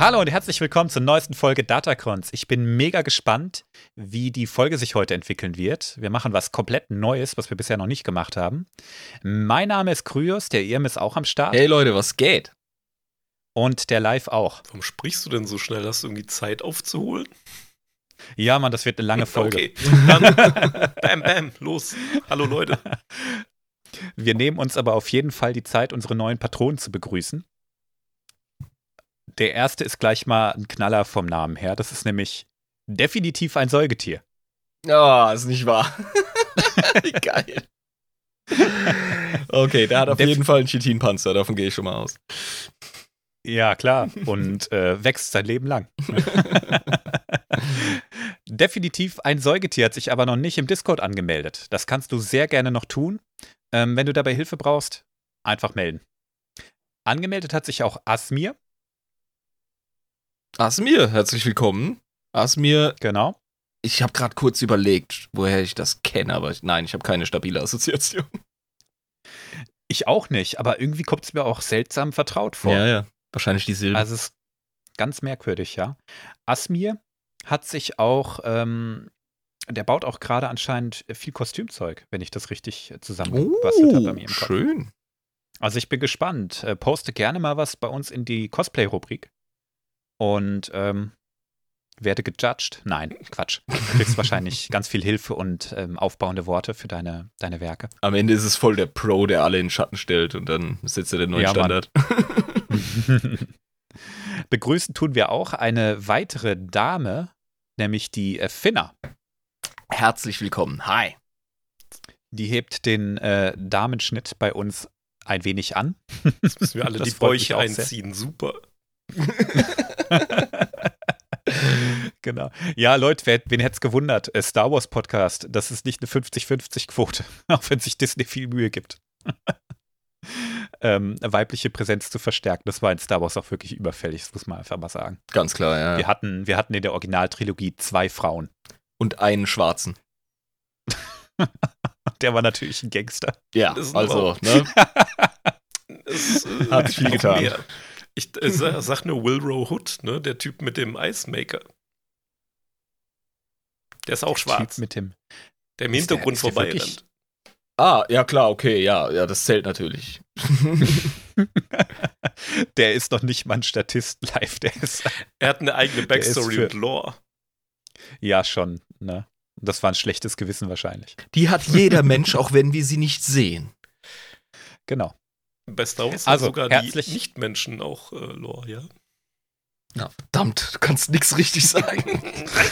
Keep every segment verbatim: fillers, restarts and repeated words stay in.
Hallo und herzlich willkommen zur neuesten Folge Datacrons. Ich bin mega gespannt, wie die Folge sich heute entwickeln wird. Wir machen was komplett Neues, was wir bisher noch nicht gemacht haben. Mein Name ist Kryos, der Irm ist auch am Start. Hey Leute, was geht? Und der Live auch. Warum sprichst du denn so schnell? Hast du irgendwie Zeit aufzuholen? Ja, Mann, das wird eine lange Folge. Okay, dann bam, bam, los. Hallo Leute. Wir nehmen uns aber auf jeden Fall die Zeit, unsere neuen Patronen zu begrüßen. Der erste ist gleich mal ein Knaller vom Namen her. Das ist nämlich definitiv ein Säugetier. Ah, oh, ist nicht wahr. Wie geil. Okay, der hat auf Def- jeden Fall einen Chitinpanzer, davon gehe ich schon mal aus. Ja, klar. Und äh, wächst sein Leben lang. Definitiv ein Säugetier, hat sich aber noch nicht im Discord angemeldet. Das kannst du sehr gerne noch tun. Ähm, wenn du dabei Hilfe brauchst, einfach melden. Angemeldet hat sich auch Asmir. Asmir, herzlich willkommen. Asmir, Genau. ich habe gerade kurz überlegt, woher ich das kenne, aber ich, nein, ich habe keine stabile Assoziation. Ich auch nicht, aber irgendwie kommt es mir auch seltsam vertraut vor. Ja, ja, wahrscheinlich die Silben. Also es ist ganz merkwürdig, ja. Asmir hat sich auch, ähm, der baut auch gerade anscheinend viel Kostümzeug, wenn ich das richtig zusammengebastelt habe bei mir im Kopf. Schön. Also ich bin gespannt. Äh, poste gerne mal was bei uns in die Cosplay-Rubrik. Und ähm, werde gejudged. Nein, Quatsch. Du kriegst wahrscheinlich ganz viel Hilfe und ähm, aufbauende Worte für deine, deine Werke. Am Ende ist es voll der Pro, der alle in den Schatten stellt und dann setzt er den neuen Ja, Standard. Begrüßen tun wir auch eine weitere Dame, nämlich die äh, Finna. Herzlich willkommen. Hi. Die hebt den äh, Damenschnitt bei uns ein wenig an. Jetzt müssen wir alle Das die freut mich Bäuche auch sehr. einziehen. Super. Genau. Ja, Leute, wer, wen hätte es gewundert? Äh, Star Wars Podcast, das ist nicht eine fünfzig fünfzig Quote, auch wenn sich Disney viel Mühe gibt. ähm, weibliche Präsenz zu verstärken, das war in Star Wars auch wirklich überfällig, das muss man einfach mal sagen. Ganz klar, ja. Wir hatten, wir hatten in der Originaltrilogie zwei Frauen. Und einen Schwarzen. Der war natürlich ein Gangster. Ja, Das ist also, aber- ne? Es, äh, Hat viel noch getan. mehr. Ich äh, sag, sag nur Wilrow Hood, ne? Der Typ mit dem Icemaker. Der ist auch schwarz. Typ mit dem. Der im Ist der- Hintergrund ist der vorbei wirklich- rennt. Ah, ja klar, okay, ja, ja, das zählt natürlich. Der ist doch nicht mal ein Statist live, der ist. Er hat eine eigene ist Backstory für- und Lore. Ja, schon, ne? Das war ein schlechtes Gewissen wahrscheinlich. Die hat jeder Mensch, auch wenn wir sie nicht sehen. Genau. Best aus Also, sogar herzlich- die Nichtmenschen auch äh, Lore, ja. Ja, verdammt, du kannst nichts richtig sagen.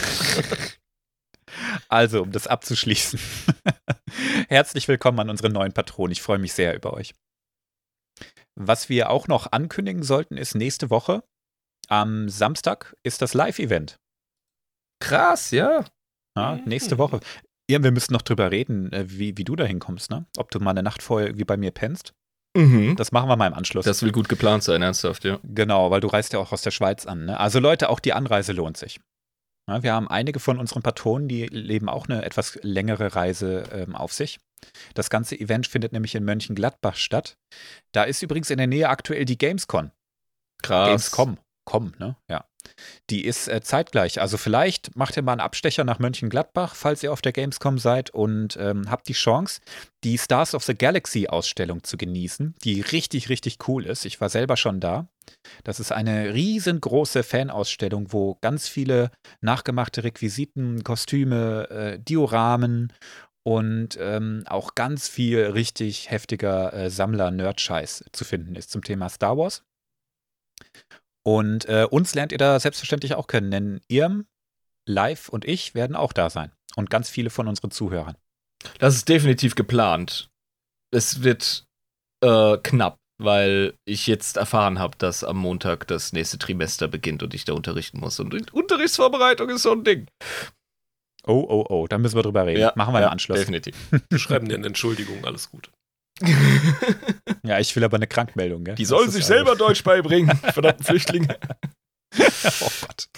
Also, um das abzuschließen. Herzlich willkommen an unsere neuen Patronen. Ich freue mich sehr über euch. Was wir auch noch ankündigen sollten, ist nächste Woche, am Samstag, ist das Live-Event. Krass, ja. Ja, Mhm. nächste Woche. Ja, wir müssen noch drüber reden, äh, wie, wie du da hinkommst, ne? Ob du mal eine Nacht vorher irgendwie bei mir pennst. Mhm. Das machen wir mal im Anschluss. Das will gut geplant sein, ernsthaft, ja. Genau, weil du reist ja auch aus der Schweiz an. Ne? Also Leute, auch die Anreise lohnt sich. Ja, wir haben einige von unseren Patronen, die leben auch eine etwas längere Reise ähm, auf sich. Das ganze Event findet nämlich in Mönchengladbach statt. Da ist übrigens in der Nähe aktuell die Gamescom. Krass. Gamescom. Com, ne? Ja. Die ist äh, zeitgleich. Also vielleicht macht ihr mal einen Abstecher nach Mönchengladbach, falls ihr auf der Gamescom seid und ähm, habt die Chance, die Stars of the Galaxy Ausstellung zu genießen, die richtig, richtig cool ist. Ich war selber schon da. Das ist eine riesengroße Fanausstellung, wo ganz viele nachgemachte Requisiten, Kostüme, äh, Dioramen und ähm, auch ganz viel richtig heftiger äh, Sammler-Nerd-Scheiß zu finden ist zum Thema Star Wars. Und äh, uns lernt ihr da selbstverständlich auch kennen, denn Irm, Live und ich werden auch da sein. Und ganz viele von unseren Zuhörern. Das ist definitiv geplant. Es wird äh, knapp, weil ich jetzt erfahren habe, dass am Montag das nächste Trimester beginnt und ich da unterrichten muss. Und Unterrichtsvorbereitung ist so ein Ding. Oh, oh, oh, da müssen wir drüber reden. Machen wir im Anschluss. Definitiv. Wir schreiben dir eine Entschuldigung, alles gut. Ja, ich will aber eine Krankmeldung, gell? Die sollen Das sich ist selber Deutsch beibringen, verdammten Flüchtlinge. also- Oh Gott.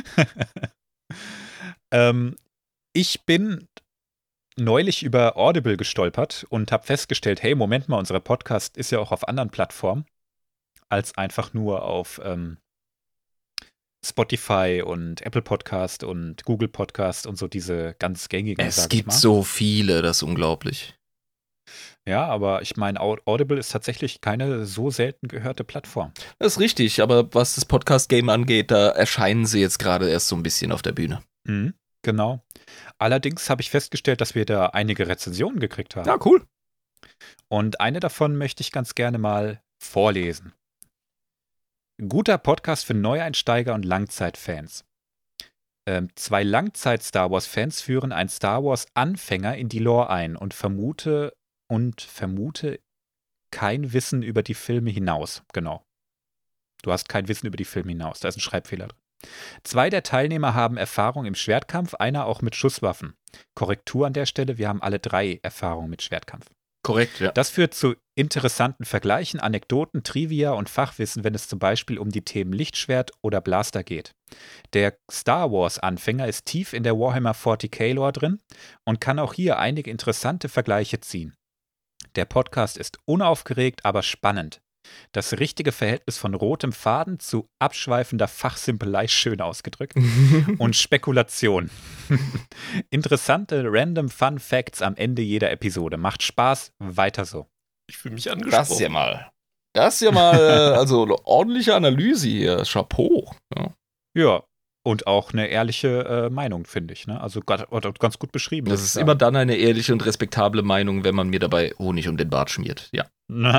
ähm, ich bin neulich über Audible gestolpert und habe festgestellt, hey, Moment mal, unser Podcast ist ja auch auf anderen Plattformen als einfach nur auf, ähm, Spotify und Apple Podcast und Google Podcast und so diese ganz gängigen. Es sag ich gibt mal. so viele, das ist unglaublich. Ja, aber ich meine, Audible ist tatsächlich keine so selten gehörte Plattform. Das ist richtig, aber was das Podcast-Game angeht, da erscheinen sie jetzt gerade erst so ein bisschen auf der Bühne. Mhm, genau. Allerdings habe ich festgestellt, dass wir da einige Rezensionen gekriegt haben. Ja, cool. Und eine davon möchte ich ganz gerne mal vorlesen. Guter Podcast für Neueinsteiger und Langzeitfans. Ähm, zwei Langzeit-Star Wars-Fans führen einen Star Wars-Anfänger in die Lore ein und vermute und vermute kein Wissen über die Filme hinaus. Genau. Du hast kein Wissen über die Filme hinaus. Da ist ein Schreibfehler drin. Zwei der Teilnehmer haben Erfahrung im Schwertkampf, einer auch mit Schusswaffen. Korrektur an der Stelle, wir haben alle drei Erfahrungen mit Schwertkampf. Korrekt, ja. Das führt zu interessanten Vergleichen, Anekdoten, Trivia und Fachwissen, wenn es zum Beispiel um die Themen Lichtschwert oder Blaster geht. Der Star Wars-Anfänger ist tief in der Warhammer vierzig K-Lore drin und kann auch hier einige interessante Vergleiche ziehen. Der Podcast ist unaufgeregt, aber spannend. Das richtige Verhältnis von rotem Faden zu abschweifender Fachsimpelei, schön ausgedrückt, und Spekulation. Interessante random Fun Facts am Ende jeder Episode. Macht Spaß, weiter so. Ich fühle mich angesprochen. Das ist ja mal. Das ist ja mal, äh, also eine ordentliche Analyse hier. Chapeau. Ja. Ja, und auch eine ehrliche äh, Meinung, finde ich. Ne? Also ganz, ganz gut beschrieben. Das muss ich ist sagen. immer dann eine ehrliche und respektable Meinung, wenn man mir dabei Honig um den Bart schmiert. Ja.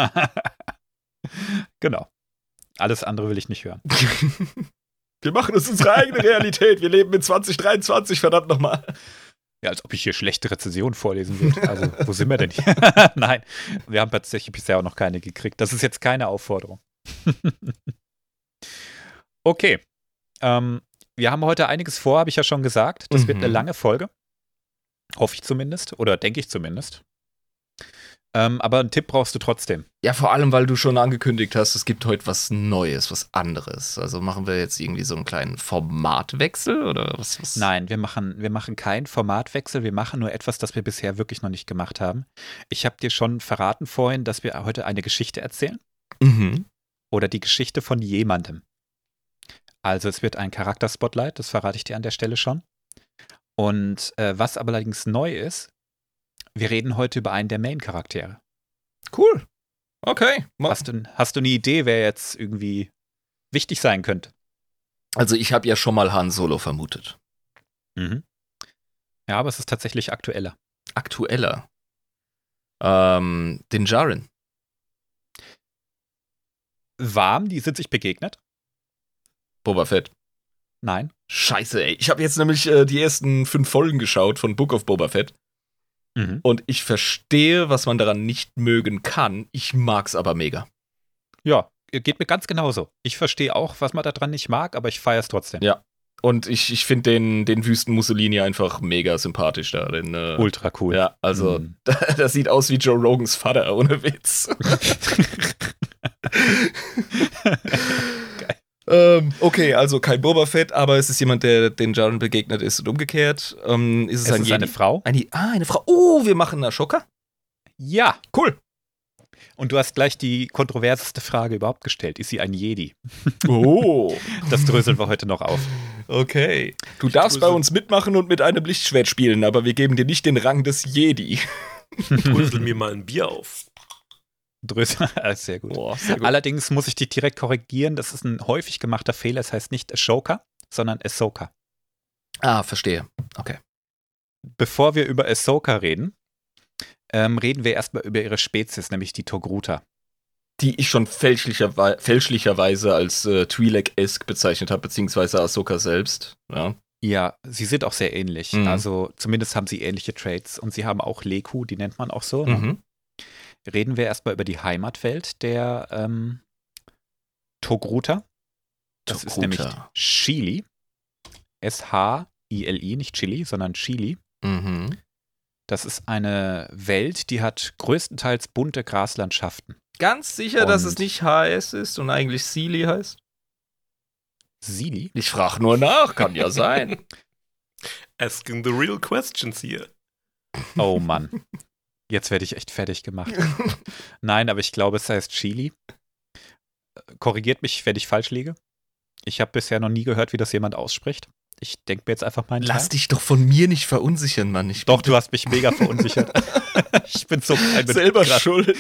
Genau. Alles andere will ich nicht hören. Wir machen es unsere eigene Realität. Wir leben in zwanzig dreiundzwanzig, verdammt nochmal. Ja, als ob ich hier schlechte Rezensionen vorlesen würde. Also, wo sind wir denn hier? Nein, wir haben tatsächlich bisher auch noch keine gekriegt. Das ist jetzt keine Aufforderung. Okay. Ähm, wir haben heute einiges vor, habe ich ja schon gesagt. Das Mhm. wird eine lange Folge. Hoffe ich zumindest. Oder denke ich zumindest. Ähm, aber einen Tipp brauchst du trotzdem. Ja, vor allem, weil du schon angekündigt hast, es gibt heute was Neues, was anderes. Also machen wir jetzt irgendwie so einen kleinen Formatwechsel oder was? was? Nein, wir machen, wir machen keinen Formatwechsel. Wir machen nur etwas, das wir bisher wirklich noch nicht gemacht haben. Ich habe dir schon verraten vorhin, dass wir heute eine Geschichte erzählen. Mhm. Oder die Geschichte von jemandem. Also es wird ein Charakter-Spotlight, das verrate ich dir an der Stelle schon. Und äh, was aber allerdings neu ist, wir reden heute über einen der Main-Charaktere. Cool. Okay. Ma- Hast du, hast du eine Idee, wer jetzt irgendwie wichtig sein könnte? Also ich habe ja schon mal Han Solo vermutet. Mhm. Ja, aber es ist tatsächlich aktueller. Aktueller. Ähm, den Jaren. Warm, die sind sich begegnet? Boba Fett. Nein. Scheiße, ey. Ich habe jetzt nämlich äh, die ersten fünf Folgen geschaut von Book of Boba Fett. Mhm. Und ich verstehe, was man daran nicht mögen kann. Ich mag's aber mega. Ja, geht mir ganz genauso. Ich verstehe auch, was man daran nicht mag, aber ich feiere es trotzdem. Ja. Und ich, ich finde den, den Wüsten Mussolini einfach mega sympathisch da. Den, äh, Ultra cool. Ja, also Mhm. das sieht aus wie Joe Rogans Vater, ohne Witz. ähm, okay, also kein Boba Fett, aber es ist jemand, der den Jaren begegnet ist und umgekehrt. Ähm, ist es, Es ein ist Jedi? eine Frau? Eine, ah, eine Frau. Oh, wir machen Ashoka? Ja. Cool. Und du hast gleich die kontroverseste Frage überhaupt gestellt. Ist sie ein Jedi? Oh. Das dröseln wir heute noch auf. Okay. Du darfst bei uns mitmachen und mit einem Lichtschwert spielen, aber wir geben dir nicht den Rang des Jedi. Drösel mir mal ein Bier auf. Drösel, sehr gut. Boah, sehr gut. Allerdings muss ich dich direkt korrigieren. Das ist ein häufig gemachter Fehler. Es heißt nicht Ashoka, sondern Ahsoka. Ah, verstehe. Okay. Bevor wir über Ahsoka reden, ähm, reden wir erstmal über ihre Spezies, nämlich die Togruta. Die ich schon fälschlicherwe- fälschlicherweise als äh, Twi'lek-esque bezeichnet habe, beziehungsweise Ahsoka selbst. Ja. Ja, sie sind auch sehr ähnlich. Mhm. Also zumindest haben sie ähnliche Traits. Und sie haben auch Leku, die nennt man auch so. Ne? Mhm. Reden wir erstmal über die Heimatwelt der ähm, Togruta. Das ist Togruta. nämlich Chili. S H I L I, nicht Chili, sondern Chili. Mhm. Das ist eine Welt, die hat größtenteils bunte Graslandschaften. Ganz sicher, dass Und- es nicht H S ist und eigentlich Sealy heißt? Sili? Ich frage nur nach, kann ja sein. Asking the real questions hier. Oh Mann. Jetzt werde ich echt fertig gemacht. Nein, aber ich glaube, es heißt Chili. Korrigiert mich, wenn ich falsch liege. Ich habe bisher noch nie gehört, wie das jemand ausspricht. Ich denke mir jetzt einfach mal einen Lass Teil. dich doch von mir nicht verunsichern, Mann. Ich Doch, du hast mich mega verunsichert. Ich bin so klein. bin selber schuld.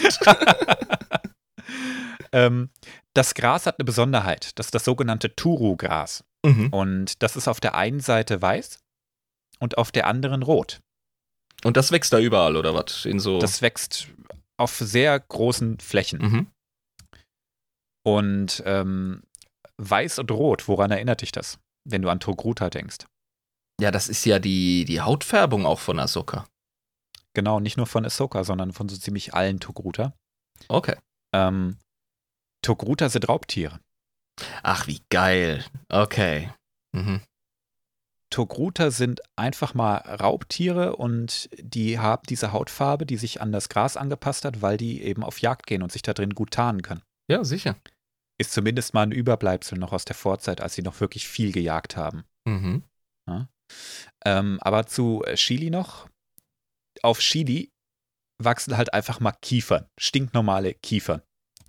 ähm, das Gras hat eine Besonderheit. Das ist das sogenannte Turu-Gras. Mhm. Und das ist auf der einen Seite weiß und auf der anderen rot. Und das wächst da überall, oder was? In so. Das wächst auf sehr großen Flächen. Mhm. Und ähm, weiß und rot, woran erinnert dich das, wenn du an Togruta denkst? Ja, das ist ja die, die Hautfärbung auch von Ahsoka. Genau, nicht nur von Ahsoka, sondern von so ziemlich allen Togruta. Okay. Ähm, Togruta sind Raubtiere. Ach, wie geil. Okay. Mhm. Togruta sind einfach mal Raubtiere und die haben diese Hautfarbe, die sich an das Gras angepasst hat, weil die eben auf Jagd gehen und sich da drin gut tarnen können. Ja, sicher. Ist zumindest mal ein Überbleibsel noch aus der Vorzeit, als sie noch wirklich viel gejagt haben. Mhm. Ja. Ähm, aber zu Chili noch. Auf Chili wachsen halt einfach mal Kiefern. Stinknormale Kiefern.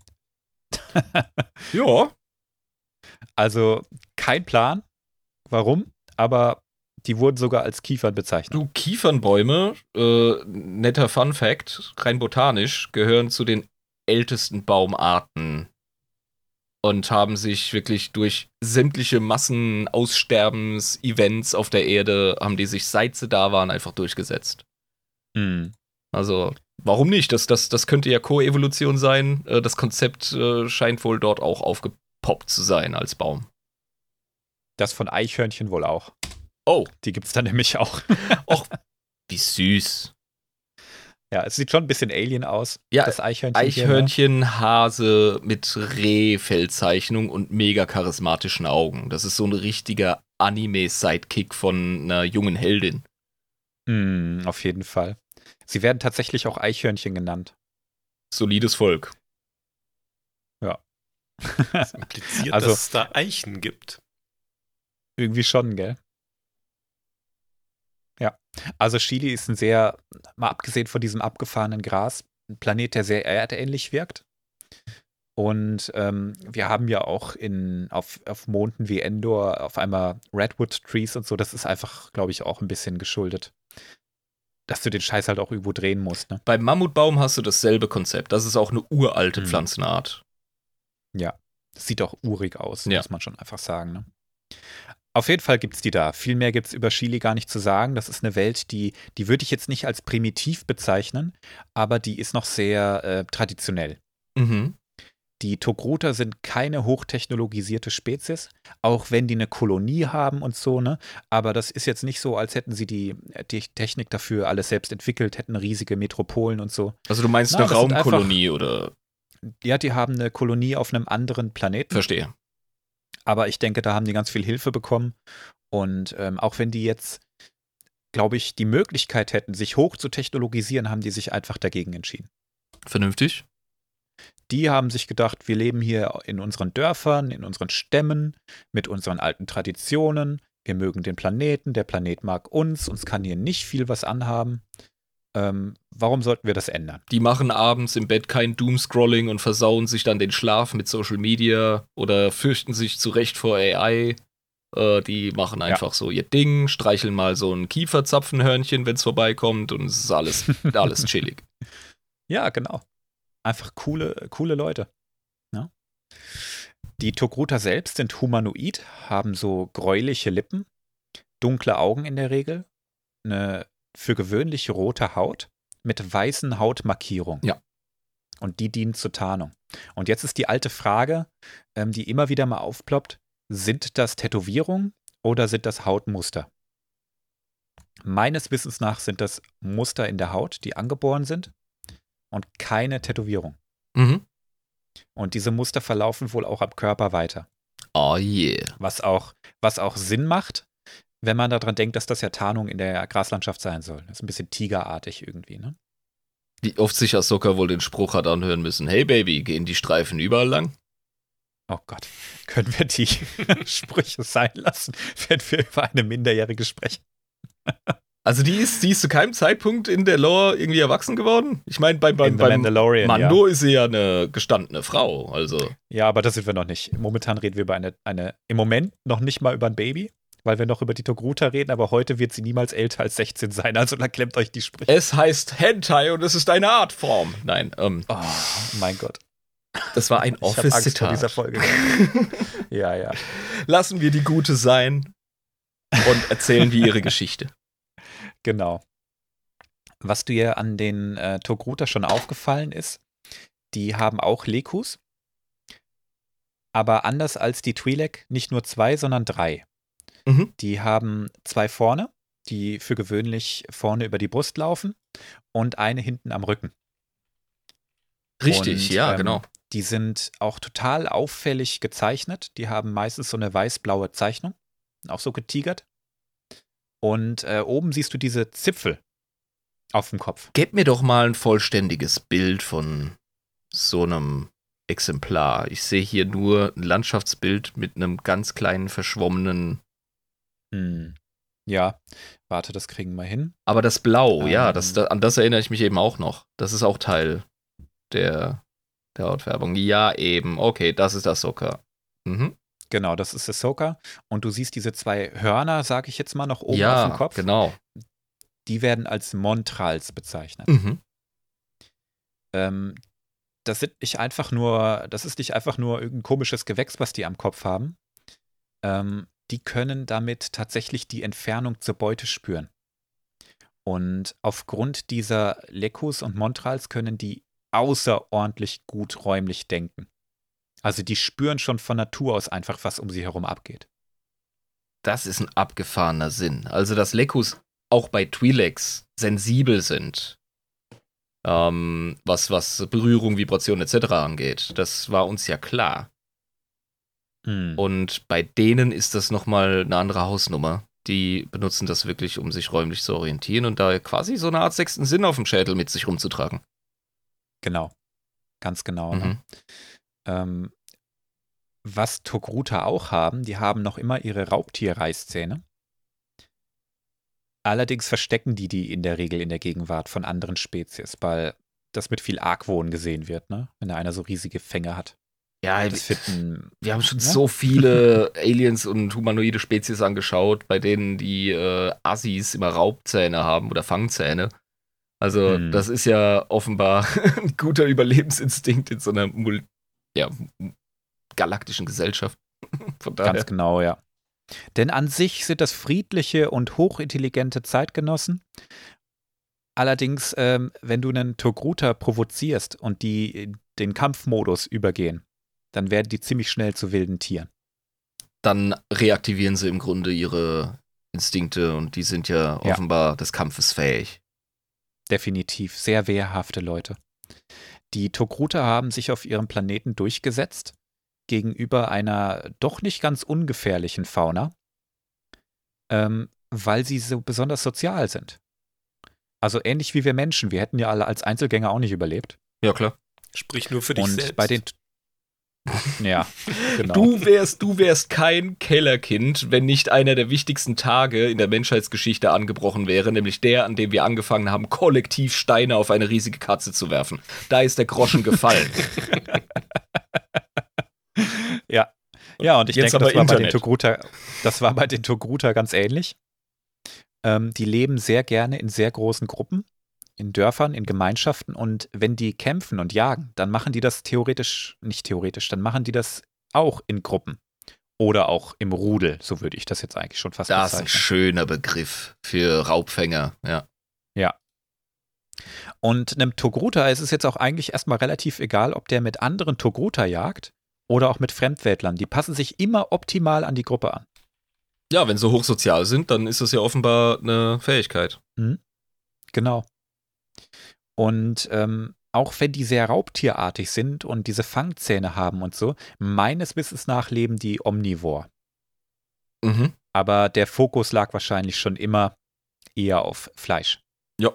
Ja. Also kein Plan, warum, aber die wurden sogar als Kiefern bezeichnet. Du, Kiefernbäume, äh, netter Fun Fact, rein botanisch, gehören zu den ältesten Baumarten und haben sich wirklich durch sämtliche Massenaussterbens-Events auf der Erde, haben die sich, seit sie da waren, einfach durchgesetzt. Hm. Also, warum nicht? Das, das, das könnte ja Koevolution sein. Äh, Das Konzept äh, scheint wohl dort auch aufgepoppt zu sein als Baum. Das von Eichhörnchen wohl auch. Oh, Die gibt's dann nämlich auch. och, wie süß. Ja, es sieht schon ein bisschen Alien aus, Ja, das Eichhörnchen. hier, Eichhörnchen, Hase mit Rehfellzeichnung und mega charismatischen Augen. Das ist so ein richtiger Anime-Sidekick von einer jungen Heldin. ne? Hm, auf jeden Fall. Sie werden tatsächlich auch Eichhörnchen genannt. Solides Volk. Das impliziert, Also- dass es da Eichen gibt. Irgendwie schon, gell? Ja. Also Chili ist ein sehr, mal abgesehen von diesem abgefahrenen Gras, ein Planet, der sehr erdähnlich wirkt. Und ähm, wir haben ja auch in, auf, auf Monden wie Endor auf einmal Redwood-Trees und so. Das ist einfach, glaube ich, auch ein bisschen geschuldet. Dass du den Scheiß halt auch irgendwo drehen musst, ne? Beim Mammutbaum hast du dasselbe Konzept. Das ist auch eine uralte Mhm. Pflanzenart. Ja. Das sieht auch urig aus, Ja. muss man schon einfach sagen, ne? Auf jeden Fall gibt's die da. Viel mehr gibt's über Chili gar nicht zu sagen. Das ist eine Welt, die, die würde ich jetzt nicht als primitiv bezeichnen, aber die ist noch sehr äh, traditionell. Mhm. Die Togruta sind keine hochtechnologisierte Spezies, auch wenn die eine Kolonie haben und so, ne? Aber das ist jetzt nicht so, als hätten sie die, die Technik dafür alles selbst entwickelt, hätten riesige Metropolen und so. Also du meinst Na, eine das sind Raumkolonie oder? Ja, die haben eine Kolonie auf einem anderen Planeten. Verstehe. Aber ich denke, da haben die ganz viel Hilfe bekommen. Und ähm, auch wenn die jetzt, glaube ich, die Möglichkeit hätten, sich hoch zu technologisieren, haben die sich einfach dagegen entschieden. Vernünftig. Die haben sich gedacht, wir leben hier in unseren Dörfern, in unseren Stämmen, mit unseren alten Traditionen. Wir mögen den Planeten, der Planet mag uns, uns kann hier nicht viel was anhaben. Ähm, warum sollten wir das ändern? Die machen abends im Bett kein Doomscrolling und versauen sich dann den Schlaf mit Social Media oder fürchten sich zu Recht vor A I. Äh, die machen einfach so ihr Ding, streicheln mal so ein Kieferzapfenhörnchen, wenn es vorbeikommt und es ist alles, alles chillig. Ja, genau. Einfach coole, coole Leute. Ja? Die Togruta selbst sind humanoid, haben so gräuliche Lippen, dunkle Augen in der Regel, eine für gewöhnlich rote Haut mit weißen Hautmarkierungen. Ja. Und die dienen zur Tarnung. Und jetzt ist die alte Frage, ähm, die immer wieder mal aufploppt, sind das Tätowierungen oder sind das Hautmuster? Meines Wissens nach sind das Muster in der Haut, die angeboren sind und keine Tätowierung. Mhm. Und diese Muster verlaufen wohl auch am Körper weiter. Oh yeah. Was auch, was auch Sinn macht, wenn man daran denkt, dass das ja Tarnung in der Graslandschaft sein soll. Das ist ein bisschen tigerartig irgendwie, ne? Wie oft sich Ahsoka wohl den Spruch hat anhören müssen: Hey Baby, gehen die Streifen überall lang? Oh Gott, können wir die Sprüche sein lassen, wenn wir über eine Minderjährige sprechen? Also die ist, die ist zu keinem Zeitpunkt in der Lore irgendwie erwachsen geworden? Ich meine, bei, bei, In The beim Mandalorian, Mando ist sie ja eine gestandene Frau, also. Ja, aber das sind wir noch nicht. Momentan reden wir über eine, eine, im Moment noch nicht mal über ein Baby, weil wir noch über die Togruta reden, aber heute wird sie niemals älter als sechzehn sein, also da klemmt euch die Sprüche. Es heißt Hentai und es ist eine Artform. Nein, ähm. Oh, mein Gott. Das war ein Office-Zitat. dieser Folge. Ja, ja. Lassen wir die Gute sein und erzählen wir ihre Geschichte. Genau. Was dir an den äh, Togruta schon aufgefallen ist, die haben auch Lekus, aber anders als die Twi'lek nicht nur zwei, sondern drei. Mhm. Die haben zwei vorne, die für gewöhnlich vorne über die Brust laufen und eine hinten am Rücken. Richtig, Und, ja, ähm, genau. Die sind auch total auffällig gezeichnet. Die haben meistens so eine weiß-blaue Zeichnung, auch so getigert. Und äh, oben siehst du diese Zipfel auf dem Kopf. Gebt mir doch mal ein vollständiges Bild von so einem Exemplar. Ich sehe hier nur ein Landschaftsbild mit einem ganz kleinen, verschwommenen. Hm. Ja, warte, das kriegen wir hin. Aber das Blau, Ähm. ja, das, da, an das erinnere ich mich eben auch noch. Das ist auch Teil der, der Hautfärbung. Ja, eben. Okay, das ist Ahsoka. Mhm. Genau, das ist Ahsoka. Und du siehst diese zwei Hörner, sag ich jetzt mal, noch oben ja, auf dem Kopf. genau. Die werden als Montrals bezeichnet. Mhm. Ähm, das sind nicht einfach nur, das ist nicht einfach nur irgendein komisches Gewächs, was die am Kopf haben. Ähm, die können damit tatsächlich die Entfernung zur Beute spüren. Und aufgrund dieser Lekus und Montrals können die außerordentlich gut räumlich denken. Also die spüren schon von Natur aus einfach, was um sie herum abgeht. Das ist ein abgefahrener Sinn. Also, dass Lekus auch bei Twi'leks sensibel sind, ähm, was, was Berührung, Vibration et cetera angeht, das war uns ja klar. Hm. Und bei denen ist das nochmal eine andere Hausnummer. Die benutzen das wirklich, um sich räumlich zu orientieren und da quasi so eine Art sechsten Sinn auf dem Schädel mit sich rumzutragen. Genau, ganz genau. Mhm. Ne? Ähm, was Togruta auch haben, die haben noch immer ihre Raubtierreißzähne. Allerdings verstecken die die in der Regel in der Gegenwart von anderen Spezies, weil das mit viel Argwohn gesehen wird, ne? Wenn da einer so riesige Fänge hat. Ja, Das finden, wir haben schon Ja? so viele Aliens und humanoide Spezies angeschaut, bei denen die äh, Assis immer Raubzähne haben oder Fangzähne. Also Hm. das ist ja offenbar ein guter Überlebensinstinkt in so einer Mul- ja, galaktischen Gesellschaft. Von daher. ganz genau, ja. Denn an sich sind das friedliche und hochintelligente Zeitgenossen. Allerdings, ähm, wenn du einen Togruta provozierst und die in den Kampfmodus übergehen, dann werden die ziemlich schnell zu wilden Tieren. Dann reaktivieren sie im Grunde ihre Instinkte und die sind ja, Ja. offenbar des Kampfes fähig. Definitiv sehr wehrhafte Leute. Die Togruta haben sich auf ihrem Planeten durchgesetzt gegenüber einer doch nicht ganz ungefährlichen Fauna, ähm, weil sie so besonders sozial sind. Also ähnlich wie wir Menschen. Wir hätten ja alle als Einzelgänger auch nicht überlebt. Ja, klar. Sprich nur für dich Und selbst. bei den Ja, genau. Du wärst, du wärst kein Kellerkind, wenn nicht einer der wichtigsten Tage in der Menschheitsgeschichte angebrochen wäre, nämlich der, an dem wir angefangen haben, kollektiv Steine auf eine riesige Katze zu werfen. Da ist der Groschen gefallen. Ja. Ja, und ich Jetzt denke, das aber war, bei den Internet. Togruta, das war bei den Togruta ganz ähnlich. Ähm, die leben sehr gerne in sehr großen Gruppen, in Dörfern, in Gemeinschaften, und wenn die kämpfen und jagen, dann machen die das theoretisch, nicht theoretisch, dann machen die das auch in Gruppen. Oder auch im Rudel, so würde ich das jetzt eigentlich schon fast Das ist ein bezeichnen. schöner Begriff für Raubfänger, ja. Und einem Togruta ist es jetzt auch eigentlich erstmal relativ egal, ob der mit anderen Togruta jagt oder auch mit Fremdweltlern. Die passen sich immer optimal an die Gruppe an. Ja, wenn sie hochsozial sind, dann ist das ja offenbar eine Fähigkeit. Genau. Und ähm, auch wenn die sehr raubtierartig sind und diese Fangzähne haben und so, meines Wissens nach leben die omnivor. Mhm. Aber der Fokus lag wahrscheinlich schon immer eher auf Fleisch. Ja.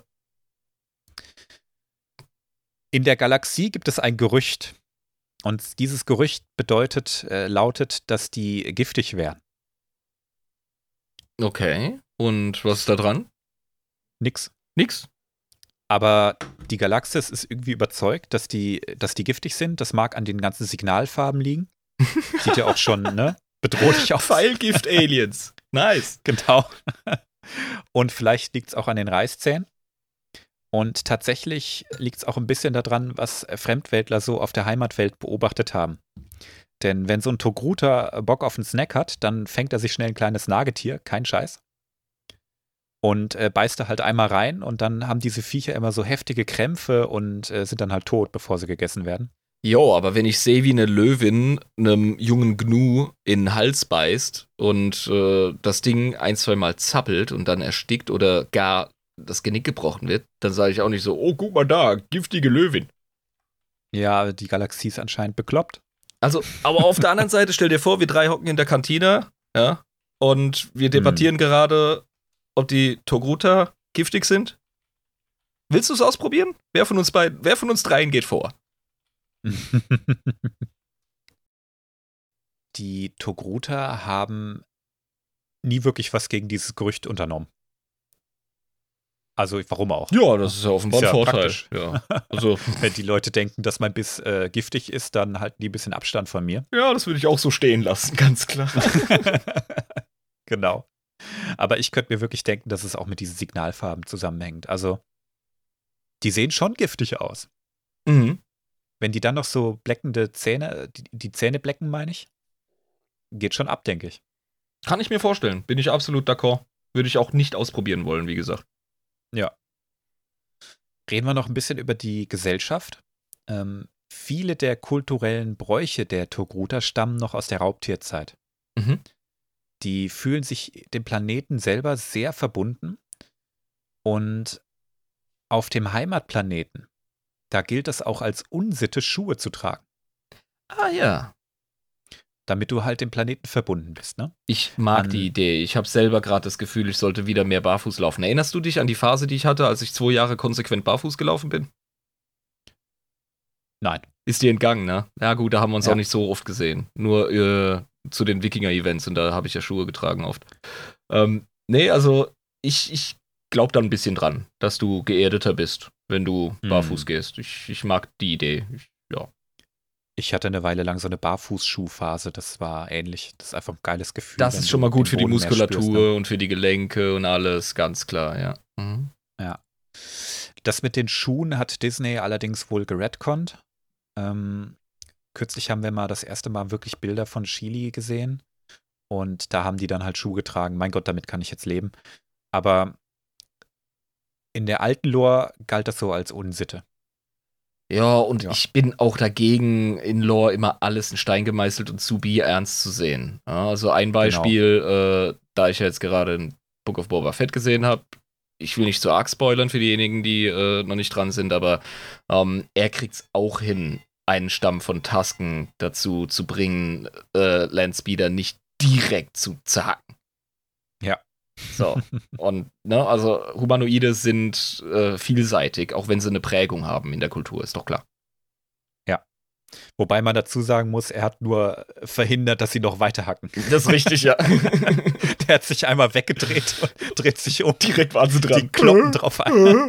In der Galaxie gibt es ein Gerücht. Und dieses Gerücht bedeutet, äh, lautet, dass die giftig wären. Okay. Und was ist da dran? Nix. Nix? Aber die Galaxis ist irgendwie überzeugt, dass die, dass die giftig sind. Das mag an den ganzen Signalfarben liegen. Sieht ja auch schon, ne? Bedrohlich aus. Pfeilgift-Aliens. Nice. Genau. Und vielleicht liegt es auch an den Reißzähnen. Und tatsächlich liegt es auch ein bisschen daran, was Fremdweltler so auf der Heimatwelt beobachtet haben. Denn wenn so ein Togruta Bock auf einen Snack hat, dann fängt er sich schnell ein kleines Nagetier, kein Scheiß. Und äh, beißt da halt einmal rein und dann haben diese Viecher immer so heftige Krämpfe und äh, sind dann halt tot, bevor sie gegessen werden. Jo, aber wenn ich sehe, wie eine Löwin einem jungen Gnu in den Hals beißt und äh, das Ding ein, zwei Mal zappelt und dann erstickt oder gar das Genick gebrochen wird, dann sage ich auch nicht so, oh, guck mal da, giftige Löwin. Ja, die Galaxie ist anscheinend bekloppt. Also, aber auf der anderen Seite, stell dir vor, wir drei hocken in der Kantine, ja, und wir debattieren hm. gerade, ob die Togruta giftig sind. Willst du es ausprobieren? Wer von uns beiden, wer von uns dreien geht vor? Die Togruta haben nie wirklich was gegen dieses Gerücht unternommen. Also, warum auch? Ja, das ist ja offenbar ein Vorteil. Ja. Also, wenn die Leute denken, dass mein Biss äh, giftig ist, dann halten die ein bisschen Abstand von mir. Ja, das würde ich auch so stehen lassen, ganz klar. Genau. Aber ich könnte mir wirklich denken, dass es auch mit diesen Signalfarben zusammenhängt. Also, die sehen schon giftig aus. Mhm. Wenn die dann noch so bleckende Zähne, die, die Zähne blecken, meine ich, geht schon ab, denke ich. Kann ich mir vorstellen. Bin ich absolut d'accord. Würde ich auch nicht ausprobieren wollen, wie gesagt. Ja. Reden wir noch ein bisschen über die Gesellschaft. Ähm, viele der kulturellen Bräuche der Togruta stammen noch aus der Raubtierzeit. Mhm. Die fühlen sich dem Planeten selber sehr verbunden. Und auf dem Heimatplaneten, da gilt es auch als Unsitte, Schuhe zu tragen. Ah ja. Damit du halt dem Planeten verbunden bist, ne? Ich mag An- die Idee. Ich habe selber gerade das Gefühl, ich sollte wieder mehr barfuß laufen. Erinnerst du dich an die Phase, die ich hatte, als ich zwei Jahre konsequent barfuß gelaufen bin? Nein. Ist dir entgangen, ne? Ja gut, da haben wir uns Ja. auch nicht so oft gesehen. Nur äh, zu den Wikinger-Events und da habe ich ja Schuhe getragen oft. Ähm, nee, also ich, ich glaube da ein bisschen dran, dass du geerdeter bist, wenn du Hm. barfuß gehst. Ich, ich mag die Idee. Ich, ja. Ich hatte eine Weile lang so eine Barfußschuhphase, das war ähnlich. Das ist einfach ein geiles Gefühl. Das wenn ist du schon mal gut den für die Boden mehr Muskulatur spürst, ne? und für die Gelenke und alles, ganz klar, ja. Mhm. Ja. Das mit den Schuhen hat Disney allerdings wohl geredconnt. Ähm, kürzlich haben wir mal das erste Mal wirklich Bilder von Chili gesehen. Und da haben die dann halt Schuhe getragen. Mein Gott, damit kann ich jetzt leben. Aber in der alten Lore galt das so als Unsitte. Ja, und Ja. ich bin auch dagegen, in Lore immer alles in Stein gemeißelt und zu be ernst zu sehen. Ja, also ein Beispiel, äh, da ich ja jetzt gerade ein Book of Boba Fett gesehen habe, ich will nicht zu arg spoilern für diejenigen, die äh, noch nicht dran sind, aber ähm, er kriegt's auch hin, einen Stamm von Tusken dazu zu bringen, äh, Landspeeder nicht direkt zu zacken. Ja. So, und, ne, also Humanoide sind äh, vielseitig, auch wenn sie eine Prägung haben in der Kultur, ist doch klar. Wobei man dazu sagen muss, er hat nur verhindert, dass sie noch weiter hacken. Das ist richtig, ja. Der hat sich einmal weggedreht und dreht sich um. Direkt waren sie dran. Die kloppen drauf ein.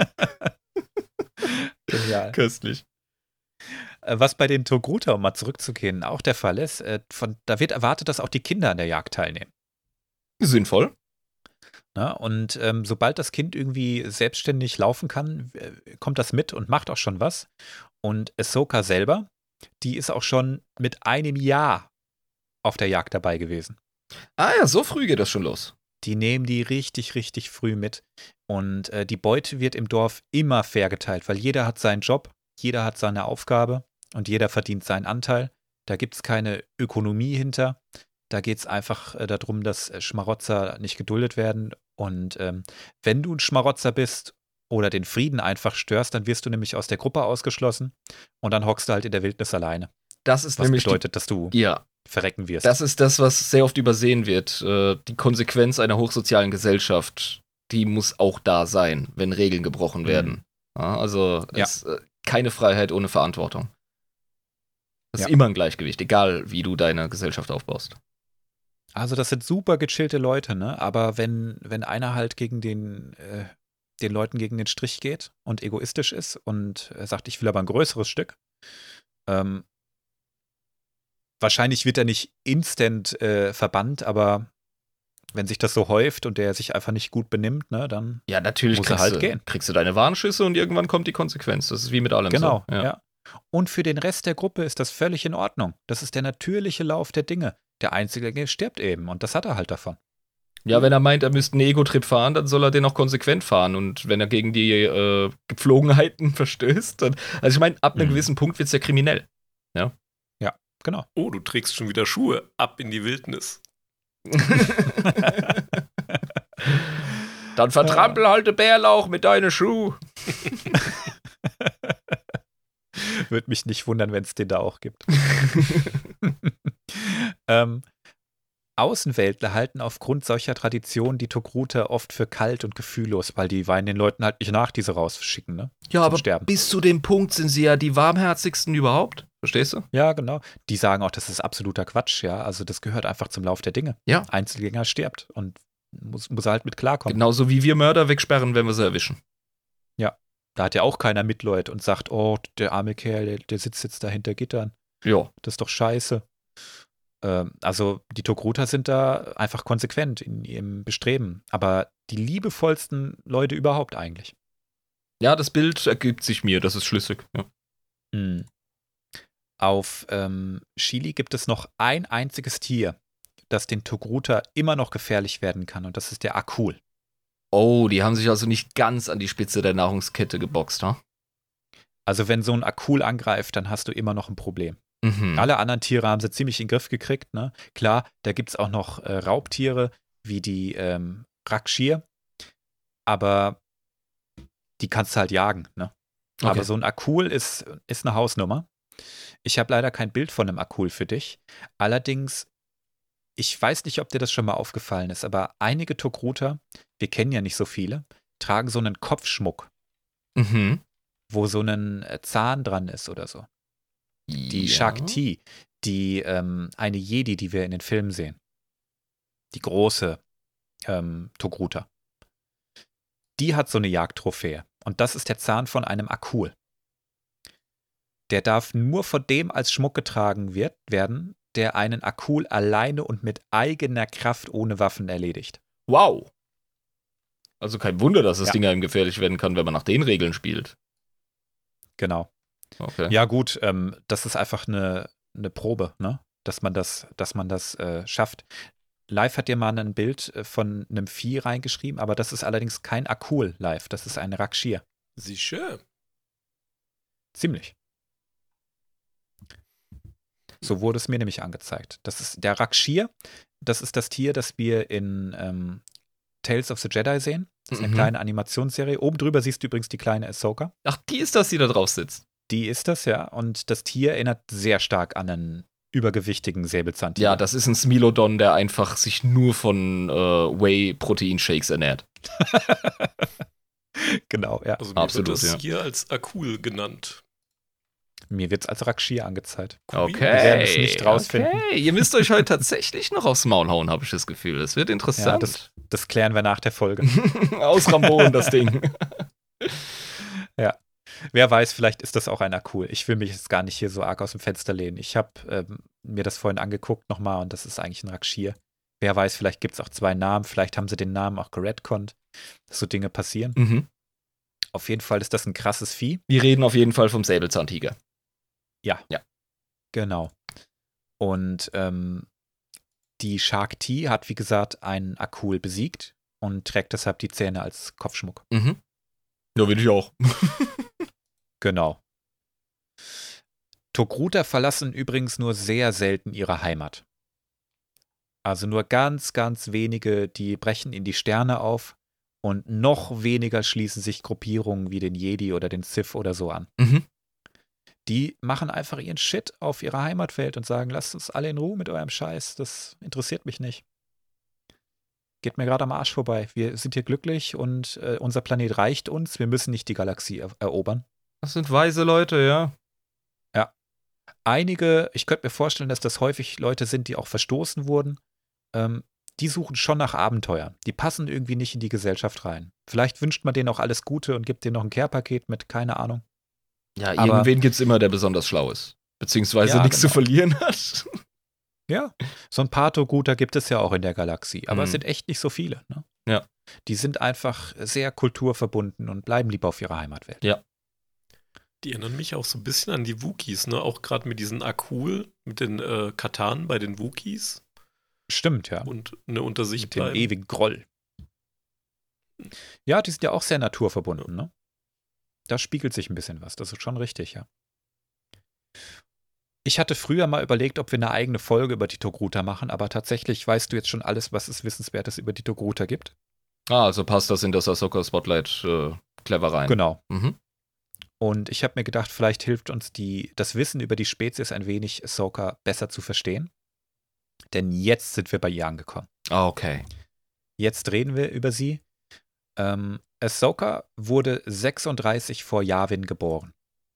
Genial. Köstlich. Äh, Was bei den Togruta, um mal zurückzugehen, auch der Fall ist, äh, von, da wird erwartet, dass auch die Kinder an der Jagd teilnehmen. Sinnvoll. Na, und ähm, sobald das Kind irgendwie selbstständig laufen kann, äh, kommt das mit und macht auch schon was. Und Ahsoka selber, die ist auch schon mit einem Jahr auf der Jagd dabei gewesen. Ah ja, so früh geht das schon los. Die nehmen die richtig, richtig früh mit. Und äh, die Beute wird im Dorf immer fair geteilt, weil jeder hat seinen Job, jeder hat seine Aufgabe und jeder verdient seinen Anteil. Da gibt es keine Ökonomie hinter. Da geht es einfach äh, darum, dass äh, Schmarotzer nicht geduldet werden. Und ähm, wenn du ein Schmarotzer bist oder den Frieden einfach störst, dann wirst du nämlich aus der Gruppe ausgeschlossen und dann hockst du halt in der Wildnis alleine. Das ist Was nämlich bedeutet, dass du die, ja, verrecken wirst. das ist das, was sehr oft übersehen wird. Äh, die Konsequenz einer hochsozialen Gesellschaft, die muss auch da sein, wenn Regeln gebrochen Mhm. werden. Ja, also Ja. es, äh, keine Freiheit ohne Verantwortung. Das Ja. ist immer ein Gleichgewicht, egal wie du deine Gesellschaft aufbaust. Also das sind super gechillte Leute, ne? Aber wenn, wenn einer halt gegen den, äh, den Leuten gegen den Strich geht und egoistisch ist und er sagt, ich will aber ein größeres Stück. Ähm, wahrscheinlich wird er nicht instant äh, verbannt, aber wenn sich das so häuft und der sich einfach nicht gut benimmt, ne, dann Ja, natürlich muss er kriegst, halt du, gehen. kriegst du deine Warnschüsse und irgendwann kommt die Konsequenz. Das ist wie mit allem Genau, so. ja. Und für den Rest der Gruppe ist das völlig in Ordnung. Das ist der natürliche Lauf der Dinge. Der Einzige der stirbt eben und das hat er halt davon. Ja, wenn er meint, er müsste einen Ego-Trip fahren, dann soll er den auch konsequent fahren. Und wenn er gegen die äh, Gepflogenheiten verstößt, dann. Also ich meine, ab einem Mhm. gewissen Punkt wird es ja kriminell. Ja, genau. Oh, du trägst schon wieder Schuhe. Ab in die Wildnis. Dann vertrampel halt den Bärlauch mit deinen Schuh. Würde mich nicht wundern, wenn es den da auch gibt. ähm, Außenweltler halten aufgrund solcher Traditionen die Togruta oft für kalt und gefühllos, weil die weinen den Leuten halt nicht nach, die sie rausschicken, ne? Ja, Zum aber Sterben. bis zu dem Punkt sind sie ja die warmherzigsten überhaupt. Verstehst du? Ja, genau. Die sagen auch, das ist absoluter Quatsch, ja. Also das gehört einfach zum Lauf der Dinge. Ja. Einzelgänger stirbt und muss, muss halt mit klarkommen. Genauso wie wir Mörder wegsperren, wenn wir sie erwischen. Da hat ja auch keiner Mitleid und sagt, oh, der arme Kerl, der, der sitzt jetzt da hinter Gittern. Ja. Das ist doch scheiße. Ähm, also die Togruta sind da einfach konsequent in ihrem Bestreben. Aber die liebevollsten Leute überhaupt eigentlich. Ja, das Bild ergibt sich mir, das ist schlüssig. Ja. Mhm. Auf ähm, Chili gibt es noch ein einziges Tier, das den Togruta immer noch gefährlich werden kann. Und das ist der Akul. Oh, die haben sich also nicht ganz an die Spitze der Nahrungskette geboxt, ha? Also wenn so ein Akul angreift, dann hast du immer noch ein Problem. Mhm. Alle anderen Tiere haben sie ziemlich in den Griff gekriegt, ne? Klar, da gibt es auch noch äh, Raubtiere, wie die ähm, Rakshir, aber die kannst du halt jagen, ne? Okay. Aber so ein Akul ist, ist eine Hausnummer. Ich habe leider kein Bild von einem Akul für dich. Allerdings, ich weiß nicht, ob dir das schon mal aufgefallen ist, aber einige Togruta, wir kennen ja nicht so viele, tragen so einen Kopfschmuck, Mhm. wo so ein äh, Zahn dran ist oder so. Die ja. Shakti, die ähm, eine Jedi, die wir in den Filmen sehen. Die große ähm, Togruta. Die hat so eine Jagdtrophäe. Und das ist der Zahn von einem Akul. Der darf nur von dem als Schmuck getragen wird, werden, der einen Akul alleine und mit eigener Kraft ohne Waffen erledigt. Wow. Also kein Wunder, dass das Ja. Ding einem gefährlich werden kann, wenn man nach den Regeln spielt. Genau. Okay. Ja, gut, ähm, das ist einfach eine, eine Probe, ne? Dass man das, dass man das äh, schafft. Live hat dir mal ein Bild äh, von einem Vieh reingeschrieben, aber das ist allerdings kein Akul live, das ist ein Rakshir. Sicher. Ziemlich. So wurde es mir nämlich angezeigt. Das ist der Rakshir, das ist das Tier, das wir in ähm, Tales of the Jedi sehen. Das ist eine Mhm. kleine Animationsserie. Oben drüber siehst du übrigens die kleine Ahsoka. Ach, die ist das, die da drauf sitzt. Die ist das, ja. Und das Tier erinnert sehr stark an einen übergewichtigen Säbelzahntiger. Ja, das ist ein Smilodon, der einfach sich nur von äh, Whey-Protein-Shakes ernährt. Genau, ja. Also mir Absolut, wird das ja. hier als Akul genannt. Mir wird es als Rakshir angezeigt. Okay. Wir werden es nicht rausfinden. Okay. Ihr müsst euch heute tatsächlich noch aufs Maul hauen, habe ich das Gefühl. Das wird Ja, interessant. das, das klären wir nach der Folge. Aus Rambonen, das Ding. Wer weiß, vielleicht ist das auch ein Akul. Ich will mich jetzt gar nicht hier so arg aus dem Fenster lehnen. Ich habe ähm, mir das vorhin angeguckt nochmal und das ist eigentlich ein Rakshir. Wer weiß, vielleicht gibt es auch zwei Namen. Vielleicht haben sie den Namen auch geredconnt, dass so Dinge passieren. Mhm. Auf jeden Fall ist das ein krasses Vieh. Wir reden auf jeden Fall vom Säbelzahntiger. Genau. Und ähm, die Shakti hat, wie gesagt, einen Akul besiegt und trägt deshalb die Zähne als Kopfschmuck. Mhm. Ja, will ich auch. Genau. Togruta verlassen übrigens nur sehr selten ihre Heimat. Also nur ganz, ganz wenige, die brechen in die Sterne auf und noch weniger schließen sich Gruppierungen wie den Jedi oder den Sith oder so an. Mhm. Die machen einfach ihren Shit auf ihrer Heimatwelt und sagen, lasst uns alle in Ruhe mit eurem Scheiß, das interessiert mich nicht. Geht mir gerade am Arsch vorbei. Wir sind hier glücklich und äh, unser Planet reicht uns, wir müssen nicht die Galaxie er erobern. Das sind weise Leute, ja. Einige, ich könnte mir vorstellen, dass das häufig Leute sind, die auch verstoßen wurden, ähm, die suchen schon nach Abenteuer. Die passen irgendwie nicht in die Gesellschaft rein. Vielleicht wünscht man denen auch alles Gute und gibt denen noch ein Care-Paket mit, keine Ahnung. Ja, Aber- irgendwen gibt's immer, der besonders schlau ist. Beziehungsweise Ja, nichts genau. zu verlieren hat. Ja, so ein Pato-Guter gibt es ja auch in der Galaxie. Aber Mhm. es sind echt nicht so viele. Ne? Ja. Die sind einfach sehr kulturverbunden und bleiben lieber auf ihrer Heimatwelt. Ja. Die erinnern mich auch so ein bisschen an die Wookiees, ne? Auch gerade mit diesen Akul, mit den äh, Katanen bei den Wookiees Stimmt, ja. und ne, unter sich Mit dem bleiben. ewigen Groll. Ja, die sind ja auch sehr naturverbunden, ne? Da spiegelt sich ein bisschen was. Das ist schon richtig, ja. Ich hatte früher mal überlegt, ob wir eine eigene Folge über die Togruta machen, aber tatsächlich weißt du jetzt schon alles, was es Wissenswertes über die Togruta gibt. Ah, also passt das in das Ahsoka Spotlight äh, clever rein. Genau. Mhm. Und ich habe mir gedacht, vielleicht hilft uns die, das Wissen über die Spezies ein wenig, Ahsoka besser zu verstehen. Denn jetzt sind wir bei ihr angekommen. Ah, okay. Jetzt reden wir über sie. Ähm, Ahsoka wurde sechsunddreißig vor Yavin geboren.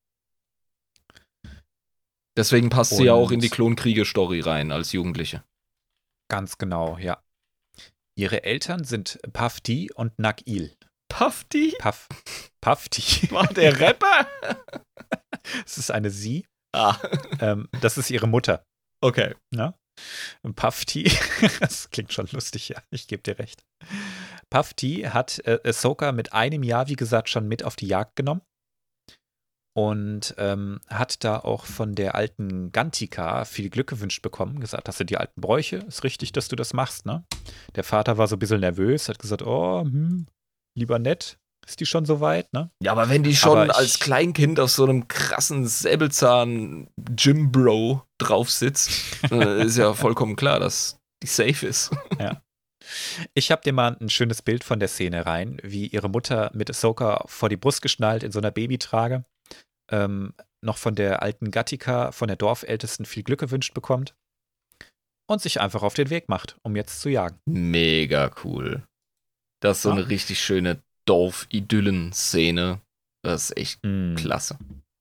Deswegen passt sie ja auch in Und- die Klonkriege-Story rein als Jugendliche. Ganz genau, ja. Ihre Eltern sind Pafti und Nakil. Pafti? Paf, Pafti. War der Rapper? Das ist eine Sie. Ah, Ähm, das ist ihre Mutter. okay. Ne? Pafti, das klingt schon lustig, ja, ich gebe dir recht. Pafti hat äh, Ahsoka mit einem Jahr, wie gesagt, schon mit auf die Jagd genommen und ähm, hat da auch von der alten Gantika viel Glück gewünscht bekommen, gesagt, das sind die alten Bräuche, ist richtig, dass du das machst, ne? Der Vater war so ein bisschen nervös, hat gesagt, oh, hm, lieber nett, ist die schon so weit, ne? Ja, aber wenn die schon Aber ich- als Kleinkind auf so einem krassen Säbelzahn-Jim-Bro drauf sitzt, äh, ist ja vollkommen klar, dass die safe ist. Ich habe dir mal ein schönes Bild von der Szene rein, wie ihre Mutter mit Ahsoka vor die Brust geschnallt in so einer Babytrage ähm, noch von der alten Gattika, von der Dorfältesten viel Glück gewünscht bekommt und sich einfach auf den Weg macht, um jetzt zu jagen. Mega cool. Das ist so Ja. eine richtig schöne Dorf-Idyllen-Szene. Das ist echt Mm. klasse.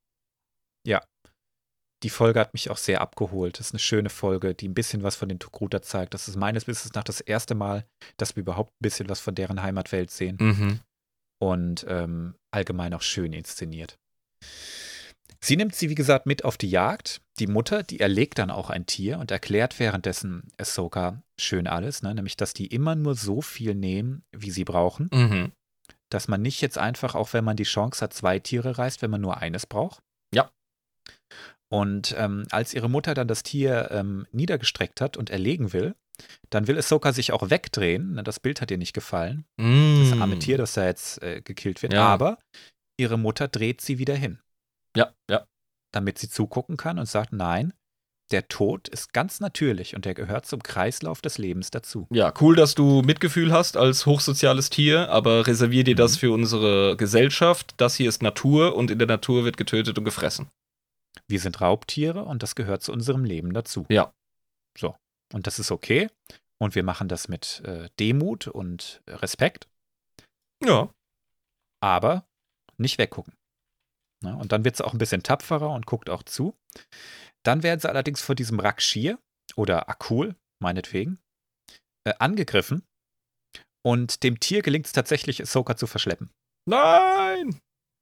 Die Folge hat mich auch sehr abgeholt. Das ist eine schöne Folge, die ein bisschen was von den Togruta zeigt. Das ist meines Wissens nach das erste Mal, dass wir überhaupt ein bisschen was von deren Heimatwelt sehen. Mhm. Und ähm, allgemein auch schön inszeniert. Sie nimmt sie, wie gesagt, mit auf die Jagd. Die Mutter, die erlegt dann auch ein Tier und erklärt währenddessen Ahsoka schön alles, ne? Nämlich, dass die immer nur so viel nehmen, wie sie brauchen. Mhm. Dass man nicht jetzt einfach, auch wenn man die Chance hat, zwei Tiere reißt, wenn man nur eines braucht. Ja. Und ähm, als ihre Mutter dann das Tier ähm, niedergestreckt hat und erlegen will, dann will Ahsoka sich auch wegdrehen. Ne? Das Bild hat ihr nicht gefallen. Das arme Tier, das da jetzt äh, gekillt wird. Ja. Aber ihre Mutter dreht sie wieder hin, Ja, ja. damit sie zugucken kann und sagt, nein, der Tod ist ganz natürlich und der gehört zum Kreislauf des Lebens dazu. Ja, cool, dass du Mitgefühl hast als hochsoziales Tier, aber reservier dir das Mhm. für unsere Gesellschaft. Das hier ist Natur und in der Natur wird getötet und gefressen. Wir sind Raubtiere und das gehört zu unserem Leben dazu. Ja. So. Und das ist okay. Und wir machen das mit äh, Demut und Respekt, Ja. aber nicht weggucken. Na, und dann wird sie auch ein bisschen tapferer und guckt auch zu. Dann werden sie allerdings von diesem Rakshir oder Akul, meinetwegen, äh, angegriffen. Und dem Tier gelingt es tatsächlich, Ahsoka zu verschleppen. Nein!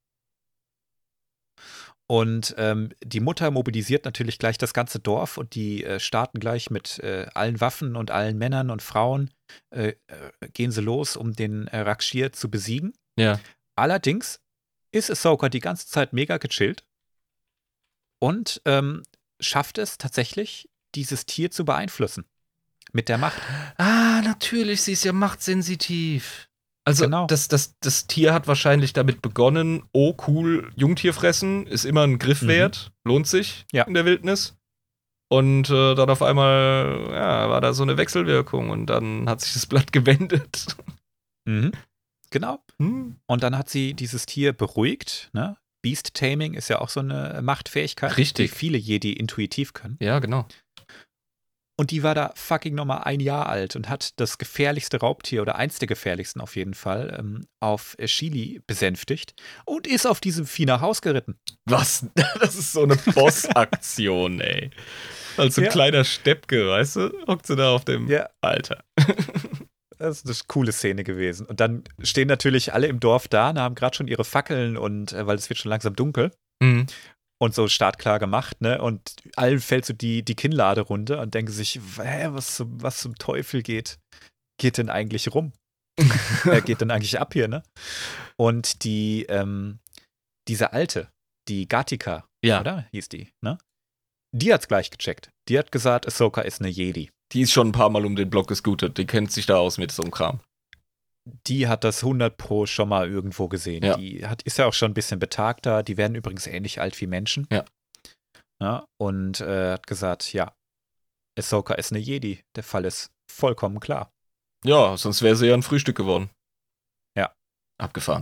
Und ähm, die Mutter mobilisiert natürlich gleich das ganze Dorf und die äh, starten gleich mit äh, allen Waffen und allen Männern und Frauen, äh, äh, gehen sie los, um den äh, Rakshir zu besiegen. Ja. Allerdings ist Ahsoka die ganze Zeit mega gechillt und ähm, schafft es tatsächlich, dieses Tier zu beeinflussen. Mit der Macht. Ah, natürlich, sie ist ja machtsensitiv. Also, Genau. das, das, das Tier hat wahrscheinlich damit begonnen, oh cool, Jungtier fressen, ist immer ein Griff Mhm. wert, lohnt sich Ja. in der Wildnis. Und äh, dann auf einmal, ja, war da so eine Wechselwirkung und dann hat sich das Blatt gewendet. Mhm. Genau. Hm? Und dann hat sie dieses Tier beruhigt. Ne? Beast Taming ist ja auch so eine Machtfähigkeit, Richtig. die viele Jedi intuitiv können. Ja, genau. Und die war da fucking nochmal ein Jahr alt und hat das gefährlichste Raubtier oder eins der gefährlichsten auf jeden Fall ähm, auf Chili besänftigt und ist auf diesem Vieh nach Haus geritten. Was? Das ist so eine Boss-Aktion, ey. Als so ein Ja. kleiner Steppke, weißt du? Hockt sie da auf dem Ja. Alter. Das ist eine coole Szene gewesen. Und dann stehen natürlich alle im Dorf da und haben gerade schon ihre Fackeln und äh, weil es wird schon langsam dunkel. Mhm. Und so startklar gemacht, ne? Und allen fällt so die, die Kinnlade runter und denken sich, hä, was zum, was zum Teufel geht, geht denn eigentlich rum? äh, geht denn eigentlich ab hier, ne? Und die, ähm, diese Alte, die Gatika, Ja. oder? Hieß die, ne? Die hat's gleich gecheckt. Die hat gesagt, Ahsoka ist eine Jedi. Die ist schon ein paar Mal um den Block gescootet. Die kennt sich da aus mit so einem Kram. Die hat das hundert Pro schon mal irgendwo gesehen. Ja. Die hat, ist ja auch schon ein bisschen betagter. Die werden übrigens ähnlich alt wie Menschen. Ja. Ja, und äh, hat gesagt, ja, Ahsoka ist eine Jedi. Der Fall ist vollkommen klar. Ja, sonst wäre sie ja ein Frühstück geworden. Ja. Abgefahren.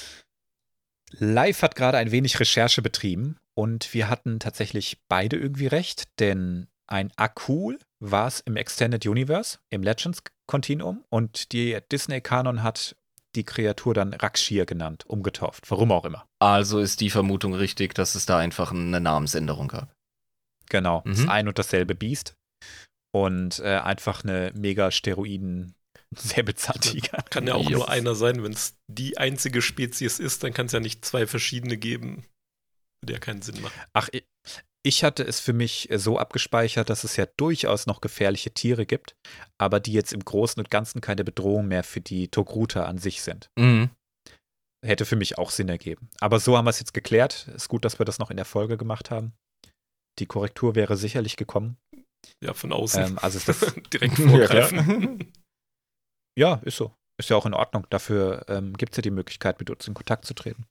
Live hat gerade ein wenig Recherche betrieben und wir hatten tatsächlich beide irgendwie recht, denn ein Akul war es im Extended Universe, im Legends Continuum und die Disney-Kanon hat die Kreatur dann Rakshir genannt, umgetauft, warum auch immer. Also ist die Vermutung richtig, dass es da einfach eine Namensänderung gab. Genau, Mhm. ist ein und dasselbe Biest und äh, einfach eine mega Steroiden Säbelzahntiger. Kann ja auch Jo. nur einer sein, wenn es die einzige Spezies ist, dann kann es ja nicht zwei verschiedene geben. Würde ja keinen Sinn machen. Ach, ich, ich hatte es für mich so abgespeichert, dass es ja durchaus noch gefährliche Tiere gibt, aber die jetzt im Großen und Ganzen keine Bedrohung mehr für die Togruta an sich sind. Mhm. Hätte für mich auch Sinn ergeben. Aber so haben wir es jetzt geklärt. Ist gut, dass wir das noch in der Folge gemacht haben. Die Korrektur wäre sicherlich gekommen. Ja, von außen. Ähm, also ist das, Direkt vorgreifen. ja, ist so. Ist ja auch in Ordnung. Dafür ähm, gibt es ja die Möglichkeit, mit uns in Kontakt zu treten.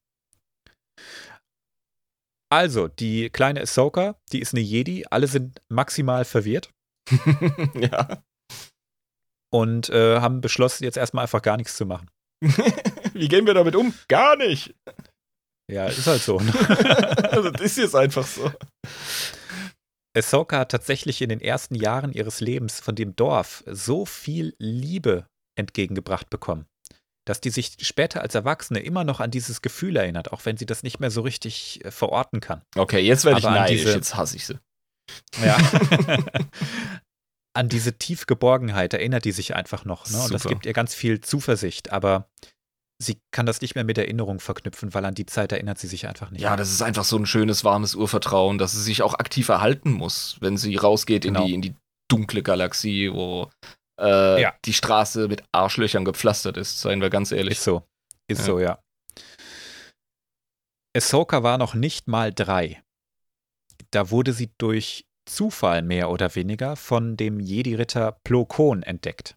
Also, die kleine Ahsoka, die ist eine Jedi. Alle sind maximal verwirrt Ja. und äh, haben beschlossen, jetzt erstmal einfach gar nichts zu machen. Wie gehen wir damit um? Gar nicht. Ja, ist halt so. Also, das ist jetzt einfach so. Ahsoka hat tatsächlich in den ersten Jahren ihres Lebens von dem Dorf so viel Liebe entgegengebracht bekommen, dass die sich später als Erwachsene immer noch an dieses Gefühl erinnert, auch wenn sie das nicht mehr so richtig äh, verorten kann. Okay, jetzt werde ich Aber an neidisch. diese- Jetzt hasse ich sie. Ja. An diese Tiefgeborgenheit erinnert die sich einfach noch. Ne? Und das Super. gibt ihr ganz viel Zuversicht, aber sie kann das nicht mehr mit Erinnerung verknüpfen, weil an die Zeit erinnert sie sich einfach nicht. Ja, das ist einfach so ein schönes, warmes Urvertrauen, dass sie sich auch aktiv erhalten muss, wenn sie rausgeht in, Genau. die, in die dunkle Galaxie, wo äh, Ja. die Straße mit Arschlöchern gepflastert ist, seien wir ganz ehrlich. Ist so. Ist Ja. so, ja. Ahsoka war noch nicht mal drei. Da wurde sie durch Zufall mehr oder weniger von dem Jedi-Ritter Plo Koon entdeckt.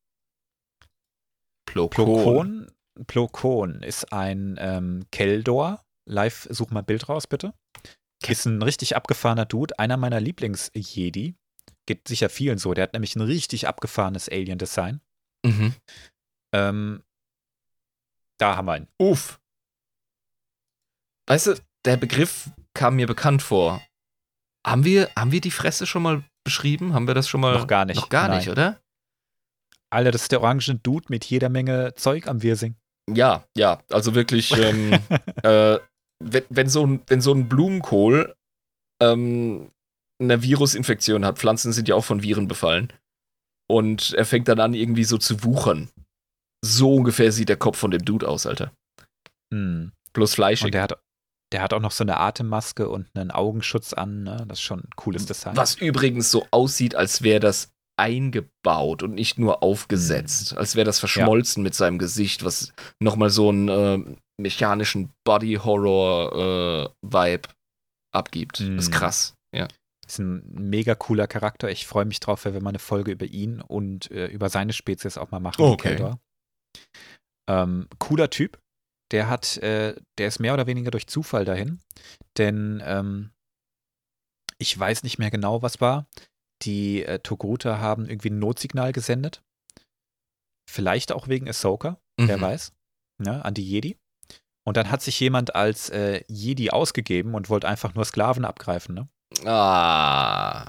Plo Plo Koon. Koon, Plo Koon ist ein ähm, Keldor. Live, such mal ein Bild raus, bitte. Ist ein richtig abgefahrener Dude. Einer meiner Lieblings-Jedi. Geht sicher vielen so. Der hat nämlich ein richtig abgefahrenes Alien-Design. Mhm. Ähm, da haben wir ihn. Uff. Weißt du, der Begriff kam mir bekannt vor. Haben wir, haben wir die Fresse schon mal beschrieben? Haben wir das schon mal? Noch gar nicht. Noch gar Nein. nicht, oder? Alter, das ist der orange Dude mit jeder Menge Zeug am Wirsing. Ja, ja. Also wirklich, ähm, äh, wenn, wenn, so ein, wenn so ein Blumenkohl ähm, eine Virusinfektion hat, Pflanzen sind ja auch von Viren befallen. Und er fängt dann an, irgendwie so zu wuchern. So ungefähr sieht der Kopf von dem Dude aus, Alter. Hm. Bloß fleischig. Und der hat, der hat auch noch so eine Atemmaske und einen Augenschutz an. Ne? Das ist schon ein cooles Design. Was übrigens so aussieht, als wäre das eingebaut und nicht nur aufgesetzt. Als wäre das verschmolzen mit seinem Gesicht, was nochmal so einen äh, mechanischen Body-Horror-Vibe abgibt. Mhm. Das ist krass. Ja. Ist ein mega cooler Charakter. Ich freue mich drauf, wenn wir mal eine Folge über ihn und äh, über seine Spezies auch mal machen. Oh, die okay. Keldor. Ähm, cooler Typ. Der hat, äh, der ist mehr oder weniger durch Zufall dahin. Denn ähm, ich weiß nicht mehr genau, was war. Die äh, Togruta haben irgendwie ein Notsignal gesendet. Vielleicht auch wegen Ahsoka, wer Mhm. weiß. Ja, an die Jedi. Und dann hat sich jemand als äh, Jedi ausgegeben und wollte einfach nur Sklaven abgreifen. Ne? Ah.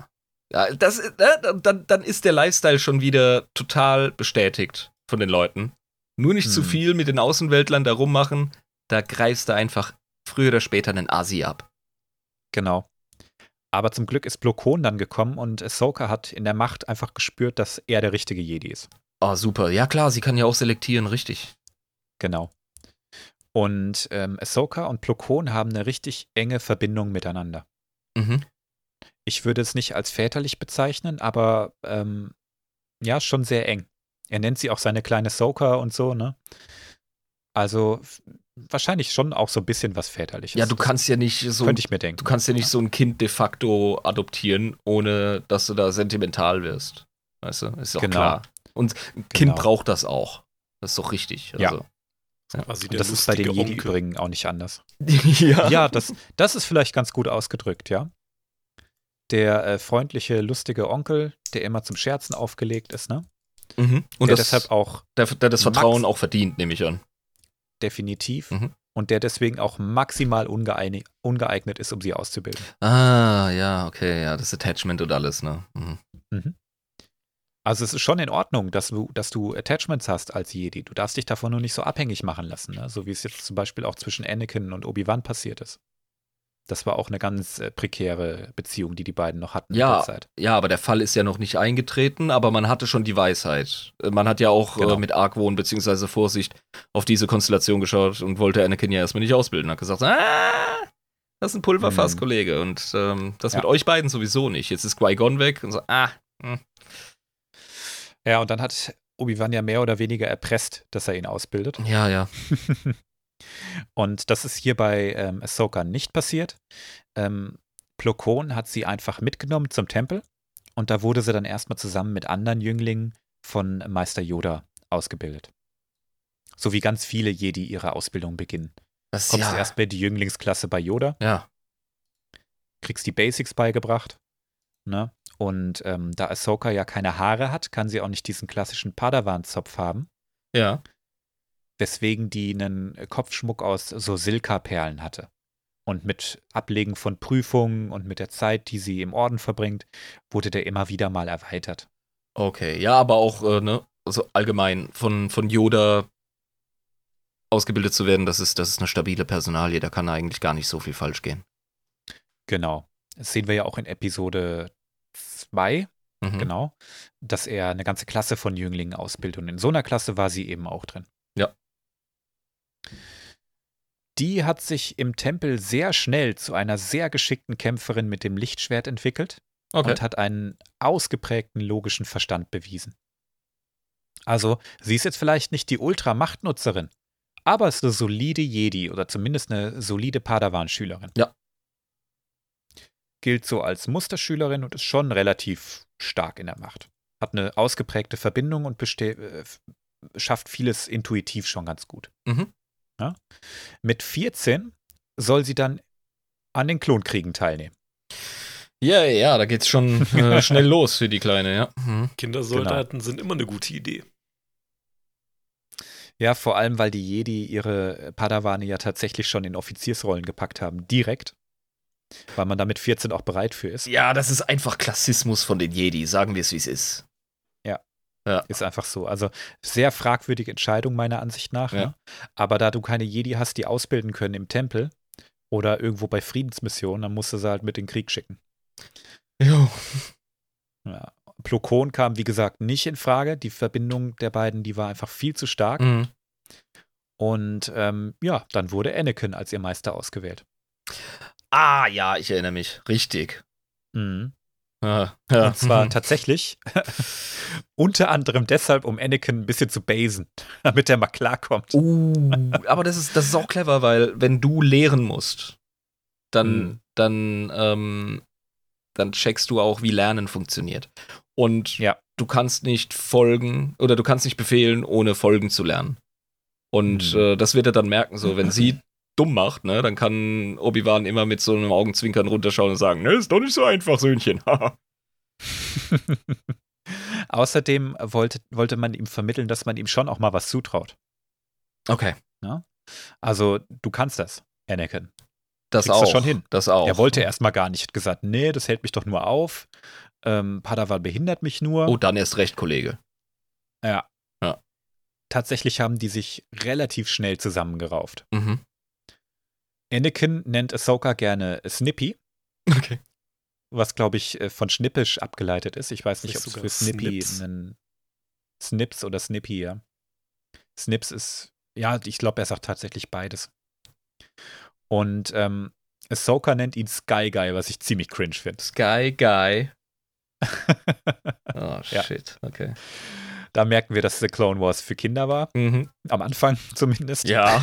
Ja, das, äh, dann, dann ist der Lifestyle schon wieder total bestätigt von den Leuten. Nur nicht hm. zu viel mit den Außenweltlern da rummachen, da greifst du einfach früher oder später einen Asi ab. Genau. Aber zum Glück ist Plo Koon dann gekommen und Ahsoka hat in der Macht einfach gespürt, dass er der richtige Jedi ist. Oh, super. Ja klar, sie kann ja auch selektieren, richtig. Genau. Und ähm, Ahsoka und Plo Koon haben eine richtig enge Verbindung miteinander. Mhm. Ich würde es nicht als väterlich bezeichnen, aber ähm, ja, schon sehr eng. Er nennt sie auch seine kleine Ahsoka und so, ne? Also f- wahrscheinlich schon auch so ein bisschen was Väterliches. Ja, du Das kannst ja nicht so könnte ich mir denken. Du kannst ja nicht Ja. so ein Kind de facto adoptieren, ohne dass du da sentimental wirst. Weißt du? Ist doch Genau. klar. Und ein Kind Genau. braucht das auch. Das ist doch richtig. Ja. Also. Das ist quasi Und der das ist bei den lustige Jedi Onkel. übrigens auch nicht anders. ja. Ja, das, das ist vielleicht ganz gut ausgedrückt, ja. Der äh, freundliche, lustige Onkel, der immer zum Scherzen aufgelegt ist, ne? Mhm. Und der das, deshalb auch der, der das Max- Vertrauen auch verdient, nehme ich an. definitiv Mhm. und der deswegen auch maximal ungeeignet, ungeeignet ist, um sie auszubilden. Ah, ja, okay, ja, das Attachment und alles, ne? Mhm. Mhm. Also es ist schon in Ordnung, dass du, dass du Attachments hast als Jedi. Du darfst dich davon nur nicht so abhängig machen lassen, ne? So wie es jetzt zum Beispiel auch zwischen Anakin und Obi-Wan passiert ist. Das war auch eine ganz äh, prekäre Beziehung, die die beiden noch hatten in Ja, der Zeit. ja, aber der Fall ist ja noch nicht eingetreten, aber man hatte schon die Weisheit. Äh, Man hat ja auch Genau. äh, mit Argwohn bzw. Vorsicht auf diese Konstellation geschaut und wollte Anakin ja erstmal nicht ausbilden. Hat gesagt, ah, das ist ein Pulverfass, Mhm. Kollege. Und ähm, das Ja. mit euch beiden sowieso nicht. Jetzt ist Qui-Gon weg und so, ah, hm. Ja, und dann hat Obi-Wan ja mehr oder weniger erpresst, dass er ihn ausbildet. ja, ja. Und das ist hier bei ähm, Ahsoka nicht passiert. Ähm, Plo Koon hat sie einfach mitgenommen zum Tempel und da wurde sie dann erstmal zusammen mit anderen Jünglingen von Meister Yoda ausgebildet. So wie ganz viele Jedi ihre Ausbildung beginnen. Das, Kommst ja, erst in die Jünglingsklasse bei Yoda, ja. kriegst die Basics beigebracht, ne? Und ähm, da Ahsoka ja keine Haare hat, kann sie auch nicht diesen klassischen Padawan-Zopf haben, Ja. weswegen die einen Kopfschmuck aus so Silka-Perlen hatte. Und mit Ablegen von Prüfungen und mit der Zeit, die sie im Orden verbringt, wurde der immer wieder mal erweitert. Okay, ja, aber auch, äh, ne, also allgemein von, von Yoda ausgebildet zu werden, das ist, das ist eine stabile Personalie, da kann eigentlich gar nicht so viel falsch gehen. Genau. Das sehen wir ja auch in Episode zwei, Mhm. genau, dass er eine ganze Klasse von Jünglingen ausbildet. Und in so einer Klasse war sie eben auch drin. Ja. Die hat sich im Tempel sehr schnell zu einer sehr geschickten Kämpferin mit dem Lichtschwert entwickelt Okay. und hat einen ausgeprägten logischen Verstand bewiesen. Also, sie ist jetzt vielleicht nicht die Ultra-Machtnutzerin, aber ist eine solide Jedi oder zumindest eine solide Padawan-Schülerin. Ja. Gilt so als Musterschülerin und ist schon relativ stark in der Macht. Hat eine ausgeprägte Verbindung und beste- äh, f- schafft vieles intuitiv schon ganz gut. Mhm. Ja? Mit vierzehn soll sie dann an den Klonkriegen teilnehmen. Ja, ja, da geht's schon äh, schnell los für die Kleine, ja. Mhm. Kindersoldaten sind immer eine gute Idee. Ja, vor allem, weil die Jedi ihre Padawane ja tatsächlich schon in Offiziersrollen gepackt haben, direkt. Weil man da mit vierzehn auch bereit für ist. Ja, das ist einfach Klassismus von den Jedi, sagen wir es, wie es ist. Ist einfach so. Also sehr fragwürdige Entscheidung meiner Ansicht nach. Ja. Ne? Aber da du keine Jedi hast, die ausbilden können im Tempel oder irgendwo bei Friedensmissionen, dann musst du sie halt mit in den Krieg schicken. Jo. Ja. Plo Koon kam, wie gesagt, nicht in Frage. Die Verbindung der beiden, die war einfach viel zu stark. Mhm. Und ähm, ja, dann wurde Anakin als ihr Meister ausgewählt. Ah, ja, ich erinnere mich. Richtig. Mhm. Ja, ja. Und zwar tatsächlich unter anderem deshalb, um Anakin ein bisschen zu basen, damit er mal klarkommt. Uh, aber das ist, das ist auch clever, weil wenn du lehren musst, dann, Mhm. dann, ähm, dann checkst du auch, wie Lernen funktioniert. Und Ja. du kannst nicht folgen oder du kannst nicht befehlen, ohne folgen zu lernen. Und Mhm. äh, das wird er dann merken, so wenn sie dumm macht, ne, dann kann Obi-Wan immer mit so einem Augenzwinkern runterschauen und sagen, ne, ist doch nicht so einfach, Söhnchen. Außerdem wollte, wollte man ihm vermitteln, dass man ihm schon auch mal was zutraut. Okay, Also, du kannst das, Anakin. das Kriegst du auch. schon hin. Das auch. Er wollte erstmal gar nicht, hat gesagt, nee, das hält mich doch nur auf. Ähm, Padawan behindert mich nur. Oh, dann erst recht, Kollege. Ja. Ja. Tatsächlich haben die sich relativ schnell zusammengerauft. Mhm. Anakin nennt Ahsoka gerne Snippy, Okay. was, glaube ich, äh, von schnippisch abgeleitet ist. Ich weiß nicht, ob Vielleicht es sogar für Snippy Snips. einen Snips oder Snippy, ja. Snips ist, ja, ich glaube, er sagt tatsächlich beides. Und ähm, Ahsoka nennt ihn Sky Guy, was ich ziemlich cringe finde. Sky Guy. Oh, Ja. shit. Okay. Da merken wir, dass The Clone Wars für Kinder war. Mhm. Am Anfang zumindest. Ja.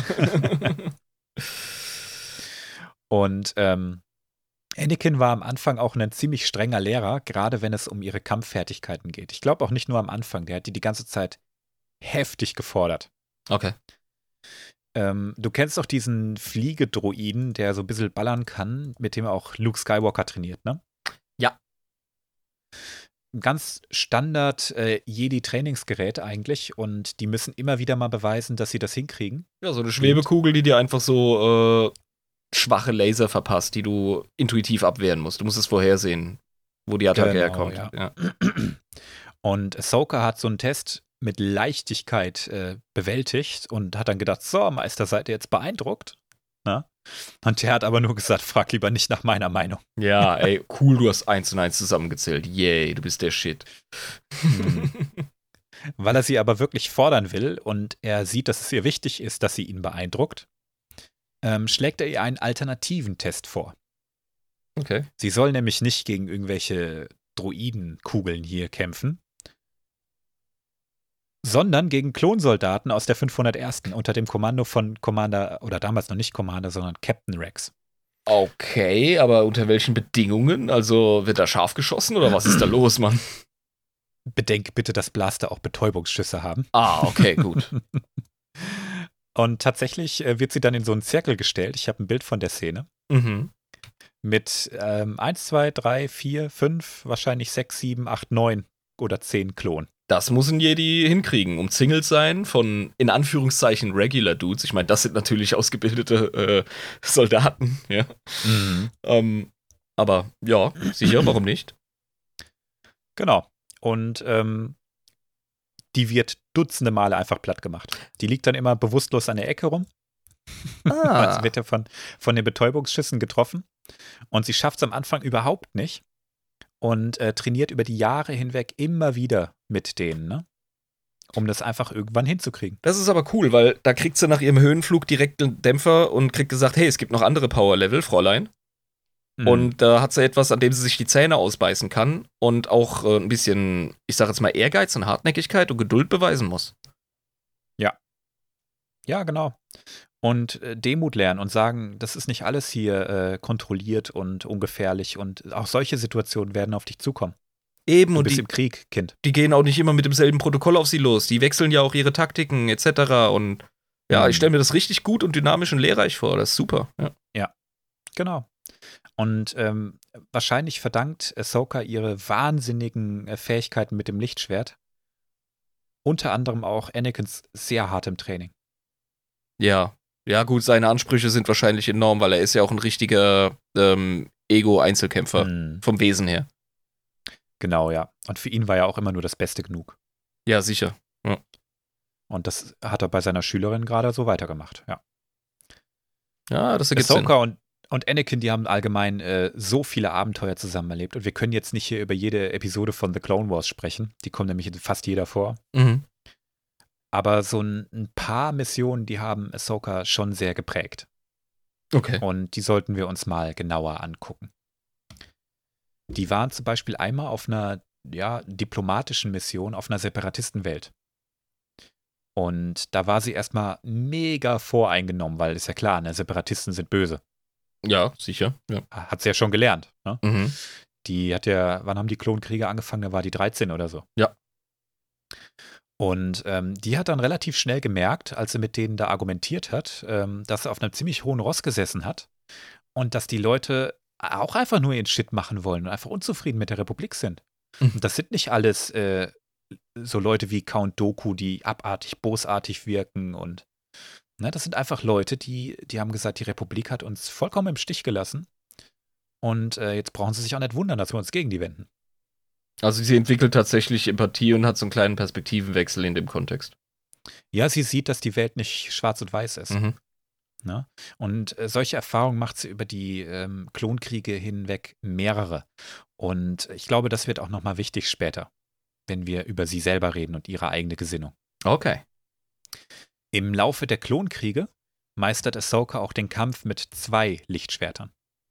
Und ähm, Anakin war am Anfang auch ein ziemlich strenger Lehrer, gerade wenn es um ihre Kampffertigkeiten geht. Ich glaube auch nicht nur am Anfang, der hat die die ganze Zeit heftig gefordert. Okay. Ähm, du kennst doch diesen Fliegedroiden, der so ein bisschen ballern kann, mit dem auch Luke Skywalker trainiert, ne? Ja. Ein ganz Standard äh, Jedi-Trainingsgerät eigentlich und die müssen immer wieder mal beweisen, dass sie das hinkriegen. Ja, so eine Schwebekugel, die dir einfach so äh, schwache Laser verpasst, die du intuitiv abwehren musst. Du musst es vorhersehen, wo die Attacke Genau, herkommt. ja. Ja. Und Ahsoka hat so einen Test mit Leichtigkeit äh, bewältigt und hat dann gedacht, so, Meister, seid ihr jetzt beeindruckt? Na? Und der hat aber nur gesagt, frag lieber nicht nach meiner Meinung. Ja, ey, cool, du hast eins und eins zusammengezählt. Yay, du bist der Shit. Hm. Weil er sie aber wirklich fordern will und er sieht, dass es ihr wichtig ist, dass sie ihn beeindruckt, ähm, schlägt er ihr einen alternativen Test vor. Okay. Sie soll nämlich nicht gegen irgendwelche Droidenkugeln hier kämpfen, sondern gegen Klonsoldaten aus der fünfhundertersten unter dem Kommando von Commander, oder damals noch nicht Commander, sondern Captain Rex. Okay, aber unter welchen Bedingungen? Also wird da scharf geschossen oder was ist da los, Mann? Bedenk bitte, dass Blaster auch Betäubungsschüsse haben. Ah, okay, gut. Und tatsächlich äh, wird sie dann in so einen Zirkel gestellt. Ich habe ein Bild von der Szene. Mhm. Mit ähm, eins, zwei, drei, vier, fünf, wahrscheinlich sechs, sieben, acht, neun oder zehn Klonen. Das muss ein Jedi hinkriegen. Umzingelt sein von, in Anführungszeichen, Regular Dudes. Ich meine, das sind natürlich ausgebildete äh, Soldaten, ja. Mhm. Ähm, aber ja, sicher, warum nicht? Genau. Und ähm, die wird dutzende Male einfach platt gemacht. Die liegt dann immer bewusstlos an der Ecke rum. Ah. Also wird ja von, von den Betäubungsschüssen getroffen. Und sie schafft es am Anfang überhaupt nicht. Und äh, trainiert über die Jahre hinweg immer wieder mit denen, ne? Um das einfach irgendwann hinzukriegen. Das ist aber cool, weil da kriegt sie nach ihrem Höhenflug direkt einen Dämpfer und kriegt gesagt, hey, es gibt noch andere Power-Level, Fräulein. Mhm. Und da hat sie etwas, an dem sie sich die Zähne ausbeißen kann und auch äh, ein bisschen, ich sag jetzt mal, Ehrgeiz und Hartnäckigkeit und Geduld beweisen muss. Ja, genau. Und äh, Demut lernen und sagen, das ist nicht alles hier äh, kontrolliert und ungefährlich und auch solche Situationen werden auf dich zukommen. Eben, Du und bist die, im Krieg, Kind. die gehen auch nicht immer mit demselben Protokoll auf sie los. Die wechseln ja auch ihre Taktiken et cetera. Und ja, Mhm. ich stelle mir das richtig gut und dynamisch und lehrreich vor. Das ist super. Ja. Genau. Und ähm, wahrscheinlich verdankt Ahsoka ihre wahnsinnigen äh, Fähigkeiten mit dem Lichtschwert unter anderem auch Anakins sehr hartem Training. Ja. Ja, gut, seine Ansprüche sind wahrscheinlich enorm, weil er ist ja auch ein richtiger ähm, Ego-Einzelkämpfer Mhm. vom Wesen her. Genau, ja. Und für ihn war ja auch immer nur das Beste genug. Ja, sicher. Und das hat er bei seiner Schülerin gerade so weitergemacht, ja. Ja, das ergibt Sinn. Ahsoka und, und Anakin, die haben allgemein äh, so viele Abenteuer zusammen erlebt. Und wir können jetzt nicht hier über jede Episode von The Clone Wars sprechen. Die kommen nämlich in fast jeder vor. Mhm. Aber so ein, ein paar Missionen, die haben Ahsoka schon sehr geprägt. Okay. Und die sollten wir uns mal genauer angucken. Die waren zum Beispiel einmal auf einer ja, diplomatischen Mission auf einer Separatistenwelt. Und da war sie erstmal mega voreingenommen, weil ist ja klar, ne, Separatisten sind böse. Ja, sicher. Ja. Hat sie ja schon gelernt. Ne? Mhm. Die hat ja, wann haben die Klonkriege angefangen? Da war die dreizehn oder so. Ja. Und ähm, die hat dann relativ schnell gemerkt, als sie mit denen da argumentiert hat, ähm, dass sie auf einem ziemlich hohen Ross gesessen hat und dass die Leute auch einfach nur ihren Shit machen wollen und einfach unzufrieden mit der Republik sind. Mhm. Und das sind nicht alles äh, so Leute wie Count Dooku, die abartig, bosartig wirken und ne, das sind einfach Leute, die, die haben gesagt, die Republik hat uns vollkommen im Stich gelassen und äh, jetzt brauchen sie sich auch nicht wundern, dass wir uns gegen die wenden. Also sie entwickelt tatsächlich Empathie und hat so einen kleinen Perspektivenwechsel in dem Kontext. Ja, sie sieht, dass die Welt nicht schwarz und weiß ist. Mhm. Ne? Und äh, solche Erfahrungen macht sie über die ähm, Klonkriege hinweg mehrere. Und ich glaube, das wird auch nochmal wichtig später, wenn wir über sie selber reden und ihre eigene Gesinnung. Okay. Im Laufe der Klonkriege meistert Ahsoka auch den Kampf mit zwei Lichtschwertern.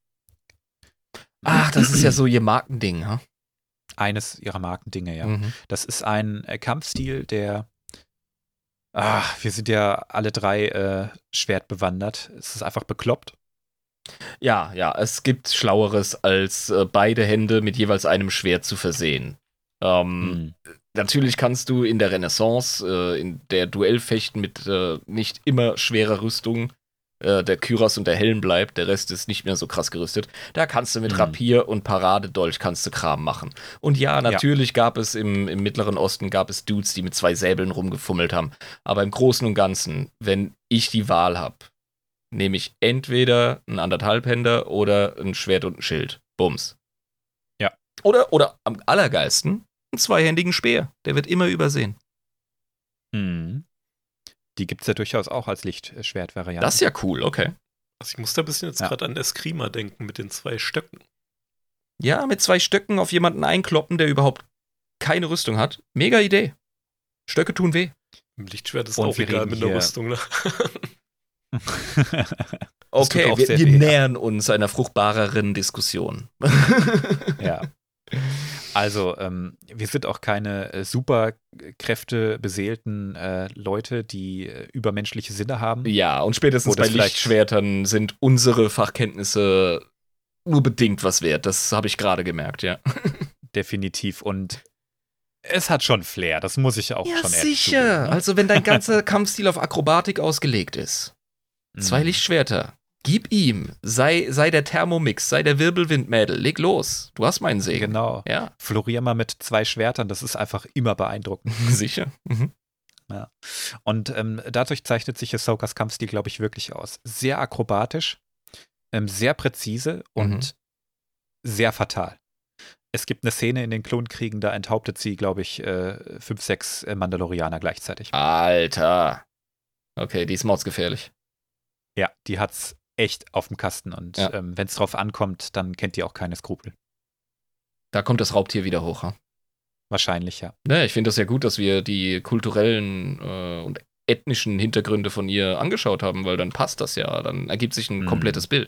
Ach, das ist ja so ihr Markending, ha? Eines ihrer Markendinge, ja. Mhm. Das ist ein äh, Kampfstil, der Ah, wir sind ja alle drei äh, schwertbewandert. Es ist einfach bekloppt. Ja, ja, es gibt Schlaueres, als äh, beide Hände mit jeweils einem Schwert zu versehen. Ähm, Hm. Natürlich kannst du in der Renaissance, äh, in der Duellfechten mit äh, nicht immer schwerer Rüstung, äh, der Kyros und der Helm bleibt, der Rest ist nicht mehr so krass gerüstet. Da kannst du mit Mhm. Rapier und Paradedolch kannst du Kram machen. Und ja, natürlich gab es im, im Mittleren Osten gab es Dudes, die mit zwei Säbeln rumgefummelt haben. Aber im Großen und Ganzen, wenn ich die Wahl habe, nehme ich entweder einen Anderthalbhänder oder ein Schwert und ein Schild. Bums. Ja. Oder, oder am allergeilsten, einen zweihändigen Speer. Der wird immer übersehen. Hm. Die gibt es ja durchaus auch als Lichtschwertvariante. Das ist ja cool, okay. Also ich muss da ein bisschen jetzt Ja. gerade an Eskrima denken mit den zwei Stöcken. Ja, mit zwei Stöcken auf jemanden einkloppen, der überhaupt keine Rüstung hat. Mega Idee. Stöcke tun weh. Im Lichtschwert ist Und auch wir egal reden mit der hier- Rüstung. Ne? Okay, auch wir, sehr wir weh, ja. nähern uns einer fruchtbareren Diskussion. Ja. Also, ähm, wir sind auch keine äh, Superkräfte beseelten äh, Leute, die äh, übermenschliche Sinne haben. Ja, und spätestens Wo das bei vielleicht- Lichtschwertern sind unsere Fachkenntnisse nur bedingt was wert. Das habe ich gerade gemerkt, ja. Definitiv. Und es hat schon Flair, das muss ich auch schon ehrlich zugeben, ne? Also, wenn dein ganzer Kampfstil auf Akrobatik ausgelegt ist. Zwei Mhm. Lichtschwerter. Gib ihm. Sei, sei der Thermomix, sei der Wirbelwindmädel. Leg los. Du hast meinen Segen. Genau. Ja, Florier mal mit zwei Schwertern, das ist einfach immer beeindruckend. sicher. Mhm. Und ähm, dadurch zeichnet sich Ahsokas Kampfstil, glaube ich, wirklich aus. Sehr akrobatisch, ähm, sehr präzise und sehr fatal. Es gibt eine Szene in den Klonkriegen, da enthauptet sie, glaube ich, äh, fünf, sechs äh, Mandalorianer gleichzeitig. Alter. Okay, die ist mordsgefährlich. Ja, die hat's echt auf dem Kasten. Und Ja. ähm, wenn es drauf ankommt, dann kennt die auch keine Skrupel. Da kommt das Raubtier wieder hoch. Ha? Wahrscheinlich, ja. Ne, ich finde das ja gut, dass wir die kulturellen äh, und ethnischen Hintergründe von ihr angeschaut haben, weil dann passt das ja. Dann ergibt sich ein Mhm. komplettes Bild.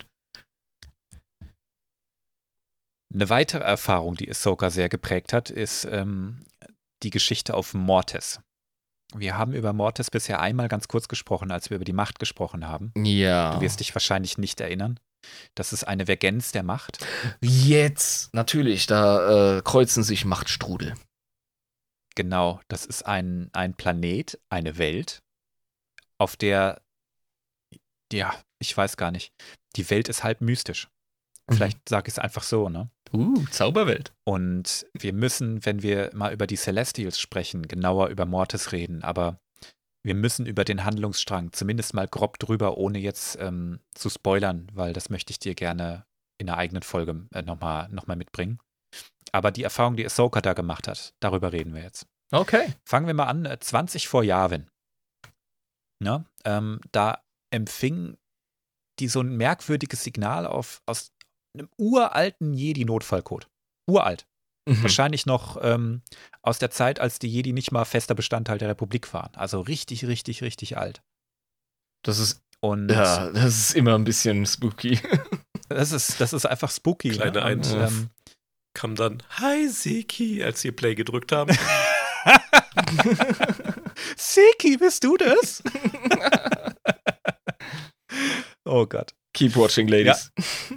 Eine weitere Erfahrung, die Ahsoka sehr geprägt hat, ist ähm, die Geschichte auf Mortis. Wir haben über Mortis bisher einmal ganz kurz gesprochen, als wir über die Macht gesprochen haben. Ja. Du wirst dich wahrscheinlich nicht erinnern. Das ist eine Vergenz der Macht. Jetzt, natürlich, da äh, kreuzen sich Machtstrudel. Genau, das ist ein, ein Planet, eine Welt, auf der, ja, ich weiß gar nicht, die Welt ist halb mystisch. Vielleicht sage ich es einfach so, ne? Uh, Zauberwelt. Und wir müssen, wenn wir mal über die Celestials sprechen, genauer über Mortis reden, aber wir müssen über den Handlungsstrang zumindest mal grob drüber, ohne jetzt ähm, zu spoilern, weil das möchte ich dir gerne in einer eigenen Folge äh, nochmal noch mal mitbringen. Aber die Erfahrung, die Ahsoka da gemacht hat, darüber reden wir jetzt. Okay. Fangen wir mal an, äh, zwanzig vor Yavin. Ja, ähm, da empfing die so ein merkwürdiges Signal auf, aus einem uralten Jedi-Notfallcode. Uralt. Mhm. Wahrscheinlich noch ähm, aus der Zeit, als die Jedi nicht mal fester Bestandteil der Republik waren. Also richtig, richtig, richtig alt. Das ist, Und ja, das ist immer ein bisschen spooky. das, ist, das ist einfach spooky. Kleiner ne? Und, Einwurf. ähm, Kam dann Hi Seki, als sie Play gedrückt haben. Seki, bist du das? Oh Gott. Keep watching, ladies.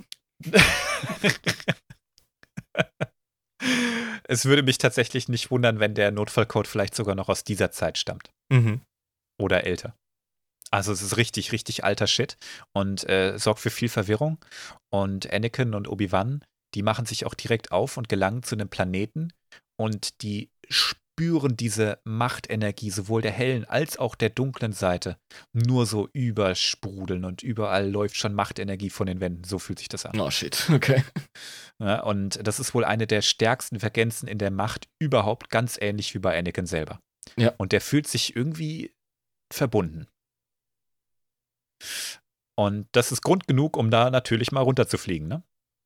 Es würde mich tatsächlich nicht wundern, wenn der Notfallcode vielleicht sogar noch aus dieser Zeit stammt. Mhm. Oder älter. Also es ist richtig, richtig alter Shit und äh, sorgt für viel Verwirrung. Und Anakin und Obi-Wan, die machen sich auch direkt auf und gelangen zu einem Planeten und die spüren diese Machtenergie sowohl der hellen als auch der dunklen Seite nur so übersprudeln und überall läuft schon Machtenergie von den Wänden. So fühlt sich das an. Oh shit, okay. Ja, und das ist wohl eine der stärksten Vergänzen in der Macht überhaupt, ganz ähnlich wie bei Anakin selber. Ja. Und der fühlt sich irgendwie verbunden. Und das ist Grund genug, um da natürlich mal runterzufliegen, ne?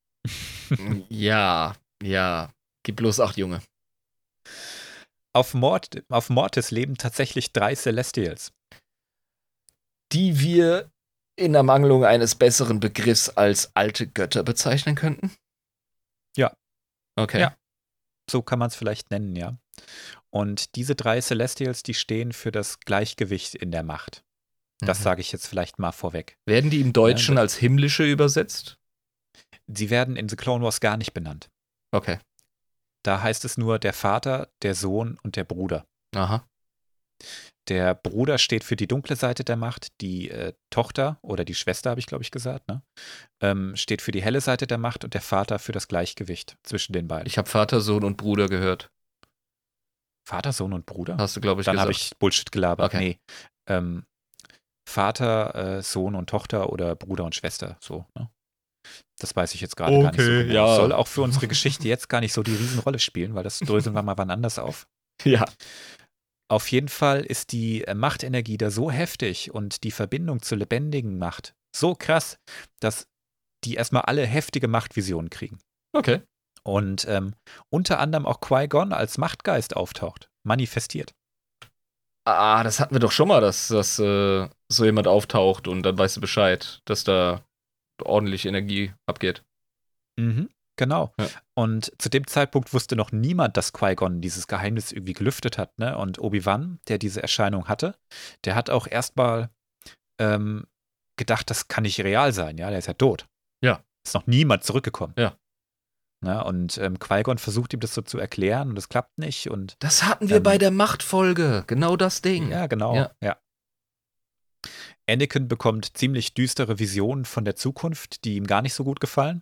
Ja, ja. Gib bloß acht, Junge. Auf, Mord, auf Mortis leben tatsächlich drei Celestials. Die wir in Ermangelung eines besseren Begriffs als alte Götter bezeichnen könnten? Ja. Okay. Ja. So kann man es vielleicht nennen, ja. Und diese drei Celestials, die stehen für das Gleichgewicht in der Macht. Das Mhm. sage ich jetzt vielleicht mal vorweg. Werden die im Deutschen Ja, als himmlische übersetzt? Sie werden in The Clone Wars gar nicht benannt. Okay. Da heißt es nur der Vater, der Sohn und der Bruder. Aha. Der Bruder steht für die dunkle Seite der Macht, die äh, Tochter oder die Schwester, habe ich glaube ich gesagt, ne? ähm, steht für die helle Seite der Macht und der Vater für das Gleichgewicht zwischen den beiden. Ich habe Vater, Sohn und Bruder gehört. Vater, Sohn und Bruder? Hast du, glaube ich, Dann gesagt. habe ich Bullshit gelabert. Okay. Nee. Ähm, Vater, äh, Sohn und Tochter oder Bruder und Schwester, so, ne? Das weiß ich jetzt gerade gar nicht so Okay, genau. ja. Soll auch für unsere Geschichte jetzt gar nicht so die Riesenrolle spielen, weil das dröseln wir mal wann anders auf. Ja. Auf jeden Fall ist die äh, Machtenergie da so heftig und die Verbindung zur lebendigen Macht so krass, dass die erstmal alle heftige Machtvisionen kriegen. Okay. Und ähm, unter anderem auch Qui-Gon als Machtgeist auftaucht, manifestiert. Ah, das hatten wir doch schon mal, dass, dass äh, so jemand auftaucht und dann weißt du Bescheid, dass da ordentlich Energie abgeht. Mhm, genau. Ja. Und zu dem Zeitpunkt wusste noch niemand, dass Qui-Gon dieses Geheimnis irgendwie gelüftet hat, ne? Und Obi-Wan, der diese Erscheinung hatte, der hat auch erstmal ähm, gedacht, das kann nicht real sein, ja, der ist ja tot. Ja. Ist noch niemand zurückgekommen. Ja. Na, und ähm, Qui-Gon versucht ihm das so zu erklären und es klappt nicht. Und Das hatten wir Ähm, bei der Machtfolge. Genau das Ding. ja, genau. Ja. Ja. Anakin bekommt ziemlich düstere Visionen von der Zukunft, die ihm gar nicht so gut gefallen.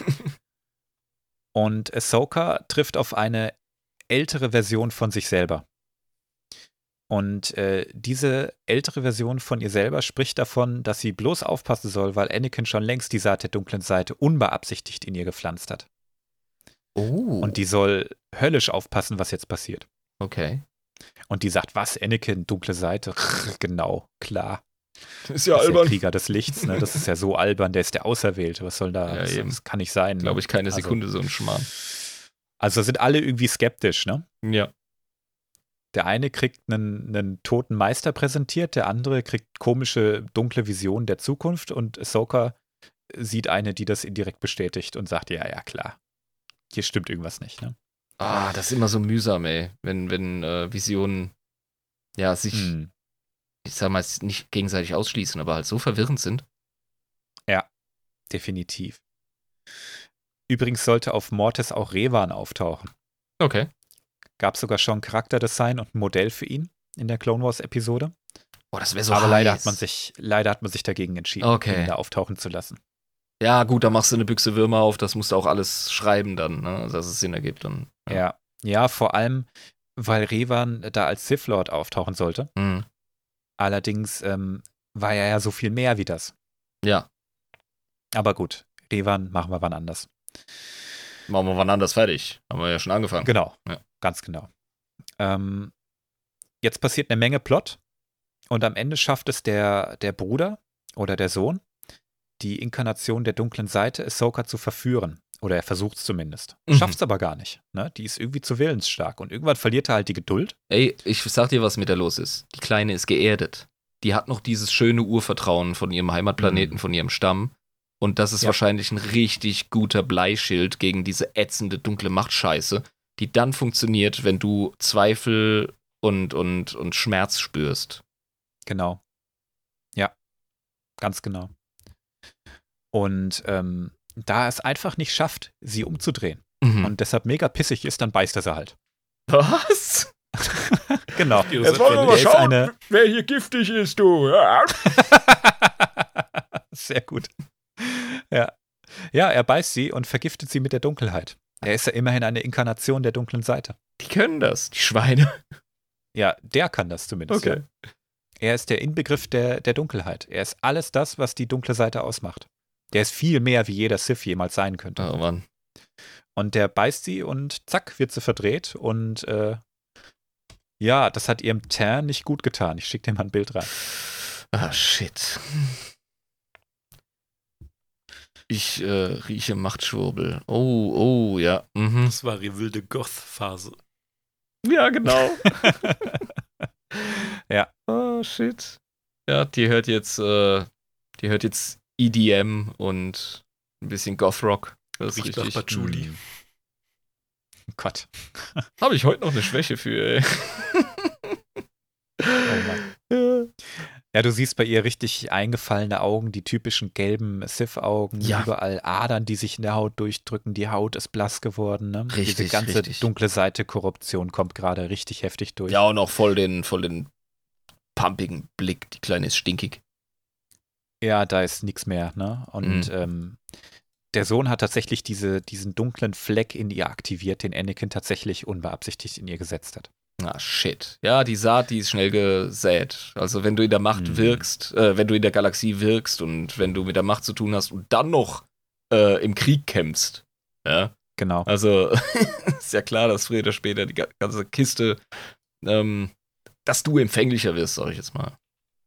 Und Ahsoka trifft auf eine ältere Version von sich selber. Und äh, diese ältere Version von ihr selber spricht davon, dass sie bloß aufpassen soll, weil Anakin schon längst die Saat der dunklen Seite unbeabsichtigt in ihr gepflanzt hat. Oh. Und die soll höllisch aufpassen, was jetzt passiert. Okay. Und die sagt, was, Anakin, dunkle Seite? Genau, klar. Ist Das ist der Krieger des Lichts, ne? Das ist ja so albern, der ist der Auserwählte. Was soll da? Ja, das, eben. das kann nicht sein. Glaube ich keine Also- Sekunde so ein Schmarrn. Also sind alle irgendwie skeptisch, ne? Ja. Der eine kriegt einen, einen toten Meister präsentiert, der andere kriegt komische, dunkle Visionen der Zukunft und Ahsoka sieht eine, die das indirekt bestätigt und sagt, ja, ja, klar. Hier stimmt irgendwas nicht, ne? Ah, das ist immer so mühsam, ey. Wenn, wenn äh, Visionen, ja, sich, Hm. ich sag mal, nicht gegenseitig ausschließen, aber halt so verwirrend sind. Definitiv. Übrigens sollte auf Mortis auch Revan auftauchen. Okay. Gab sogar schon Charakterdesign und ein Modell für ihn in der Clone Wars Episode. Boah, das wäre so Aber heiß. leider hat man sich, leider hat man sich dagegen entschieden, Okay. ihn da auftauchen zu lassen. Ja, gut, da machst du eine Büchse Würmer auf, das musst du auch alles schreiben dann, ne? Dass es Sinn ergibt. Dann, Ja. Ja, vor allem, weil Revan da als Sith Lord auftauchen sollte. Mhm. Allerdings ähm, war er ja so viel mehr wie das. Ja, Aber gut, Revan machen wir wann anders. machen wir wann anders fertig. Haben wir ja schon angefangen. Genau, Ja. ganz genau. Ähm, jetzt passiert eine Menge Plot und am Ende schafft es der, der Bruder oder der Sohn, die Inkarnation der dunklen Seite, Ahsoka zu verführen. Oder er versucht es zumindest. Mhm. Schafft es aber gar nicht. Ne? Die ist irgendwie zu willensstark und irgendwann verliert er halt die Geduld. Ey, ich sag dir, was mit der los ist. Die Kleine ist geerdet. Die hat noch dieses schöne Urvertrauen von ihrem Heimatplaneten, Mhm. von ihrem Stamm. Und das ist Ja. wahrscheinlich ein richtig guter Bleischild gegen diese ätzende dunkle Machtscheiße, die dann funktioniert, wenn du Zweifel und, und, und Schmerz spürst. Genau. Ja, ganz genau. Und ähm, da er es einfach nicht schafft, sie umzudrehen Mhm. und deshalb mega pissig ist, dann beißt er sie halt. Was? Genau. Jetzt wollen wir mal schauen, eine- wer hier giftig ist, du. Ja. Sehr gut. Ja. Ja, er beißt sie und vergiftet sie mit der Dunkelheit. Er ist ja immerhin eine Inkarnation der dunklen Seite. Die können das, die Schweine. Ja, der kann das zumindest. Okay. Ja. Er ist der Inbegriff der, der Dunkelheit. Er ist alles das, was die dunkle Seite ausmacht. Der ist viel mehr, wie jeder Sith jemals sein könnte. Oh Mann. Und der beißt sie und zack, wird sie verdreht. Und äh, ja, das hat ihrem Teint nicht gut getan. Ich schicke dir mal ein Bild rein. Ah, shit. Ich äh, rieche Machtschwurbel. Oh, oh, ja. Mhm. Das war die wilde Goth-Phase. Ja, genau. Ja. Oh, shit. Ja, die hört jetzt, äh, die hört jetzt E D M und ein bisschen Goth-Rock. Das ist Riecht richtig. nach Patchouli. Mm. Gott. Habe ich heute noch eine Schwäche für, ey. Oh Mann. Ja. Ja, du siehst bei ihr richtig eingefallene Augen, die typischen gelben Sith-Augen, Ja. überall Adern, die sich in der Haut durchdrücken, die Haut ist blass geworden. Ne? Richtig, Diese ganze richtig. dunkle Seite Korruption kommt gerade richtig heftig durch. Ja, und auch voll den, voll den pumpigen Blick. Die Kleine ist stinkig. Ja, da ist nichts mehr. Ne? Und Mhm. ähm, der Sohn hat tatsächlich diese, diesen dunklen Fleck in ihr aktiviert, den Anakin tatsächlich unbeabsichtigt in ihr gesetzt hat. Ah, shit. Ja, die Saat, die ist schnell gesät. Also wenn du in der Macht Mhm. wirkst, äh, wenn du in der Galaxie wirkst und wenn du mit der Macht zu tun hast und dann noch äh, im Krieg kämpfst, ja, Genau. also ist ja klar, dass früher oder später die ga- ganze Kiste, ähm, dass du empfänglicher wirst, sag ich jetzt mal.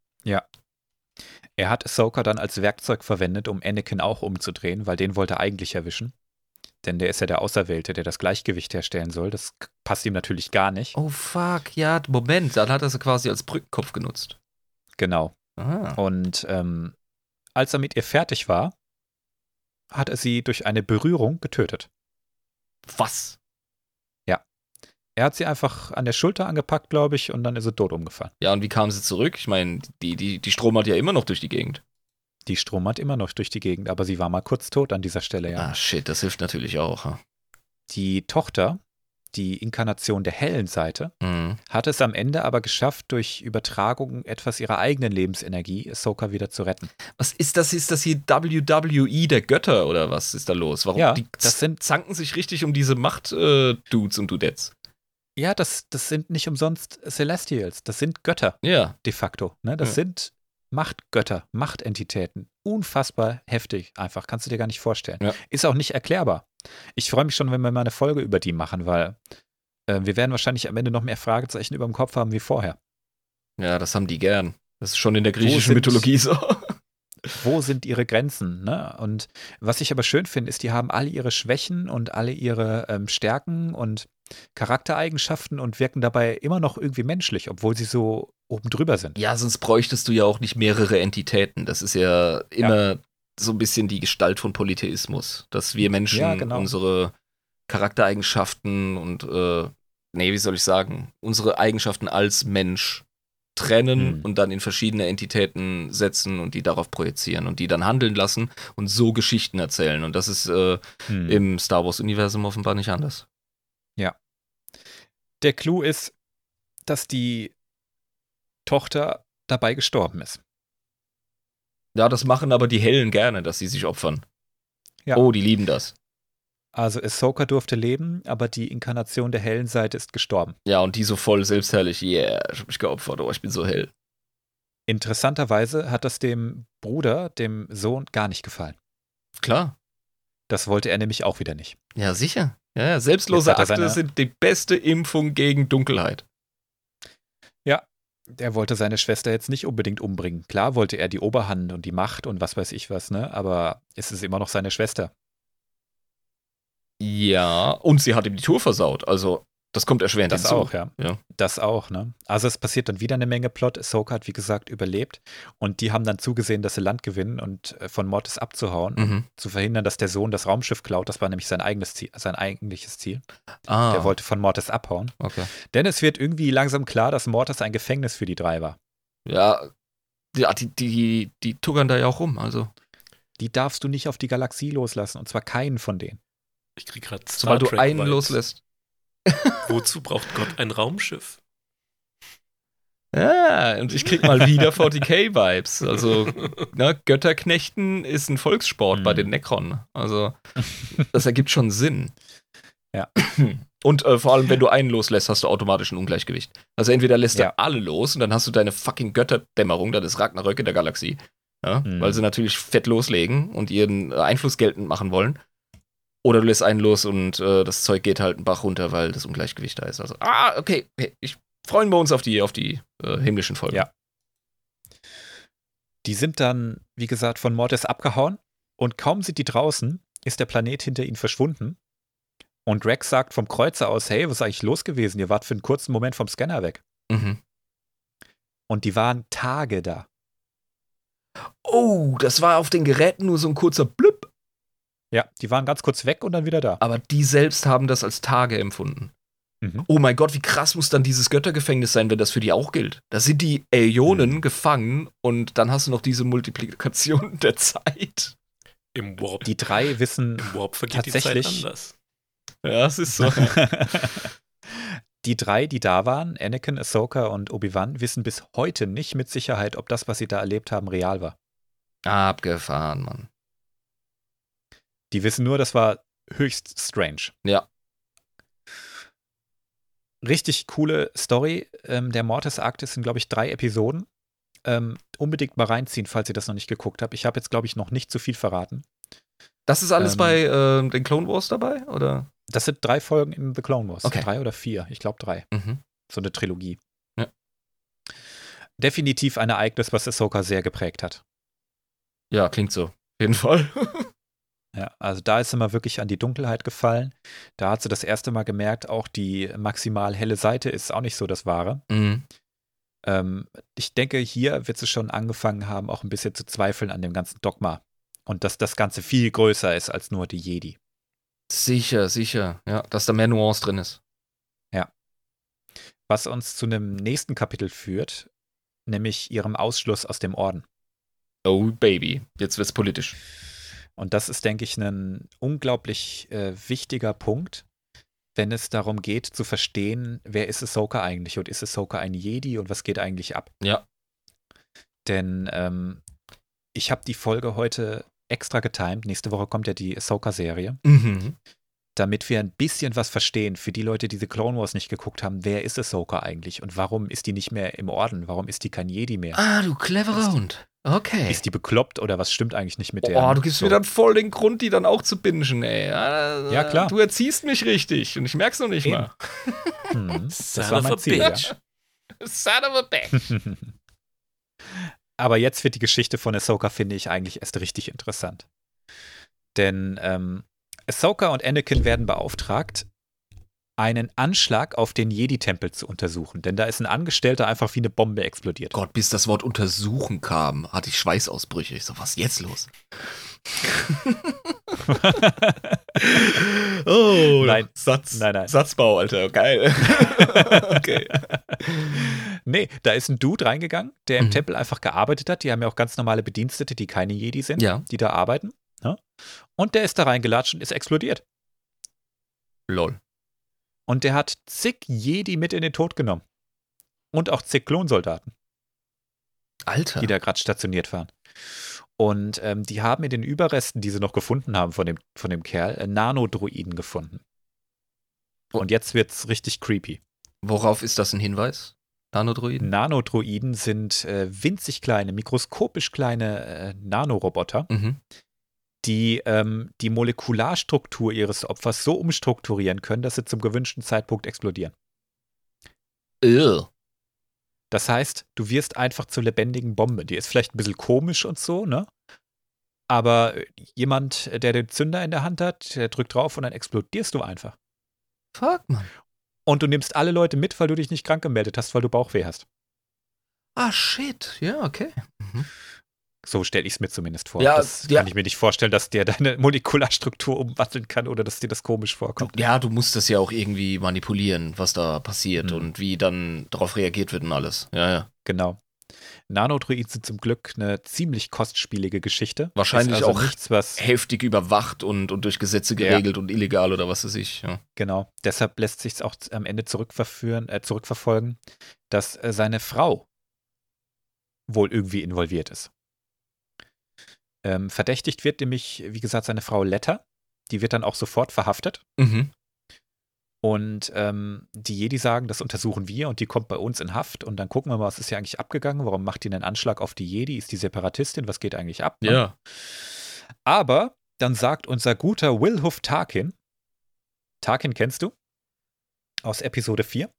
Er hat Ahsoka dann als Werkzeug verwendet, um Anakin auch umzudrehen, weil den wollte er eigentlich erwischen. Denn der ist ja der Auserwählte, der das Gleichgewicht herstellen soll. Das k- passt ihm natürlich gar nicht. Oh fuck, ja, Moment, dann hat er sie quasi als Brückenkopf genutzt. Genau. Ah. Und ähm, als er mit ihr fertig war, hat er sie durch eine Berührung getötet. Was? Er hat sie einfach an der Schulter angepackt, glaube ich, und dann ist sie tot umgefallen. Ja, und wie kam sie zurück? Ich meine, die, die, die stromert ja immer noch durch die Gegend. Die stromert immer noch durch die Gegend, aber sie war mal kurz tot an dieser Stelle, ja. Ah, shit, das hilft natürlich auch. Ha? Die Tochter, die Inkarnation der hellen Seite, Mhm. hat es am Ende aber geschafft, durch Übertragung etwas ihrer eigenen Lebensenergie Ahsoka wieder zu retten. Was ist das? Ist das hier W W E der Götter oder was ist da los? Warum? Ja, die das sind- zanken sich richtig um diese Macht-Dudes und Dudettes. Ja, das, das sind nicht umsonst Celestials, das sind Götter Ja. de facto. Ne? Das Ja. sind Machtgötter, Machtentitäten. Unfassbar heftig, einfach, kannst du dir gar nicht vorstellen. Ja. Ist auch nicht erklärbar. Ich freue mich schon, wenn wir mal eine Folge über die machen, weil äh, wir werden wahrscheinlich am Ende noch mehr Fragezeichen über dem Kopf haben wie vorher. Ja, das haben die gern. Das ist schon in der griechischen sind- Mythologie so. Wo sind ihre Grenzen? Ne? Und was ich aber schön finde, ist, die haben alle ihre Schwächen und alle ihre ähm, Stärken und Charaktereigenschaften und wirken dabei immer noch irgendwie menschlich, obwohl sie so oben drüber sind. Ja, sonst bräuchtest du ja auch nicht mehrere Entitäten. Das ist ja immer so ein bisschen die Gestalt von Polytheismus. Dass wir Menschen Ja, genau. unsere Charaktereigenschaften und, äh, nee, wie soll ich sagen, unsere Eigenschaften als Mensch trennen Hm. und dann in verschiedene Entitäten setzen und die darauf projizieren und die dann handeln lassen und so Geschichten erzählen. Und das ist äh, Hm. im Star Wars-Universum offenbar nicht anders. Der Clou ist, dass die Tochter dabei gestorben ist. Ja, das machen aber die Hellen gerne, dass sie sich opfern. Ja. Oh, die lieben das. Also Ahsoka durfte leben, aber die Inkarnation der hellen Seite ist gestorben. Ja, und die so voll selbstherrlich, yeah, ich hab mich geopfert, oh, ich bin so hell. Interessanterweise hat das dem Bruder, dem Sohn, gar nicht gefallen. Klar. Das wollte er nämlich auch wieder nicht. Ja, sicher. Ja, ja, selbstlose Jetzt hat er Akte seine- sind die beste Impfung gegen Dunkelheit. Er wollte seine Schwester jetzt nicht unbedingt umbringen. Klar wollte er die Oberhand und die Macht und was weiß ich was, ne? Aber es ist immer noch seine Schwester. Ja, und sie hat ihm die Tour versaut, also das kommt erschwerend Das hinzu. auch, ja. Ja. Das auch, ne? Also es passiert dann wieder eine Menge Plot. Ahsoka hat, wie gesagt, überlebt. Und die haben dann zugesehen, dass sie Land gewinnen und äh, von Mortis abzuhauen, Mhm. zu verhindern, dass der Sohn das Raumschiff klaut. Das war nämlich sein eigenes Ziel, sein eigentliches Ziel. Ah, Der wollte von Mortis abhauen. okay. Denn es wird irgendwie langsam klar, dass Mortis ein Gefängnis für die drei war. Ja, ja die, die, die tuggern da ja auch rum, also. Die darfst du nicht auf die Galaxie loslassen. Und zwar keinen von denen. Ich krieg gerade Sobald du einen loslässt. Wozu braucht Gott ein Raumschiff? Ja, und ich krieg mal wieder forty K-Vibes. Also, ne, Götterknechten ist ein Volkssport Mhm. bei den Necron. Also, das ergibt schon Sinn. Ja. Und äh, vor allem, wenn du einen loslässt, hast du automatisch ein Ungleichgewicht. Also entweder lässt Ja. du alle los und dann hast du deine fucking Götterdämmerung, das ist Ragnarök in der Galaxie. Ja? Mhm. Weil sie natürlich fett loslegen und ihren Einfluss geltend machen wollen. Oder du lässt einen los und äh, das Zeug geht halt einen Bach runter, weil das Ungleichgewicht da ist. Also, ah, okay, okay. Ich freuen wir uns auf die, auf die äh, himmlischen Folgen. Ja. Die sind dann, wie gesagt, von Mortis abgehauen und kaum sind die draußen, ist der Planet hinter ihnen verschwunden. Und Rex sagt vom Kreuzer aus, hey, was ist eigentlich los gewesen? Ihr wart für einen kurzen Moment vom Scanner weg. Mhm. Und die waren Tage da. Oh, das war auf den Geräten nur so ein kurzer Blüpp. Ja, die waren ganz kurz weg und dann wieder da. Aber die selbst haben das als Tage empfunden. Mhm. Oh mein Gott, wie krass muss dann dieses Göttergefängnis sein, wenn das für die auch gilt? Da sind die Äonen Mhm. gefangen und dann hast du noch diese Multiplikation der Zeit. Im Warp, Die drei wissen im Warp vergeht die Zeit tatsächlich- anders. Ja, es ist so. Die drei, die da waren, Anakin, Ahsoka und Obi-Wan, wissen bis heute nicht mit Sicherheit, ob das, was sie da erlebt haben, real war. Abgefahren, Mann. Die wissen nur, das war höchst strange. Ja. Richtig coole Story. Ähm, der Mortis-Arc sind, glaube ich, drei Episoden. Ähm, unbedingt mal reinziehen, falls ihr das noch nicht geguckt habt. Ich habe jetzt, glaube ich, noch nicht zu viel verraten. Das ist alles Ähm, bei äh, den Clone Wars dabei, oder? Das sind drei Folgen in The Clone Wars. Okay. Drei oder vier, ich glaube drei. Mhm. So eine Trilogie. Ja. Definitiv ein Ereignis, was Ahsoka sehr geprägt hat. Ja, klingt so. Auf jeden Fall. Ja, also da ist sie mal wirklich an die Dunkelheit gefallen. Da hat sie das erste Mal gemerkt, auch die maximal helle Seite ist auch nicht so das Wahre. mhm. Ähm, ich denke, hier wird sie schon angefangen haben, auch ein bisschen zu zweifeln an dem ganzen Dogma. Und dass das Ganze viel größer ist als nur die Jedi. Sicher, sicher. Ja, dass da mehr Nuance drin ist. Was uns zu einem nächsten Kapitel führt, nämlich ihrem Ausschluss aus dem Orden. Oh, Baby. Jetzt wird's politisch. Und das ist, denke ich, ein unglaublich äh, wichtiger Punkt, wenn es darum geht, zu verstehen, wer ist Ahsoka eigentlich und ist Ahsoka ein Jedi und was geht eigentlich ab. Ja. Denn ähm, ich habe die Folge heute extra getimed. Nächste Woche kommt ja die Ahsoka-Serie, Mhm. damit wir ein bisschen was verstehen für die Leute, die The Clone Wars nicht geguckt haben. Wer ist Ahsoka eigentlich und warum ist die nicht mehr im Orden? Warum ist die kein Jedi mehr? Ah, du cleverer Hund. Okay. Ist die bekloppt oder was stimmt eigentlich nicht mit Oh, der? du gibst So. mir dann voll den Grund, die dann auch zu bingen, ey. Ja, Ja, klar. Du erziehst mich richtig und ich merk's noch nicht Eben. mal. Hm, das Son war of a mein Ziel, ja. bitch. Son of a bitch. Aber jetzt wird die Geschichte von Ahsoka, finde ich, eigentlich erst richtig interessant. Denn ähm, Ahsoka und Anakin werden beauftragt, einen Anschlag auf den Jedi-Tempel zu untersuchen. Denn da ist ein Angestellter einfach wie eine Bombe explodiert. Gott, bis das Wort untersuchen kam, hatte ich Schweißausbrüche. Ich so, was ist jetzt los? oh, Nein. Satz, Nein, nein. Satzbau, Alter, geil. Okay. Nee, da ist ein Dude reingegangen, der im Mhm. Tempel einfach gearbeitet hat. Die haben ja auch ganz normale Bedienstete, die keine Jedi sind, Ja. die da arbeiten. Ne? Und der ist da reingelatscht und ist explodiert. Lol. Und der hat zig Jedi mit in den Tod genommen. Und auch zig Klonsoldaten, Alter. die da gerade stationiert waren. Und ähm, die haben in den Überresten, die sie noch gefunden haben von dem, von dem Kerl, äh, Nanodroiden gefunden. Oh. Und jetzt wird's richtig creepy. Worauf ist das ein Hinweis? Nanodroiden? Nanodroiden sind äh, winzig kleine, mikroskopisch kleine äh, Nanoroboter, Mhm. die ähm, die Molekularstruktur ihres Opfers so umstrukturieren können, dass sie zum gewünschten Zeitpunkt explodieren. Ugh. Das heißt, du wirst einfach zur lebendigen Bombe. Die ist vielleicht ein bisschen komisch und so, ne? Aber jemand, der den Zünder in der Hand hat, der drückt drauf und dann explodierst du einfach. Fuck, Mann. Und du nimmst alle Leute mit, weil du dich nicht krank gemeldet hast, weil du Bauchweh hast. Ah, shit. Ja, okay. Mhm. So stelle ich es mir zumindest vor. Ja, das ja. kann ich mir nicht vorstellen, dass der deine Molekularstruktur umwandeln kann oder dass dir das komisch vorkommt. Du, ja, du musst das ja auch irgendwie manipulieren, was da passiert Mhm. und wie dann darauf reagiert wird und alles. Ja, ja. Genau. Nanodroiden sind zum Glück eine ziemlich kostspielige Geschichte. Wahrscheinlich Ist also auch nichts, was heftig überwacht und, und durch Gesetze Ja. geregelt und illegal oder was weiß ich. Ja. Genau. Deshalb lässt sich es auch am Ende zurückverführen, äh, zurückverfolgen, dass äh, seine Frau wohl irgendwie involviert ist. Ähm, verdächtigt wird nämlich, wie gesagt, seine Frau Letta. Die wird dann auch sofort verhaftet. Mhm. Und ähm, die Jedi sagen, das untersuchen wir und die kommt bei uns in Haft. Und dann gucken wir mal, was ist hier eigentlich abgegangen? Warum macht die einen Anschlag auf die Jedi? Ist die Separatistin? Was geht eigentlich ab? Ne? Ja. Aber dann sagt unser guter Wilhuf Tarkin, Tarkin kennst du? Aus Episode vier.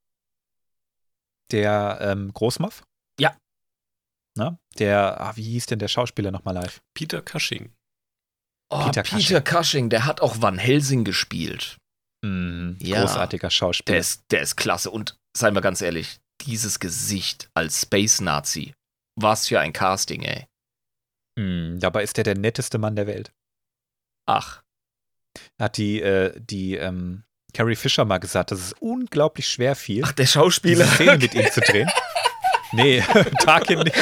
Der ähm, Großmoff? Ja. Na, der, ah, wie hieß denn der Schauspieler nochmal live? Peter Cushing. Oh, Peter Peter, Cushing. Cushing, der hat auch Van Helsing gespielt. Mhm, Ja. großartiger Schauspieler. Der ist, der ist klasse. Und seien wir ganz ehrlich, dieses Gesicht als Space-Nazi, was für ein Casting, ey. Mhm, dabei ist er der netteste Mann der Welt. Ach. Hat die, äh, die ähm, Carrie Fisher mal gesagt, dass es unglaublich schwer fiel, Ach, der Schauspieler. diese Szene mit ihm zu drehen. Nee, Tarkin nicht.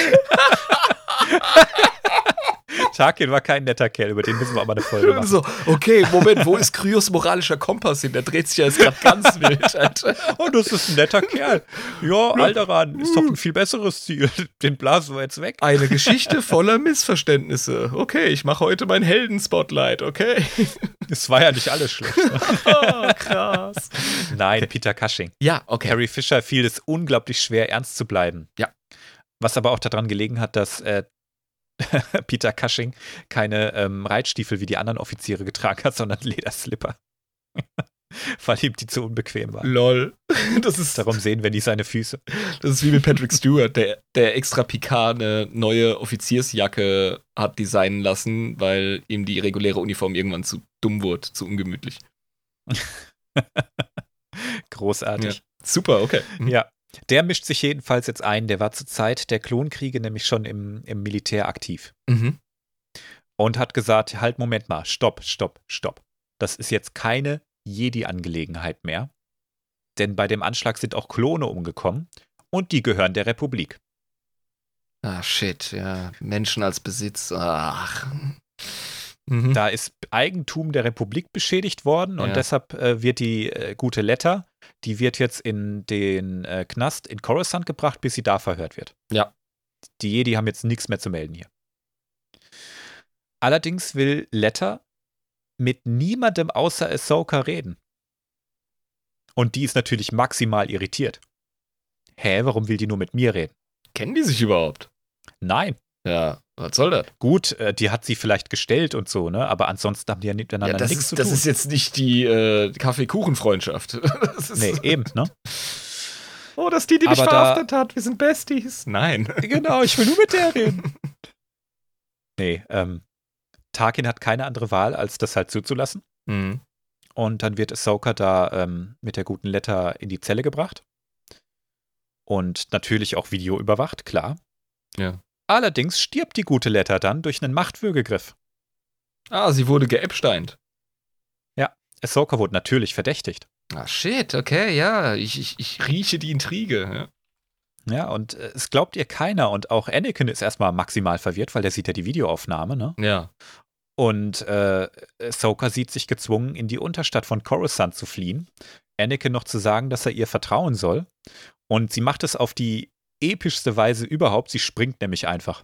Tarkin war kein netter Kerl, über den müssen wir aber eine Folge machen. So, okay, Moment, wo ist Kryos moralischer Kompass hin? Der dreht sich ja jetzt gerade ganz wild, Alter. Oh, das ist ein netter Kerl. Ja, Alderaan ist doch ein viel besseres Ziel. Den blasen wir jetzt weg. Eine Geschichte voller Missverständnisse. Okay, ich mache heute mein Helden-Spotlight, okay? Es war ja nicht alles schlecht. Ne? Oh, krass. Nein, Peter Cushing. Ja, okay. Carrie Fisher fiel es unglaublich schwer, ernst zu bleiben. Ja. Was aber auch daran gelegen hat, dass äh, Peter Cushing keine ähm, Reitstiefel wie die anderen Offiziere getragen hat, sondern Lederslipper. Weil ihm die zu unbequem waren. Lol. Das ist, Darum sehen wir nie seine Füße. das ist wie mit Patrick Stewart, der, der extra Picard eine neue Offiziersjacke hat designen lassen, weil ihm die reguläre Uniform irgendwann zu dumm wurde, zu ungemütlich. Großartig. Ja. Super, okay. Mhm. Ja. Der mischt sich jedenfalls jetzt ein. Der war zur Zeit der Klonkriege nämlich schon im, im Militär aktiv. Mhm. Und hat gesagt, halt, Moment mal, stopp, stopp, stopp. Das ist jetzt keine Jedi-Angelegenheit mehr. Denn bei dem Anschlag sind auch Klone umgekommen und die gehören der Republik. Ah, shit, ja. Menschen als Besitz. Ach. Mhm. Da ist Eigentum der Republik beschädigt worden und Ja. deshalb äh, wird die äh, gute Letter, die wird jetzt in den äh, Knast in Coruscant gebracht, bis sie da verhört wird. Ja. Die Jedi haben jetzt nichts mehr zu melden hier. Allerdings will Letter mit niemandem außer Ahsoka reden. Und die ist natürlich maximal irritiert. Hä, warum will die nur mit mir reden? Kennen die sich überhaupt? Nein. Ja, was soll das? Gut, äh, die hat sie vielleicht gestellt und so, ne? Aber ansonsten haben die ja miteinander Ja, das nichts ist, zu das tun. ist jetzt nicht die äh, Kaffee-Kuchen-Freundschaft. Das ist, Nee, eben, ne? Oh, dass die, die mich Aber da- verhaftet hat, wir sind Besties. Nein. Genau, ich will nur mit der reden. Nee, ähm, Tarkin hat keine andere Wahl, als das halt zuzulassen. Mhm. Und dann wird Ahsoka da ähm, mit der guten Letter in die Zelle gebracht. Und natürlich auch Video überwacht, klar. Ja. Allerdings stirbt die gute Letter dann durch einen Machtwürgegriff. Ah, sie wurde geepsteint. Ahsoka wurde natürlich verdächtigt. Ah, shit, okay, ja. Ich, ich, ich rieche die Intrige. Ja. Ja, und äh, es glaubt ihr keiner. Und auch Anakin ist erstmal maximal verwirrt, weil der sieht ja die Videoaufnahme, ne? Ja. Und äh, Ahsoka sieht sich gezwungen, in die Unterstadt von Coruscant zu fliehen. Anakin noch zu sagen, dass er ihr vertrauen soll. Und sie macht es auf die epischste Weise überhaupt. Sie springt nämlich einfach.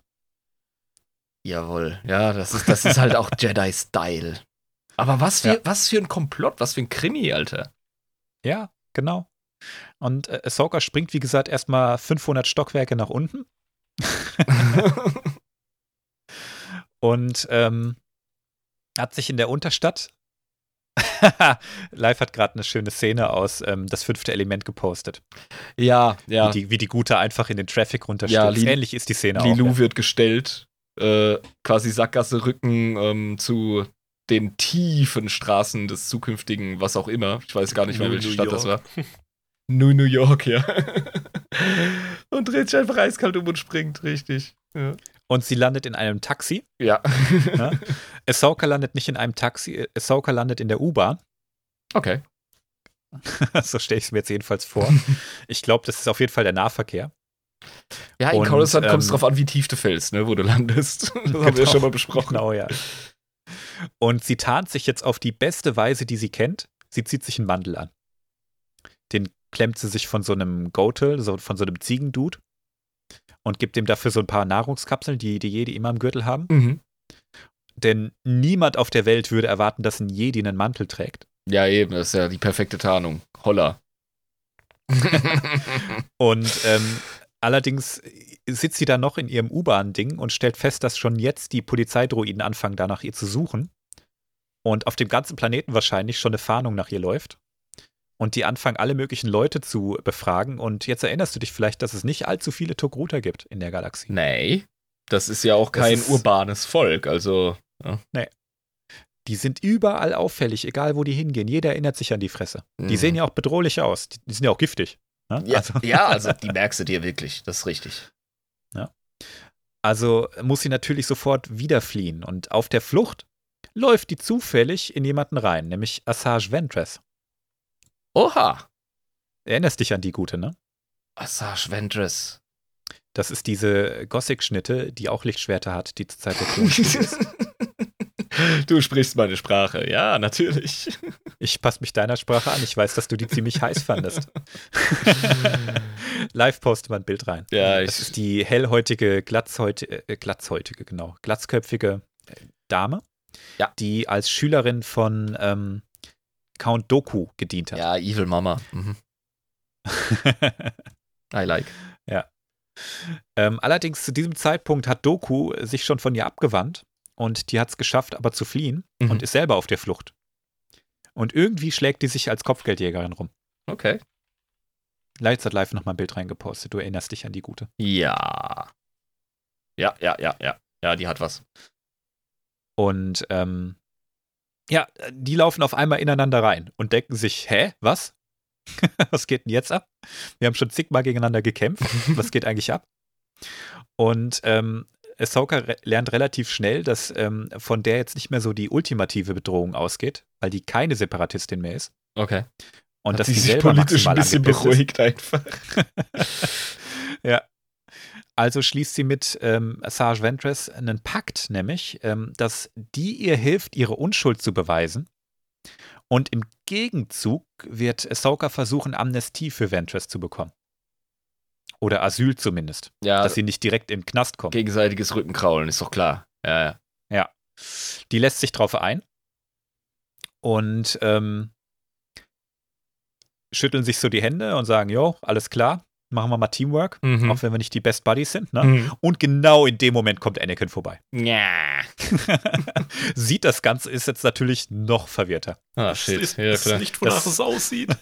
Jawohl. Ja, das ist, das ist halt auch Jedi-Style. Aber was für, Ja. was für ein Komplott, was für ein Krimi, Alter. Ja, genau. Und äh, Ahsoka springt, wie gesagt, erstmal fünfhundert Stockwerke nach unten. Und ähm, hat sich in der Unterstadt Live hat gerade eine schöne Szene aus ähm, Das fünfte Element gepostet. Ja, ja. Wie, die, wie die Gute einfach in den Traffic runterstürzt. Ja, Li- Ähnlich ist die Szene Lilu auch. Ja. wird gestellt, äh, quasi Sackgasse Rücken ähm, zu den tiefen Straßen des zukünftigen, was auch immer. Ich weiß gar nicht mehr, New welche New Stadt das war. York. New New York, ja. Und dreht sich einfach eiskalt um und springt, richtig. Ja. Und sie landet in einem Taxi. Ja. Ne? Ahsoka landet nicht in einem Taxi, Ahsoka landet in der U-Bahn. Okay. So stelle ich es mir jetzt jedenfalls vor. Ich glaube, das ist auf jeden Fall der Nahverkehr. Ja, in Und, Coruscant kommt es ähm, drauf an, wie tief du fällst, ne, wo du landest. Das haben wir ja Genau. schon mal besprochen. Genau, ja. Und sie tarnt sich jetzt auf die beste Weise, die sie kennt. Sie zieht sich einen Mantel an. Den klemmt sie sich von so einem Goatel, so, von so einem Ziegendude und gibt ihm dafür so ein paar Nahrungskapseln, die die Jedi immer im Gürtel haben. Mhm. Denn niemand auf der Welt würde erwarten, dass ein Jedi einen Mantel trägt. Ja, eben, das ist ja die perfekte Tarnung. Holla. Und ähm, allerdings sitzt sie da noch in ihrem U-Bahn-Ding und stellt fest, dass schon jetzt die Polizeidroiden anfangen, da nach ihr zu suchen. Und auf dem ganzen Planeten wahrscheinlich schon eine Fahndung nach ihr läuft. Und die anfangen, alle möglichen Leute zu befragen. Und jetzt erinnerst du dich vielleicht, dass es nicht allzu viele Togruta gibt in der Galaxie. Nee, das ist ja auch kein ist, urbanes Volk, also. Ja. Nee. Die sind überall auffällig, egal wo die hingehen. Jeder erinnert sich an die Fresse. Mhm. Die sehen ja auch bedrohlich aus. Die, die sind ja auch giftig. Ne? Ja, also. ja, also die merkst du dir wirklich, das ist richtig. Ja. Also muss sie natürlich sofort wieder fliehen. Und auf der Flucht läuft die zufällig in jemanden rein, nämlich Asajj Ventress. Oha. Erinnerst dich an die Gute, ne? Asajj Ventress. Das ist diese Gothic-Schnitte, die auch Lichtschwerter hat, die zur Zeit der Klonspiele ist. Du sprichst meine Sprache, ja, natürlich. Ich passe mich deiner Sprache an. Ich weiß, dass du die ziemlich heiß fandest. Live poste mal ein Bild rein. Ja, ich das ist die hellhäutige, glatzhäutige, äh, glatzhäutige, genau, glatzköpfige Dame, ja. die als Schülerin von ähm, Count Dooku gedient hat. Ja, Evil Mama. Mhm. I like. Ja. Ähm, allerdings zu diesem Zeitpunkt hat Dooku sich schon von ihr abgewandt und die hat es geschafft, aber zu fliehen mhm. und ist selber auf der Flucht. Und irgendwie schlägt die sich als Kopfgeldjägerin rum. Okay. Lights hat live nochmal ein Bild reingepostet. Du erinnerst dich an die Gute. Ja. Ja, ja, ja, ja. Ja, die hat was. Und ähm, ja, die laufen auf einmal ineinander rein und denken sich, hä, was? Was geht denn jetzt ab? Wir haben schon zigmal gegeneinander gekämpft. Was geht eigentlich ab? Und ähm, Ahsoka re- lernt relativ schnell, dass ähm, von der jetzt nicht mehr so die ultimative Bedrohung ausgeht, weil die keine Separatistin mehr ist. Okay. Und hat dass sie die sich selber politisch ein bisschen beruhigt ist. einfach. Ja. Also schließt sie mit ähm, Asajj Ventress einen Pakt, nämlich, ähm, dass die ihr hilft, ihre Unschuld zu beweisen. Und im Gegenzug wird Ahsoka versuchen, Amnestie für Ventress zu bekommen. Oder Asyl zumindest. Ja, dass sie nicht direkt in den Knast kommt. Gegenseitiges Rückenkraulen, ist doch klar. Ja, ja. Ja. Die lässt sich drauf ein. Und ähm, schütteln sich so die Hände und sagen, jo, alles klar, machen wir mal Teamwork, Mhm. auch wenn wir nicht die Best Buddies sind. Ne? Mhm. Und genau in dem Moment kommt Anakin vorbei. Ja. Sieht das Ganze, ist jetzt natürlich noch verwirrter. Ah, Das shit. ist, Ja, das ist klar. nicht, wonach Das- es aussieht.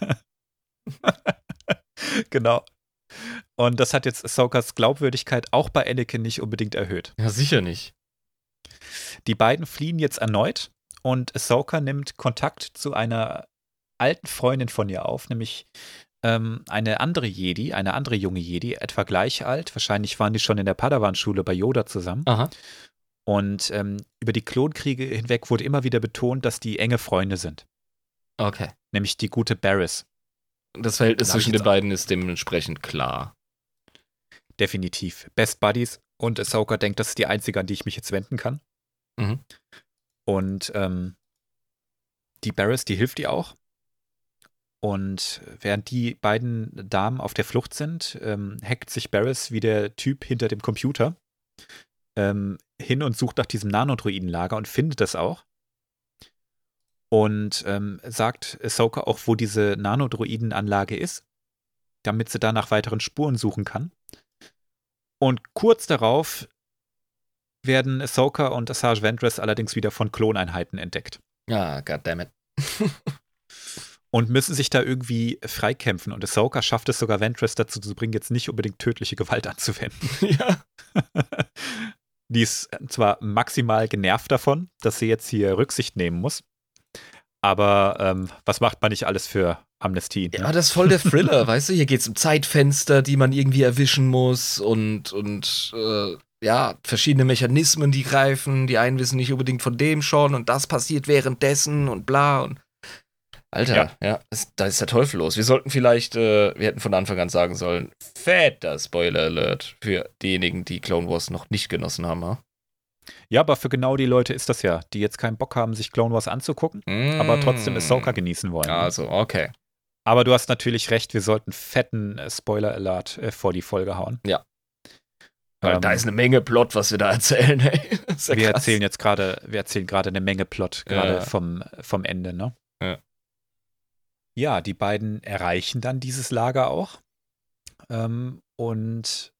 Genau. Und das hat jetzt Ahsokas Glaubwürdigkeit auch bei Anakin nicht unbedingt erhöht. Ja, sicher nicht. Die beiden fliehen jetzt erneut und Ahsoka nimmt Kontakt zu einer alten Freundin von ihr auf, nämlich ähm, eine andere Jedi, eine andere junge Jedi, etwa gleich alt. Wahrscheinlich waren die schon in der Padawan-Schule bei Yoda zusammen. Aha. Und ähm, über die Klonkriege hinweg wurde immer wieder betont, dass die enge Freunde sind. Okay. Nämlich die gute Barriss. Das Verhältnis Da hab ich zwischen jetzt den beiden ist dementsprechend klar. Definitiv. Best Buddies. Und Ahsoka denkt, das ist die einzige, an die ich mich jetzt wenden kann. Mhm. Und ähm, die Barriss, die hilft ihr auch. Und während die beiden Damen auf der Flucht sind, ähm, hackt sich Barriss wie der Typ hinter dem Computer ähm, hin und sucht nach diesem Nanodroidenlager und findet das auch. Und ähm, sagt Ahsoka auch, wo diese Nanodroidenanlage ist, damit sie da nach weiteren Spuren suchen kann. Und kurz darauf werden Ahsoka und Asajj Ventress allerdings wieder von Kloneinheiten entdeckt. Ja, goddammit. Und müssen sich da irgendwie freikämpfen. Und Ahsoka schafft es sogar, Ventress dazu zu bringen, jetzt nicht unbedingt tödliche Gewalt anzuwenden. Ja. Die ist zwar maximal genervt davon, dass sie jetzt hier Rücksicht nehmen muss. Aber ähm, was macht man nicht alles für Amnestie? Ne? Ja, das ist voll der Thriller, weißt du? Hier geht's um Zeitfenster, die man irgendwie erwischen muss und, und äh, ja, verschiedene Mechanismen, die greifen. Die einen wissen nicht unbedingt von dem schon und das passiert währenddessen und bla und Alter, ja, ja das, da ist der Teufel los. Wir sollten vielleicht, äh, wir hätten von Anfang an sagen sollen, fetter Spoiler-Alert für diejenigen, die Clone Wars noch nicht genossen haben, ha? Ja, aber für genau die Leute ist das ja, die jetzt keinen Bock haben, sich Clone Wars anzugucken, Mm. aber trotzdem Ahsoka genießen wollen. Also, okay. Aber du hast natürlich recht, wir sollten fetten äh, Spoiler-Alert äh, vor die Folge hauen. Ja. Weil Ähm, da ist eine Menge Plot, was wir da erzählen, ey. Das ist ja wir krass. erzählen jetzt gerade, wir erzählen gerade eine Menge Plot, gerade Ja. vom, vom Ende, ne? Ja. Ja, die beiden erreichen dann dieses Lager auch. Ähm, und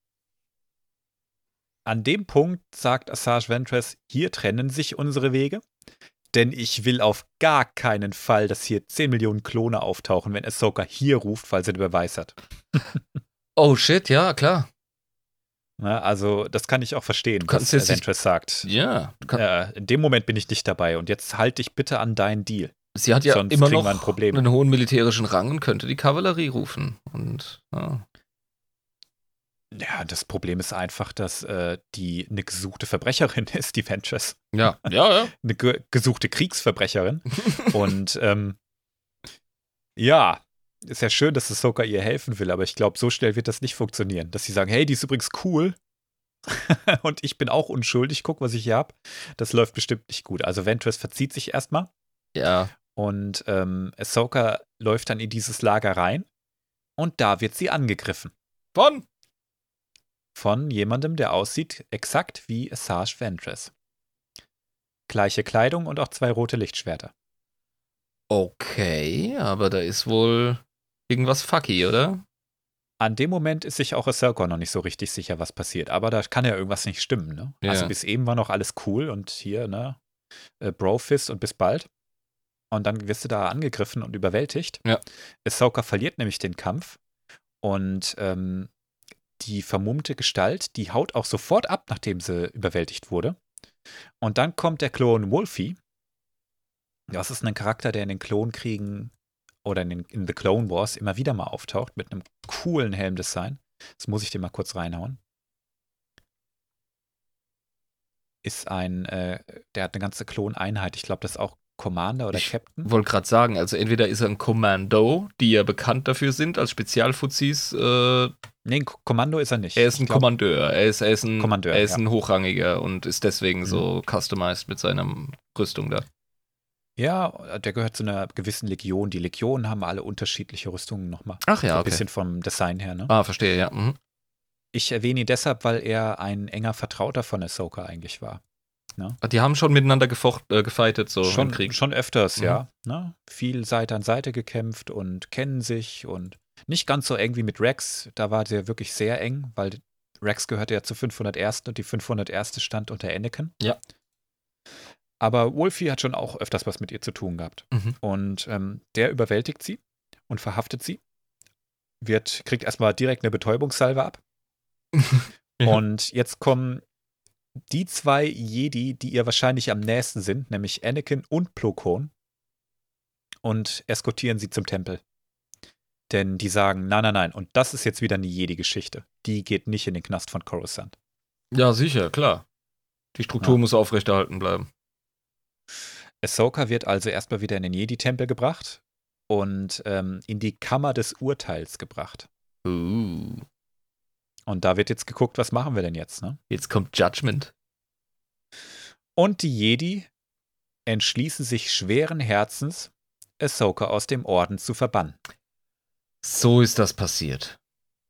an dem Punkt sagt Asajj Ventress, hier trennen sich unsere Wege, denn ich will auf gar keinen Fall, dass hier zehn Millionen Klone auftauchen, wenn Ahsoka hier ruft, weil sie den Beweis hat. Oh shit, ja, klar. Na, also, das kann ich auch verstehen, was jetzt Ventress sagt. Ja. Äh, in dem Moment bin ich nicht dabei und jetzt halt dich bitte an deinen Deal. Sie hat ja Sonst immer kriegen noch wir ein Problem. einen hohen militärischen Rang und könnte die Kavallerie rufen. Und ja. Ja, das Problem ist einfach, dass äh, die eine gesuchte Verbrecherin ist, die Ventress. Ja, ja, ja. Eine ge gesuchte Kriegsverbrecherin. Und ähm, ja, ist ja schön, dass Ahsoka ihr helfen will, aber ich glaube, so schnell wird das nicht funktionieren. Dass sie sagen, hey, die ist übrigens cool und ich bin auch unschuldig, guck, was ich hier hab. Das läuft bestimmt nicht gut. Also Ventress verzieht sich erstmal. Ja. Und ähm, Ahsoka läuft dann in dieses Lager rein und da wird sie angegriffen. Von? Von jemandem, der aussieht exakt wie Asajj Ventress. Gleiche Kleidung und auch zwei rote Lichtschwerter. Okay, aber da ist wohl irgendwas fucky, oder? An dem Moment ist sich auch Ahsoka noch nicht so richtig sicher, was passiert. Aber da kann ja irgendwas nicht stimmen, ne? Ja. Also bis eben war noch alles cool und hier, ne? Äh, Brofist und bis bald. Und dann wirst du da angegriffen und überwältigt. Ja. Ahsoka verliert nämlich den Kampf. Und ähm, die vermummte Gestalt, die haut auch sofort ab, nachdem sie überwältigt wurde. Und dann kommt der Klon Wolfie. Das ist ein Charakter, der in den Klonkriegen oder in, den, in The Clone Wars immer wieder mal auftaucht, mit einem coolen Helmdesign. Das muss ich dir mal kurz reinhauen. Ist ein, äh, der hat eine ganze Kloneinheit. Ich glaube, das ist auch Commander oder Ich Captain. wollte gerade sagen, also entweder ist er ein Kommando, die ja bekannt dafür sind, als Spezialfuzis. Äh, Nee, ein K- Kommando ist er nicht. er ist ein Ich glaub, Kommandeur. Er ist, er ist, ein, Kommandeur, er ist ja. ein Hochrangiger und ist deswegen Mhm. so customized mit seiner Rüstung da. Ja, der gehört zu einer gewissen Legion. Die Legionen haben alle unterschiedliche Rüstungen nochmal. Ach ja, So ein okay. bisschen vom Design her, ne? Ah, verstehe, ja. Mhm. Ich erwähne ihn deshalb, weil er ein enger Vertrauter von Ahsoka eigentlich war. Die haben schon miteinander gefocht, äh, gefightet, so im Schon, Krieg. schon öfters, Mhm. ja. Ne? Viel Seite an Seite gekämpft und kennen sich und nicht ganz so eng wie mit Rex. Da war der wirklich sehr eng, weil Rex gehörte ja zur fünfhundertersten und die fünfhunderterste stand unter Anakin. Ja. Aber Wolfie hat schon auch öfters was mit ihr zu tun gehabt. Mhm. Und ähm, der überwältigt sie und verhaftet sie. Wird, kriegt erstmal direkt eine Betäubungssalve ab. Ja. Und jetzt kommen die zwei Jedi, die ihr wahrscheinlich am nächsten sind, nämlich Anakin und Plo Koon, und eskortieren sie zum Tempel. Denn die sagen, nein, nein, nein, und das ist jetzt wieder eine Jedi-Geschichte. Die geht nicht in den Knast von Coruscant. Ja, sicher, klar. Die Struktur Ja. muss aufrechterhalten bleiben. Ahsoka wird also erstmal wieder in den Jedi-Tempel gebracht und ähm, in die Kammer des Urteils gebracht. Uh. Und da wird jetzt geguckt, was machen wir denn jetzt, ne? Jetzt kommt Judgment. Und die Jedi entschließen sich schweren Herzens, Ahsoka aus dem Orden zu verbannen. So ist das passiert.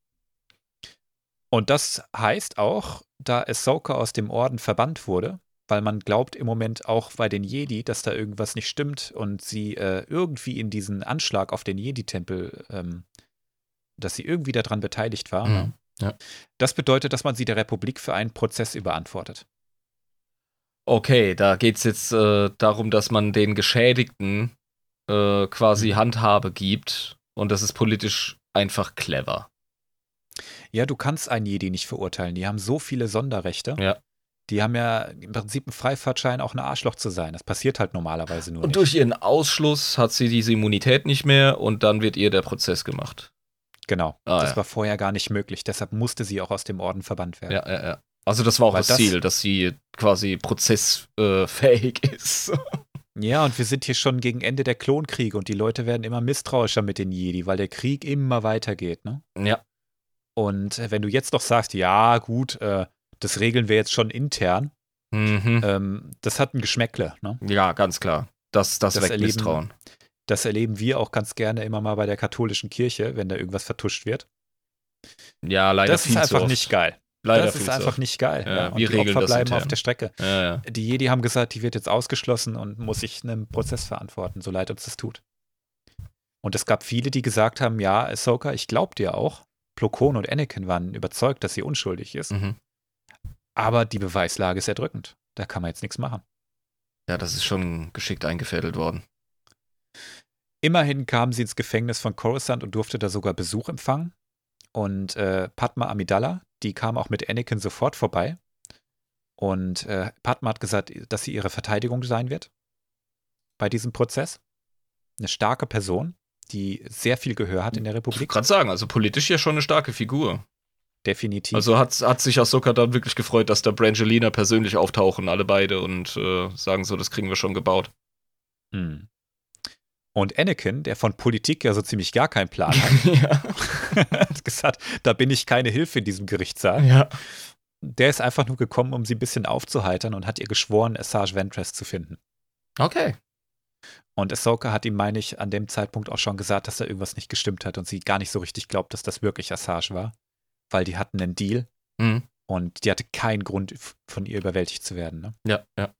Und das heißt auch, da Ahsoka aus dem Orden verbannt wurde, weil man glaubt im Moment auch bei den Jedi, dass da irgendwas nicht stimmt und sie äh, irgendwie in diesen Anschlag auf den Jedi-Tempel, ähm, dass sie irgendwie daran beteiligt war. Mhm. Ne? Ja. Das bedeutet, dass man sie der Republik für einen Prozess überantwortet. Okay, da geht es jetzt äh, darum, dass man den Geschädigten äh, quasi Mhm. Handhabe gibt und das ist politisch einfach clever. Ja, du kannst einen Jedi nicht verurteilen. Die haben so viele Sonderrechte. Ja. Die haben ja im Prinzip einen Freifahrtschein, auch ein Arschloch zu sein. Das passiert halt normalerweise nur Und nicht. durch ihren Ausschluss hat sie diese Immunität nicht mehr und dann wird ihr der Prozess gemacht. Genau. Ah, das ja. war vorher gar nicht möglich. Deshalb musste sie auch aus dem Orden verbannt werden. Ja, ja, ja. Also das war auch Weil das, das- Ziel, dass sie quasi prozessfähig ist. Ja, und wir sind hier schon gegen Ende der Klonkriege und die Leute werden immer misstrauischer mit den Jedi, weil der Krieg immer weitergeht, ne? Ja. Und äh, wenn du jetzt noch sagst, ja, gut, äh, das regeln wir jetzt schon intern, Mhm. ähm, das hat ein Geschmäckle, ne? Ja, ganz klar. Das, das, Das weckt erleben- Misstrauen. Das erleben wir auch ganz gerne immer mal bei der katholischen Kirche, wenn da irgendwas vertuscht wird. Ja, leider Das ist viel zu einfach oft. nicht geil. Leider das viel ist zu einfach oft. nicht geil. Ja, Ja, und wir die regeln Opfer das bleiben intern. auf der Strecke. Ja, ja. Die Jedi haben gesagt, die wird jetzt ausgeschlossen und muss sich einem Prozess verantworten, so leid uns das tut. Und es gab viele, die gesagt haben, ja, Ahsoka, ich glaub dir auch. Plo Koon und Anakin waren überzeugt, dass sie unschuldig ist. Mhm. Aber die Beweislage ist erdrückend. Da kann man jetzt nichts machen. Ja, das ist schon geschickt eingefädelt worden. Immerhin kam sie ins Gefängnis von Coruscant und durfte da sogar Besuch empfangen. Und äh, Padma Amidala, die kam auch mit Anakin sofort vorbei. Und äh, Padma hat gesagt, dass sie ihre Verteidigung sein wird bei diesem Prozess. Eine starke Person, die sehr viel Gehör hat in der Ich wollte Republik. gerade sagen, also politisch ja schon eine starke Figur. Definitiv. Also hat, hat sich Ahsoka dann wirklich gefreut, dass da Brangelina persönlich auftauchen, alle beide, und äh, sagen so, das kriegen wir schon gebaut. Hm. Und Anakin, der von Politik ja so ziemlich gar keinen Plan hat, ja. hat gesagt, da bin ich keine Hilfe in diesem Gerichtssaal. ja. Der ist einfach nur gekommen, um sie ein bisschen aufzuheitern und hat ihr geschworen, Asajj Ventress zu finden. Okay. Und Ahsoka hat ihm, meine ich, an dem Zeitpunkt auch schon gesagt, dass da irgendwas nicht gestimmt hat und sie gar nicht so richtig glaubt, dass das wirklich Asajj war, weil die hatten einen Deal Mhm. und die hatte keinen Grund, von ihr überwältigt zu werden. Ne? Ja, ja.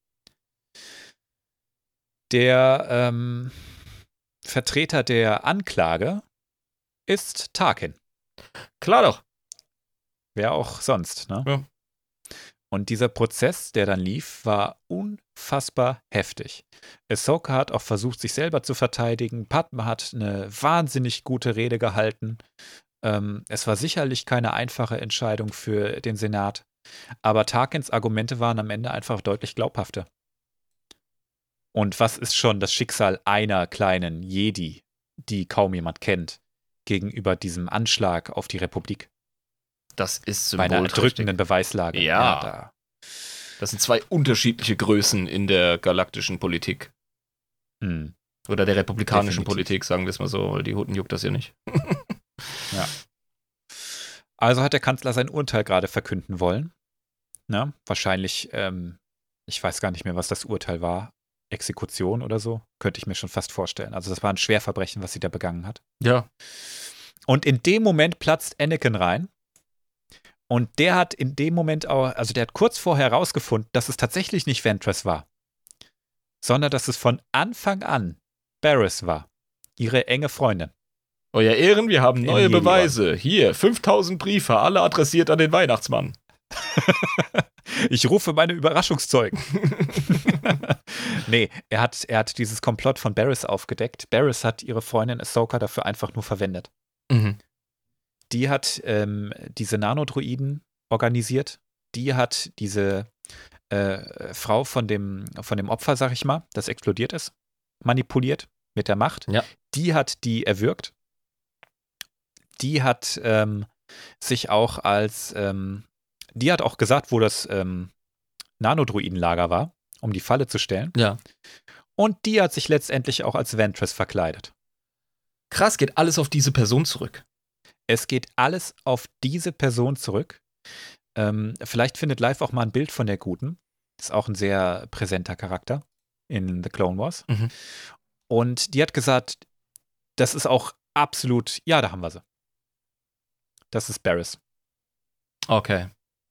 Der ähm, Vertreter der Anklage ist Tarkin. Klar doch. Wer auch sonst, ne? Ja. Und dieser Prozess, der dann lief, war unfassbar heftig. Ahsoka hat auch versucht, sich selber zu verteidigen. Padme hat eine wahnsinnig gute Rede gehalten. Ähm, es war sicherlich keine einfache Entscheidung für den Senat. Aber Tarkins Argumente waren am Ende einfach deutlich glaubhafter. Und was ist schon das Schicksal einer kleinen Jedi, die kaum jemand kennt, gegenüber diesem Anschlag auf die Republik? Das ist Bei einer symbolträchtig. erdrückenden Beweislage. Ja. da. Das sind zwei unterschiedliche Größen in der galaktischen Politik. Hm. Oder der republikanischen Definitiv. Politik, sagen wir es mal so, weil die Hutten juckt das ja nicht. Ja. Also hat der Kanzler sein Urteil gerade verkünden wollen. Na, wahrscheinlich, ähm, ich weiß gar nicht mehr, was das Urteil war. Exekution oder so, könnte ich mir schon fast vorstellen. Also das war ein Schwerverbrechen, was sie da begangen hat. Ja. Und in dem Moment platzt Anakin rein. Und der hat in dem Moment auch, also der hat kurz vorher herausgefunden, dass es tatsächlich nicht Ventress war, sondern dass es von Anfang an Barriss war, ihre enge Freundin. Euer Ehren, wir haben Im neue Jedi-Orden. Beweise. Hier, fünftausend Briefe, alle adressiert an den Weihnachtsmann. Ich rufe meine Überraschungszeugen. Nee, er hat, er hat dieses Komplott von Barriss aufgedeckt. Barriss hat ihre Freundin Ahsoka dafür einfach nur verwendet. Mhm. Die hat ähm, diese Nanodroiden organisiert. Die hat diese äh, Frau von dem, von dem Opfer, sag ich mal, das explodiert ist, manipuliert mit der Macht. Ja. Die hat die erwürgt. Die hat ähm, sich auch als, ähm, die hat auch gesagt, wo das ähm, Nanodroidenlager war, um die Falle zu stellen. Ja. Und die hat sich letztendlich auch als Ventress verkleidet. Krass, geht alles auf diese Person zurück. Es geht alles auf diese Person zurück. Ähm, vielleicht findet Live auch mal ein Bild von der Guten. Ist auch ein sehr präsenter Charakter in The Clone Wars. Mhm. Und die hat gesagt, das ist auch absolut, ja, da haben wir sie. Das ist Barriss. Okay.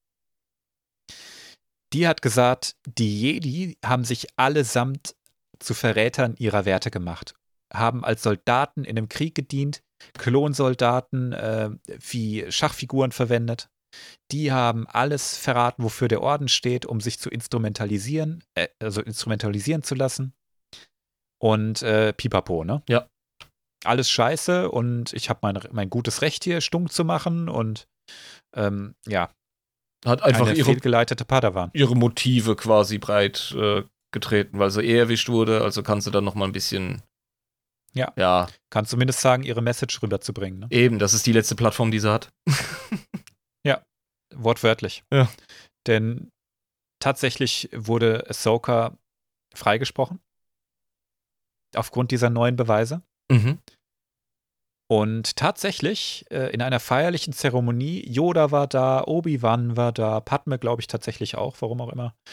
Die hat gesagt, die Jedi haben sich allesamt zu Verrätern ihrer Werte gemacht. Haben als Soldaten in einem Krieg gedient, Klonsoldaten äh, wie Schachfiguren verwendet. Die haben alles verraten, wofür der Orden steht, um sich zu instrumentalisieren, äh, also instrumentalisieren zu lassen. Und äh, pipapo, ne? Ja. Alles scheiße und ich habe mein, mein gutes Recht hier, stumm zu machen und ähm, ja, Hat einfach eine ihre, fehlgeleitete Padawan. ihre Motive quasi breit äh, getreten, weil sie eh erwischt wurde, also kann sie dann noch mal ein bisschen. Ja. Ja, Kann zumindest sagen, ihre Message rüberzubringen. Ne? eben, das ist die letzte Plattform, die sie hat. Wortwörtlich. Ja. Denn tatsächlich wurde Ahsoka freigesprochen. Aufgrund dieser neuen Beweise. Mhm. Und tatsächlich äh, in einer feierlichen Zeremonie, Yoda war da, Obi-Wan war da, Padme glaube ich tatsächlich auch, warum auch immer.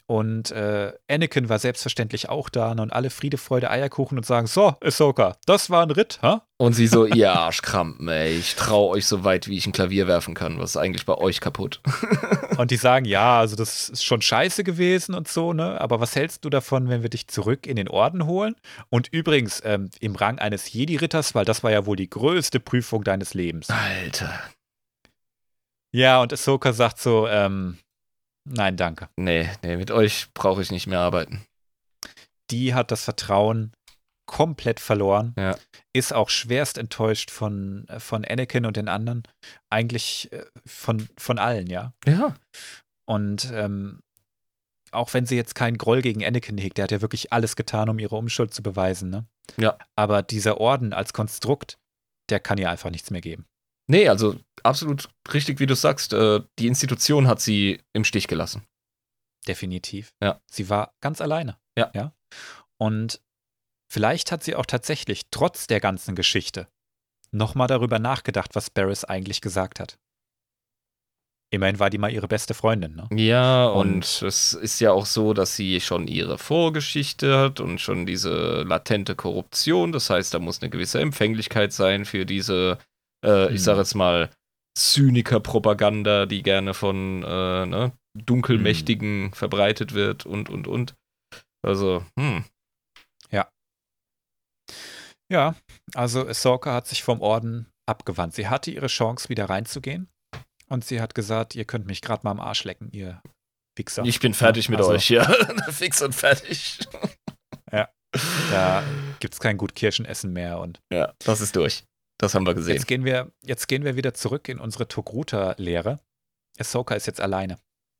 Und äh, Anakin war selbstverständlich auch da, ne? Und alle Friede, Freude, Eierkuchen und sagen, so, Ahsoka, das war ein Ritt, ha? Und sie so, ihr Arschkrampen, ey, ich trau euch so weit, wie ich ein Klavier werfen kann. Was ist eigentlich bei euch kaputt? Und die sagen, ja, also das ist schon scheiße gewesen und so, ne? Aber was hältst du davon, wenn wir dich zurück in den Orden holen? Und übrigens, ähm, im Rang eines Jedi-Ritters, weil das war ja wohl die größte Prüfung deines Lebens. Alter. Ja, und Ahsoka sagt so, ähm, nein, danke. Nee, nee, mit euch brauche ich nicht mehr arbeiten. Die hat das Vertrauen komplett verloren. Ja. Ist auch schwerst enttäuscht von, von Anakin und den anderen. Eigentlich äh, von, von allen, ja. Ja. Und ähm, auch wenn sie jetzt keinen Groll gegen Anakin hegt, der hat ja wirklich alles getan, um ihre Unschuld zu beweisen, ne? Ja. Aber dieser Orden als Konstrukt, der kann ihr einfach nichts mehr geben. Nee, also absolut richtig, wie du sagst. Äh, die Institution hat sie im Stich gelassen. Definitiv. Ja. Sie war ganz alleine. Ja. ja. Und vielleicht hat sie auch tatsächlich trotz der ganzen Geschichte nochmal darüber nachgedacht, was Barriss eigentlich gesagt hat. Immerhin war die mal ihre beste Freundin, ne? Ja, und, Und- es ist ja auch so, dass sie schon ihre Vorgeschichte hat und schon diese latente Korruption. Das heißt, da muss eine gewisse Empfänglichkeit sein für diese, äh, ich Hm. sag jetzt mal, Zyniker-Propaganda, die gerne von äh, ne, Dunkelmächtigen verbreitet wird und, und, und. Also, hm. Ja, also Ahsoka hat sich vom Orden abgewandt. Sie hatte ihre Chance, wieder reinzugehen. Und sie hat gesagt, ihr könnt mich gerade mal am Arsch lecken, ihr Wichser. Ich bin fertig Ja, mit also, euch, ja. Fix und fertig. Da gibt's kein gut Kirschenessen mehr. Und Ja, das ist durch. Das haben wir gesehen. jetzt gehen wir, jetzt gehen wir wieder zurück in unsere Togruta-Lehre. Ahsoka ist jetzt alleine.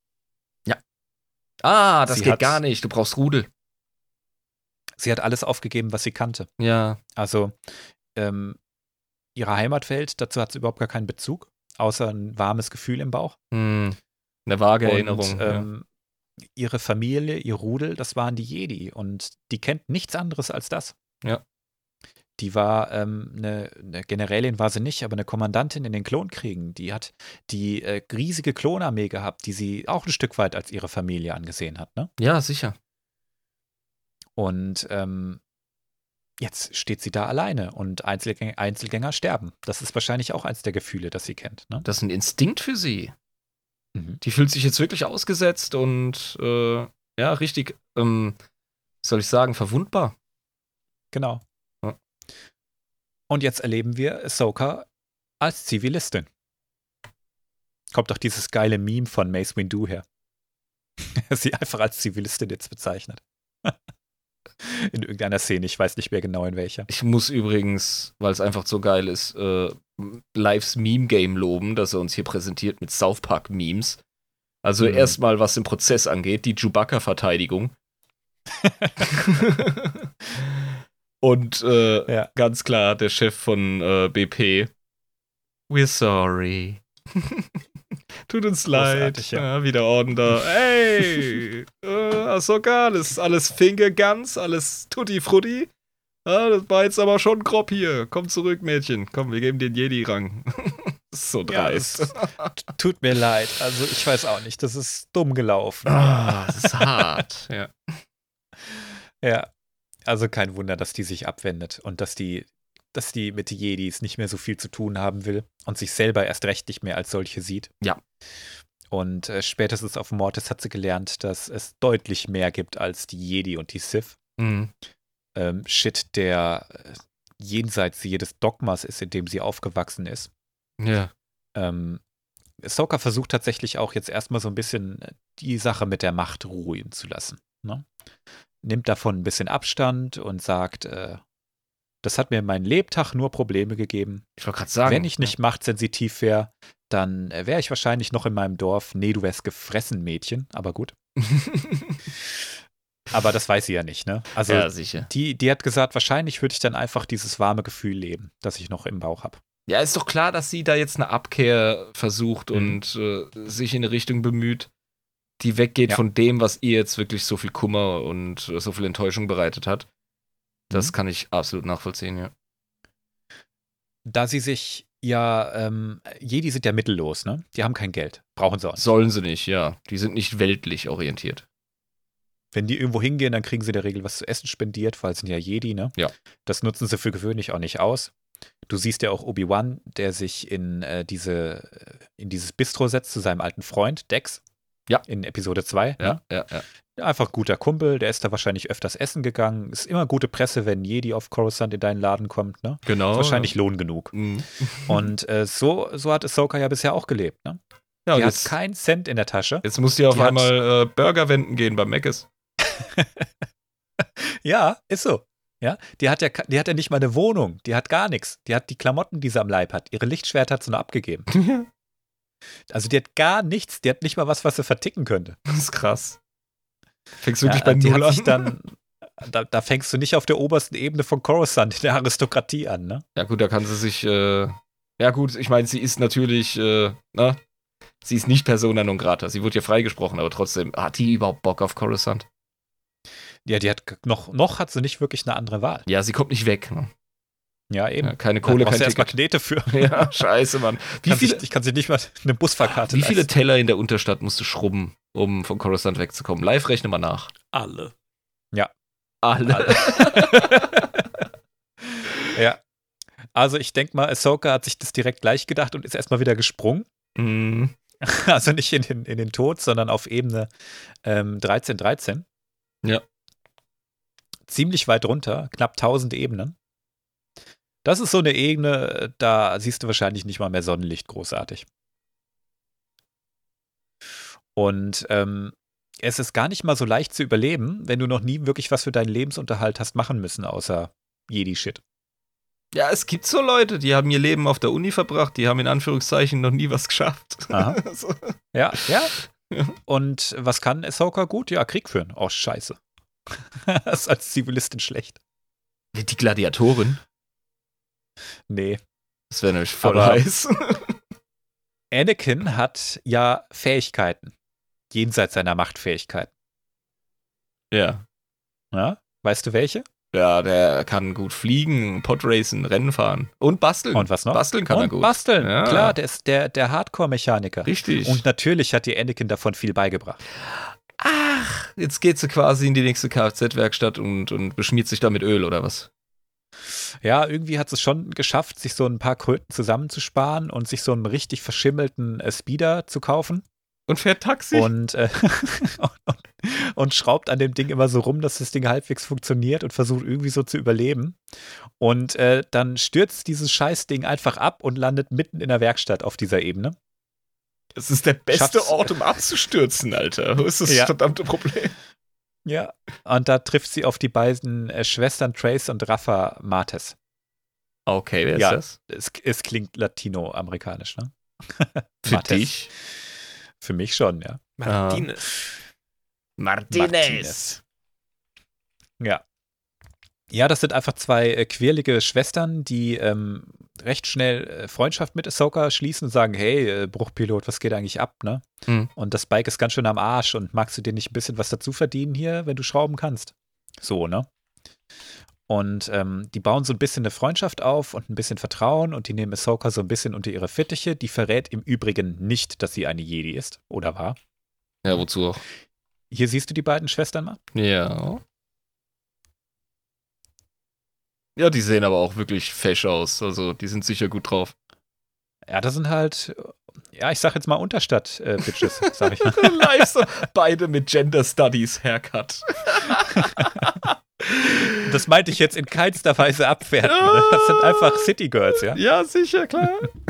Ah, das Sie geht hat- gar nicht. Du brauchst Rudel. Sie hat alles aufgegeben, was sie kannte. Ja. Also ähm, ihre Heimatwelt, dazu hat sie überhaupt gar keinen Bezug, außer ein warmes Gefühl im Bauch. Hm. Eine vage Und Erinnerung. ja. ähm, ihre Familie, ihr Rudel, das waren die Jedi. Und die kennt nichts anderes als das. Ja. Die war ähm, eine, eine Generälin, war sie nicht, aber eine Kommandantin in den Klonkriegen. Die hat die äh, riesige Klonarmee gehabt, die sie auch ein Stück weit als ihre Familie angesehen hat. Ne? Ja, sicher. Und ähm, jetzt steht sie da alleine und Einzelgänger, Einzelgänger sterben. Das ist wahrscheinlich auch eins der Gefühle, das sie kennt. Ne? Das ist ein Instinkt für sie. Mhm. Die fühlt sich jetzt wirklich ausgesetzt und äh, ja, richtig, ähm, was soll ich sagen, verwundbar. Genau. Ja. Und jetzt erleben wir Ahsoka als Zivilistin. Kommt doch dieses geile Meme von Mace Windu her. Sie einfach als Zivilistin jetzt bezeichnet. In irgendeiner Szene, ich weiß nicht mehr genau in welcher. Ich muss übrigens, weil es einfach so geil ist, äh, Lives Meme-Game loben, das er uns hier präsentiert mit South Park-Memes. Also Mhm. erstmal, was den Prozess angeht, die Chewbacca-Verteidigung. Und äh, Ja. ganz klar, der Chef von äh, B P. We're sorry. Tut uns leid. Großartig, ja. Ja, wieder Orden da. Ey, äh, Ahsoka, alles, alles Finge ganz, alles Tutti Frutti. Ah, das war jetzt aber schon grob hier. Komm zurück, Mädchen. Komm, wir geben den Jedi-Rang. Das ist so Ja, dreist. das t- tut mir leid. Also ich weiß auch nicht, das ist dumm gelaufen. Ah, das ist hart. Ja. Ja, also kein Wunder, dass die sich abwendet und dass die, dass die mit Jedis nicht mehr so viel zu tun haben will und sich selber erst recht nicht mehr als solche sieht. Ja. Und äh, spätestens auf Mortis hat sie gelernt, dass es deutlich mehr gibt als die Jedi und die Sith. Mhm. Ähm, Shit, der äh, jenseits jedes Dogmas ist, in dem sie aufgewachsen ist. Ja. Ähm, Ahsoka versucht tatsächlich auch jetzt erstmal so ein bisschen die Sache mit der Macht ruhen zu lassen. Ne? Nimmt davon ein bisschen Abstand und sagt, äh, das hat mir mein Lebtag nur Probleme gegeben. Ich wollte gerade sagen. Wenn ich nicht machtsensitiv wäre, dann äh, wäre ich wahrscheinlich noch in meinem Dorf. Nee, du wärst gefressen, Mädchen, aber gut. Aber das weiß sie ja nicht, ne? Also ja, sicher. die, die hat gesagt, wahrscheinlich würde ich dann einfach dieses warme Gefühl leben, das ich noch im Bauch habe. Ja, ist doch klar, dass sie da jetzt eine Abkehr versucht Mhm. und äh, sich in eine Richtung bemüht, die weggeht Ja. von dem, was ihr jetzt wirklich so viel Kummer und äh, so viel Enttäuschung bereitet hat. Das Mhm. kann ich absolut nachvollziehen, ja. Da sie sich ja, ähm, Jedi sind ja mittellos, ne? Die haben kein Geld. Brauchen sie auch nicht. Sollen sie nicht, ja. Die sind nicht weltlich orientiert. Wenn die irgendwo hingehen, dann kriegen sie in der Regel was zu essen spendiert, weil es sind ja Jedi, ne? Ja. Das nutzen sie für gewöhnlich auch nicht aus. Du siehst ja auch Obi-Wan, der sich in äh, diese in dieses Bistro setzt zu seinem alten Freund, Dex. Ja. In Episode zwei. Ja, Ne? ja, ja. Einfach guter Kumpel, der ist da wahrscheinlich öfters essen gegangen. Ist immer gute Presse, wenn ein Jedi auf Coruscant in deinen Laden kommt, ne? Genau. Ist wahrscheinlich Lohn genug. Mhm. Und äh, so, so hat Ahsoka ja bisher auch gelebt, ne? Ja, Die und hat jetzt, keinen Cent in der Tasche. jetzt muss die auf Die hat- einmal äh, Burger wenden gehen bei Mc's. Ja, ist so. Ja, die hat ja, ka- die hat ja nicht mal eine Wohnung, die hat gar nichts. Die hat die Klamotten, die sie am Leib hat. Ihre Lichtschwerter hat sie nur abgegeben. Also die hat gar nichts, die hat nicht mal was, was sie verticken könnte. Das ist krass. Fängst wirklich Ja, bei die Null hat an. sich dann, da, da fängst du nicht auf der obersten Ebene von Coruscant, in der Aristokratie an, ne? Ja gut, da kann sie sich, äh, ja gut, ich meine, sie ist natürlich, äh, ne, sie ist nicht Persona non grata, sie wurde ja freigesprochen, aber trotzdem, hat die überhaupt Bock auf Coruscant? Ja, die hat g- noch, noch hat sie nicht wirklich eine andere Wahl. Ja, sie kommt nicht weg, ne? Ja, eben. Ja, keine Da Kohle, brauchst kein du erstmal Ticket. Knete für. Ja, scheiße, Mann. Wie Kann viele, sich, ich kann sich nicht mal eine Busfahrkarte wie viele leisten. Teller in der Unterstadt musst du schrubben, um von Coruscant wegzukommen? Live rechne mal nach. Alle. Alle. Ja. Also ich denke mal, Ahsoka hat sich das direkt gleich gedacht und ist erstmal wieder gesprungen. Mhm. Also nicht in den, in den Tod, sondern auf Ebene ähm, dreizehn dreizehn. Ja. Ziemlich weit runter, knapp tausend Ebenen. Das ist so eine Ebene, da siehst du wahrscheinlich nicht mal mehr Sonnenlicht großartig. Und ähm, es ist gar nicht mal so leicht zu überleben, wenn du noch nie wirklich was für deinen Lebensunterhalt hast machen müssen, außer Jedi-Shit. Ja, es gibt so Leute, die haben ihr Leben auf der Uni verbracht, die haben in Anführungszeichen noch nie was geschafft. Aha. So. Ja, ja. Und was kann Ahsoka gut? Ja, Krieg führen. Oh, scheiße. Das ist als Zivilistin schlecht. Die Gladiatorin, Nee. das wäre nämlich voll Aber- heiß. Anakin hat ja Fähigkeiten. Jenseits seiner Machtfähigkeiten. Ja. Ja? Weißt du welche? Ja, der kann gut fliegen, Podracen, Rennen fahren. Und basteln. Und was noch? Basteln kann Und er gut. basteln. Ja. Klar, der ist der, der Hardcore-Mechaniker. Richtig. Und natürlich hat dir Anakin davon viel beigebracht. ach, jetzt geht sie quasi in die nächste Kfz-Werkstatt und, und beschmiert sich da mit Öl oder was? Ja, irgendwie hat es schon geschafft, sich so ein paar Kröten zusammenzusparen und sich so einen richtig verschimmelten äh, Speeder zu kaufen. Und fährt Taxi? Und, äh, und, und schraubt an dem Ding immer so rum, dass das Ding halbwegs funktioniert und versucht irgendwie so zu überleben. Und äh, dann stürzt dieses Scheißding einfach ab und landet mitten in der Werkstatt auf dieser Ebene. das ist der beste Schaff's- Ort, um abzustürzen, Alter. Wo ist das Ja. verdammte Problem? Ja. Und da trifft sie auf die beiden äh, Schwestern Trace und Rafa Martes. Okay, wer ist Ja. das? Es, es klingt latinoamerikanisch, ne? Für Martes. dich? Für mich schon, ja. Martinez. Martinez. Ja. Ja, das sind einfach zwei äh, quirlige Schwestern, die ähm, recht schnell äh, Freundschaft mit Ahsoka schließen und sagen, hey, äh, Bruchpilot, was geht eigentlich ab, ne? Hm. Und das Bike ist ganz schön am Arsch und magst du dir nicht ein bisschen was dazu verdienen hier, wenn du schrauben kannst? So, ne? Und ähm, die bauen so ein bisschen eine Freundschaft auf und ein bisschen Vertrauen und die nehmen Ahsoka so ein bisschen unter ihre Fittiche. Die verrät im Übrigen nicht, dass sie eine Jedi ist oder war. Ja, wozu auch? Hier siehst du die beiden Schwestern mal. Ja. Ja, die sehen aber auch wirklich fesch aus. Also, die sind sicher gut drauf. Ja, das sind halt, ja, ich sag jetzt mal Unterstadt-Bitches, sag ich mal. Live so, beide mit Gender Studies Haircut. Das meinte ich jetzt in keinster Weise abwerten. Ne? Das sind einfach City Girls, ja. Ja, sicher, klar.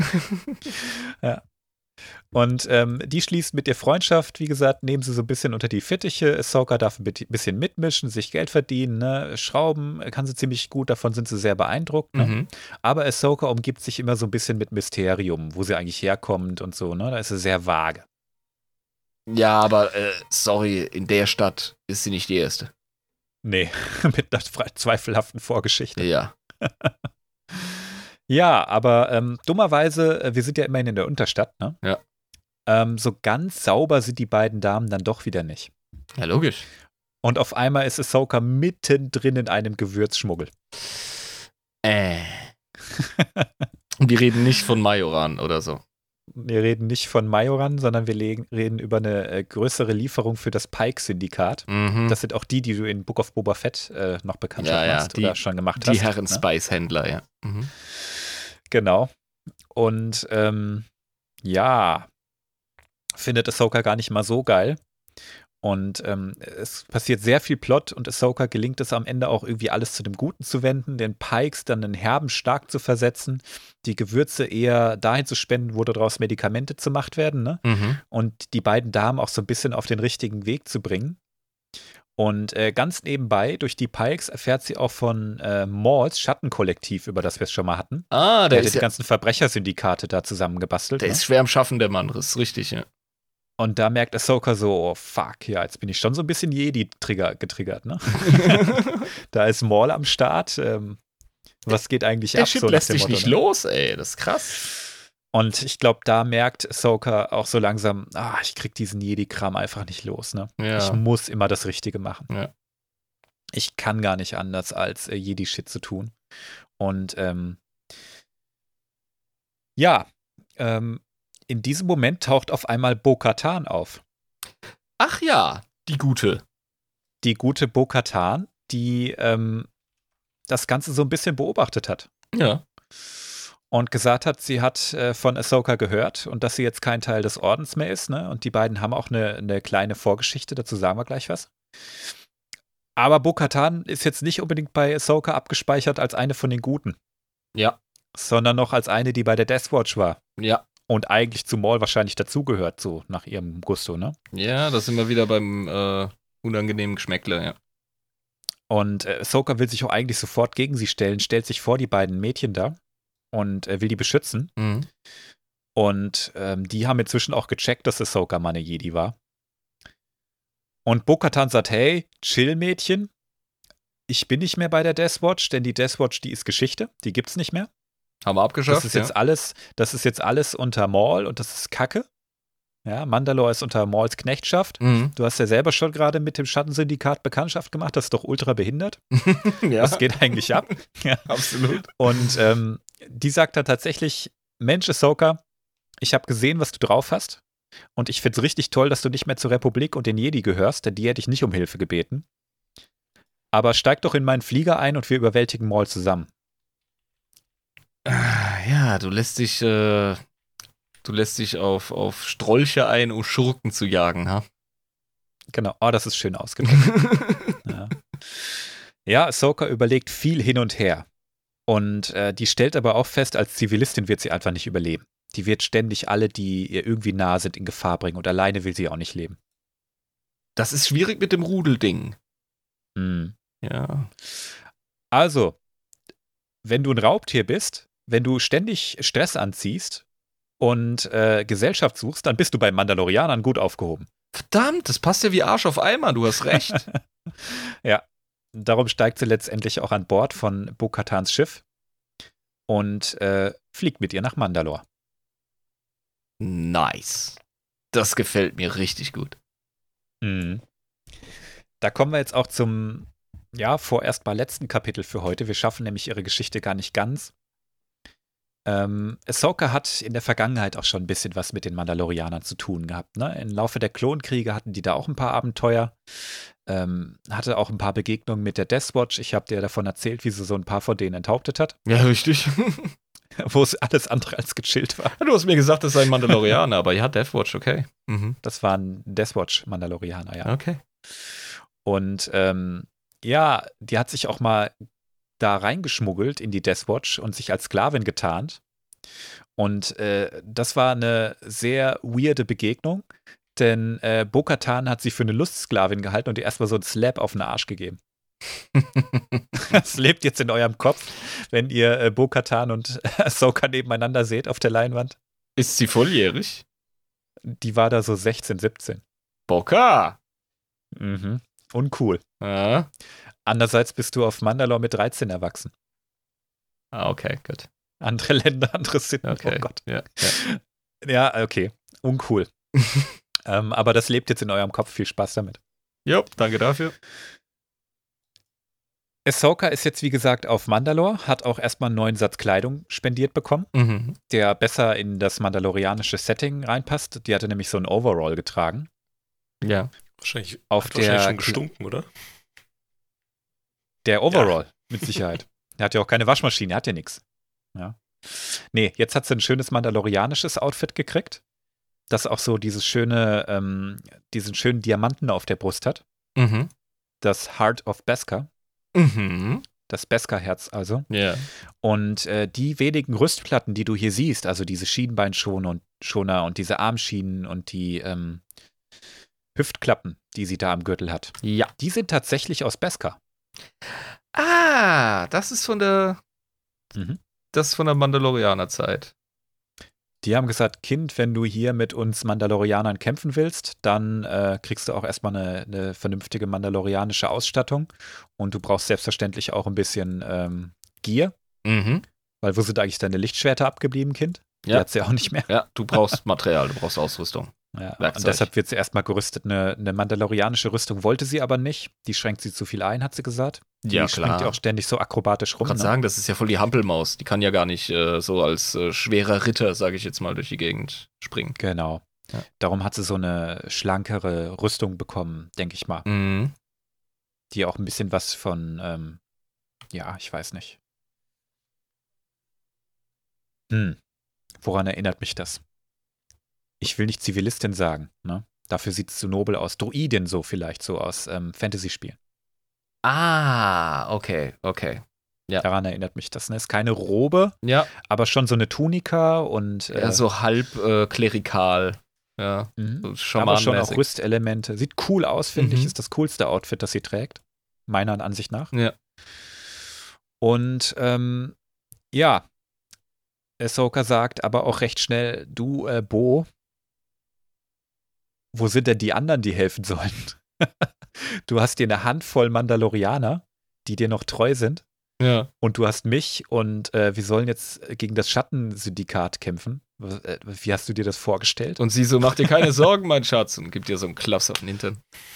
Und ähm, die schließt mit ihr Freundschaft, wie gesagt, nehmen sie so ein bisschen unter die Fittiche. Ahsoka darf ein bit- bisschen mitmischen, sich Geld verdienen, ne? Schrauben kann sie ziemlich gut, davon sind sie sehr beeindruckt. Ne? Mhm. Aber Ahsoka umgibt sich immer so ein bisschen mit Mysterium, wo sie eigentlich herkommt und so, ne? Da ist sie sehr vage. Ja, aber äh, sorry, in der Stadt ist sie nicht die erste. Nee, mit einer fre- zweifelhaften Vorgeschichte. Ja. Ja, aber ähm, dummerweise, äh, wir sind ja immerhin in der Unterstadt, ne? Ja. Ähm, so ganz sauber sind die beiden Damen dann doch wieder nicht. Ja, logisch. Und auf einmal ist Ahsoka mittendrin in einem Gewürzschmuggel. Äh. Und die reden nicht von Majoran oder so. Wir reden nicht von Majoran, sondern wir legen, reden über eine äh, größere Lieferung für das Pike-Syndikat. Mhm. Das sind auch die, die du in Book of Boba Fett äh, noch Bekanntschaft Ja, ja, machst die- oder schon gemacht Die hast. Herren ne? Spice-Händler, ja. Mhm. Genau. Und ähm, ja, findet Ahsoka gar nicht mal so geil. Und ähm, es passiert sehr viel Plot und Ahsoka gelingt es am Ende auch irgendwie alles zu dem Guten zu wenden, den Pikes dann einen herben Schlag zu versetzen, die Gewürze eher dahin zu spenden, wo daraus Medikamente gemacht werden, ne? Mhm. Und die beiden Damen auch so ein bisschen auf den richtigen Weg zu bringen. Und äh, ganz nebenbei, durch die Pikes, erfährt sie auch von äh, Mauls Schattenkollektiv, über das wir es schon mal hatten. Ah, Der der hat ist, die ja, ganzen Verbrechersyndikate da zusammengebastelt. der Ne? ist schwer am Schaffen, der Mann. Das ist richtig, ja. Und da merkt Ahsoka so, oh fuck, ja, jetzt bin ich schon so ein bisschen Jedi-Trigger getriggert, ne? Da ist Maul am Start. Ähm, was geht eigentlich Der ab? Shit so nach lässt dem sich Motto, nicht ne? los, ey. Das ist krass. Und ich glaube, da merkt Ahsoka auch so langsam, ah, ich krieg diesen Jedi-Kram einfach nicht los, ne? Ja. Ich muss immer das Richtige machen. Ja. Ich kann gar nicht anders, als äh, Jedi-Shit zu tun. Und ähm, ja, ähm, in diesem Moment taucht auf einmal Bo-Katan auf. Ach ja, die gute. Die gute Bo-Katan, die ähm, das Ganze so ein bisschen beobachtet hat. Ja. Und gesagt hat, sie hat äh, von Ahsoka gehört und dass sie jetzt kein Teil des Ordens mehr ist. Ne? Und die beiden haben auch eine, eine kleine Vorgeschichte, dazu sagen wir gleich was. Aber Bo-Katan ist jetzt nicht unbedingt bei Ahsoka abgespeichert als eine von den Guten, Ja. sondern noch als eine, die bei der Death Watch war. Ja. Und eigentlich zu Maul wahrscheinlich dazugehört, so nach ihrem Gusto, ne? Ja, da sind wir wieder beim äh, unangenehmen Geschmäckle, ja. Und äh, Ahsoka will sich auch eigentlich sofort gegen sie stellen, stellt sich vor die beiden Mädchen da und äh, will die beschützen. Mhm. Und ähm, die haben inzwischen auch gecheckt, dass Ahsoka mal eine Jedi war. Und Bo-Katan sagt, hey, chill, Mädchen. Ich bin nicht mehr bei der Death Watch, denn die Death Watch, die ist Geschichte. Die gibt's nicht mehr. Haben wir abgeschafft, Das ist jetzt alles, das ist jetzt alles unter Maul und das ist Kacke. Ja, Mandalore ist unter Mauls Knechtschaft. ja. Mhm. Du hast ja selber schon gerade mit dem Schattensyndikat Bekanntschaft gemacht. Das ist doch ultra behindert. Ja, Was geht eigentlich ab? Ja. absolut. Und ähm, die sagt dann tatsächlich, Mensch, Ahsoka, ich habe gesehen, was du drauf hast. Und ich find's richtig toll, dass du nicht mehr zur Republik und den Jedi gehörst, denn die hätte ich nicht um Hilfe gebeten. Aber steig doch in meinen Flieger ein und wir überwältigen Maul zusammen. Ja, du lässt dich, äh, du lässt dich auf, auf Strolche ein, um Schurken zu jagen, ha? Genau, oh, das ist schön ausgedrückt. Ja. Ja, Ahsoka überlegt viel hin und her. Und äh, die stellt aber auch fest, als Zivilistin wird sie einfach nicht überleben. Die wird ständig alle, die ihr irgendwie nahe sind, in Gefahr bringen. Und alleine will sie auch nicht leben. Das ist schwierig mit dem Rudelding. Hm. Ja. Also, wenn du ein Raubtier bist, wenn du ständig Stress anziehst und äh, Gesellschaft suchst, dann bist du bei Mandalorianern gut aufgehoben. Verdammt, das passt ja wie Arsch auf Eimer, du hast recht. Ja, darum steigt sie letztendlich auch an Bord von Bo-Katans Schiff und äh, fliegt mit ihr nach Mandalore. Nice. Das gefällt mir richtig gut. Mhm. Da kommen wir jetzt auch zum, ja, vorerst mal letzten Kapitel für heute. Wir schaffen nämlich ihre Geschichte gar nicht ganz. Ähm, Ahsoka hat in der Vergangenheit auch schon ein bisschen was mit den Mandalorianern zu tun gehabt. Ne? Im Laufe der Klonkriege hatten die da auch ein paar Abenteuer. Ähm, hatte auch ein paar Begegnungen mit der Death Watch. Ich habe dir davon erzählt, wie sie so ein paar von denen enthauptet hat, Ja, richtig. wo es alles andere als gechillt war. Du hast mir gesagt, das sei ein Mandalorianer, aber ja, Deathwatch, okay. Mhm. Das waren Death Watch Mandalorianer, ja. Okay. Und ähm, ja, die hat sich auch mal da reingeschmuggelt in die Death Watch und sich als Sklavin getarnt. Und äh, das war eine sehr weirde Begegnung, denn äh, Bo-Katan hat sie für eine Lustsklavin gehalten und ihr erstmal so einen Slap auf den Arsch gegeben. Das lebt jetzt in eurem Kopf, wenn ihr äh, Bo-Katan und Ahsoka nebeneinander seht auf der Leinwand. Ist sie volljährig? Die war da so sechzehn, siebzehn. Boka! Mhm. Uncool. Ah, Andererseits bist du auf Mandalore mit dreizehn erwachsen. ah okay, gut. Andere Länder, andere Sitten. Okay. Oh Gott. Ja, ja. Ja, okay. Uncool. ähm, aber das lebt jetzt in eurem Kopf. Viel Spaß damit. Jo, danke dafür. Ahsoka ist jetzt, wie gesagt, auf Mandalore, hat auch erstmal einen neuen Satz Kleidung spendiert bekommen, Mhm. der besser in das mandalorianische Setting reinpasst. Die hatte nämlich so einen Overall getragen. Ja. Wahrscheinlich, Auf hat wahrscheinlich der schon Kle- gestunken, oder? Der Overall, mit Sicherheit. Der hat ja auch keine Waschmaschine, der hat ja nichts. Ja. Nee, jetzt hat sie ein schönes mandalorianisches Outfit gekriegt, das auch so dieses schöne, ähm, diesen schönen Diamanten auf der Brust hat. Mhm. Das Heart of Beskar. Mhm. Das Beskar-Herz also. Ja. Und äh, die wenigen Rüstplatten, die du hier siehst, also diese Schienbeinschoner und, Schoner und diese Armschienen und die ähm, Hüftklappen, die sie da am Gürtel hat, Ja. die sind tatsächlich aus Beskar. Ah, das ist von der, Mhm. das ist von der Mandalorianer-Zeit. Die haben gesagt, Kind, wenn du hier mit uns Mandalorianern kämpfen willst, dann äh, kriegst du auch erstmal eine, eine vernünftige mandalorianische Ausstattung und du brauchst selbstverständlich auch ein bisschen ähm, Gear, Mhm. weil wo sind eigentlich deine Lichtschwerter abgeblieben, Kind? Die Ja. hat sie auch nicht mehr. Ja, du brauchst Material, du brauchst Ausrüstung. Ja, Werkzeug. und deshalb wird sie erstmal gerüstet. Eine, eine mandalorianische Rüstung wollte sie aber nicht. Die schränkt sie zu viel ein, hat sie gesagt. Die Ja, schwingt ja klar. auch ständig so akrobatisch Ich rum. kann Ne? sagen, das ist ja voll die Hampelmaus. Die kann ja gar nicht äh, so als äh, schwerer Ritter, sage ich jetzt mal, durch die Gegend springen. Genau. Ja. Darum hat sie so eine schlankere Rüstung bekommen, denke ich mal. Mhm. Die auch ein bisschen was von, ähm, ja, ich weiß nicht. Hm. Woran erinnert mich das? Ich will nicht Zivilistin sagen, ne? Dafür sieht es zu nobel aus. Druidin so vielleicht, so aus ähm, Fantasy-Spielen. Ah, okay, okay. Ja. Daran erinnert mich das. Ne? Ist keine Robe, Ja, aber schon so eine Tunika und äh, eher so halb äh, klerikal. Ja, mhm. so aber schon auch schamanenmäßig. Rüstelemente. Sieht cool aus, finde ich. Mhm. Ist das coolste Outfit, das sie trägt. Meiner Ansicht nach. Ja. Und ähm, ja, Ahsoka sagt aber auch recht schnell, du, äh, Bo, wo sind denn die anderen, die helfen sollen? Du hast dir eine Handvoll Mandalorianer, die dir noch treu sind. Ja. Und du hast mich und äh, wir sollen jetzt gegen das Schattensyndikat kämpfen. Was, äh, wie hast du dir das vorgestellt? Und sie so, mach dir keine Sorgen, mein Schatz, und gibt dir so einen Klaps auf den Hintern.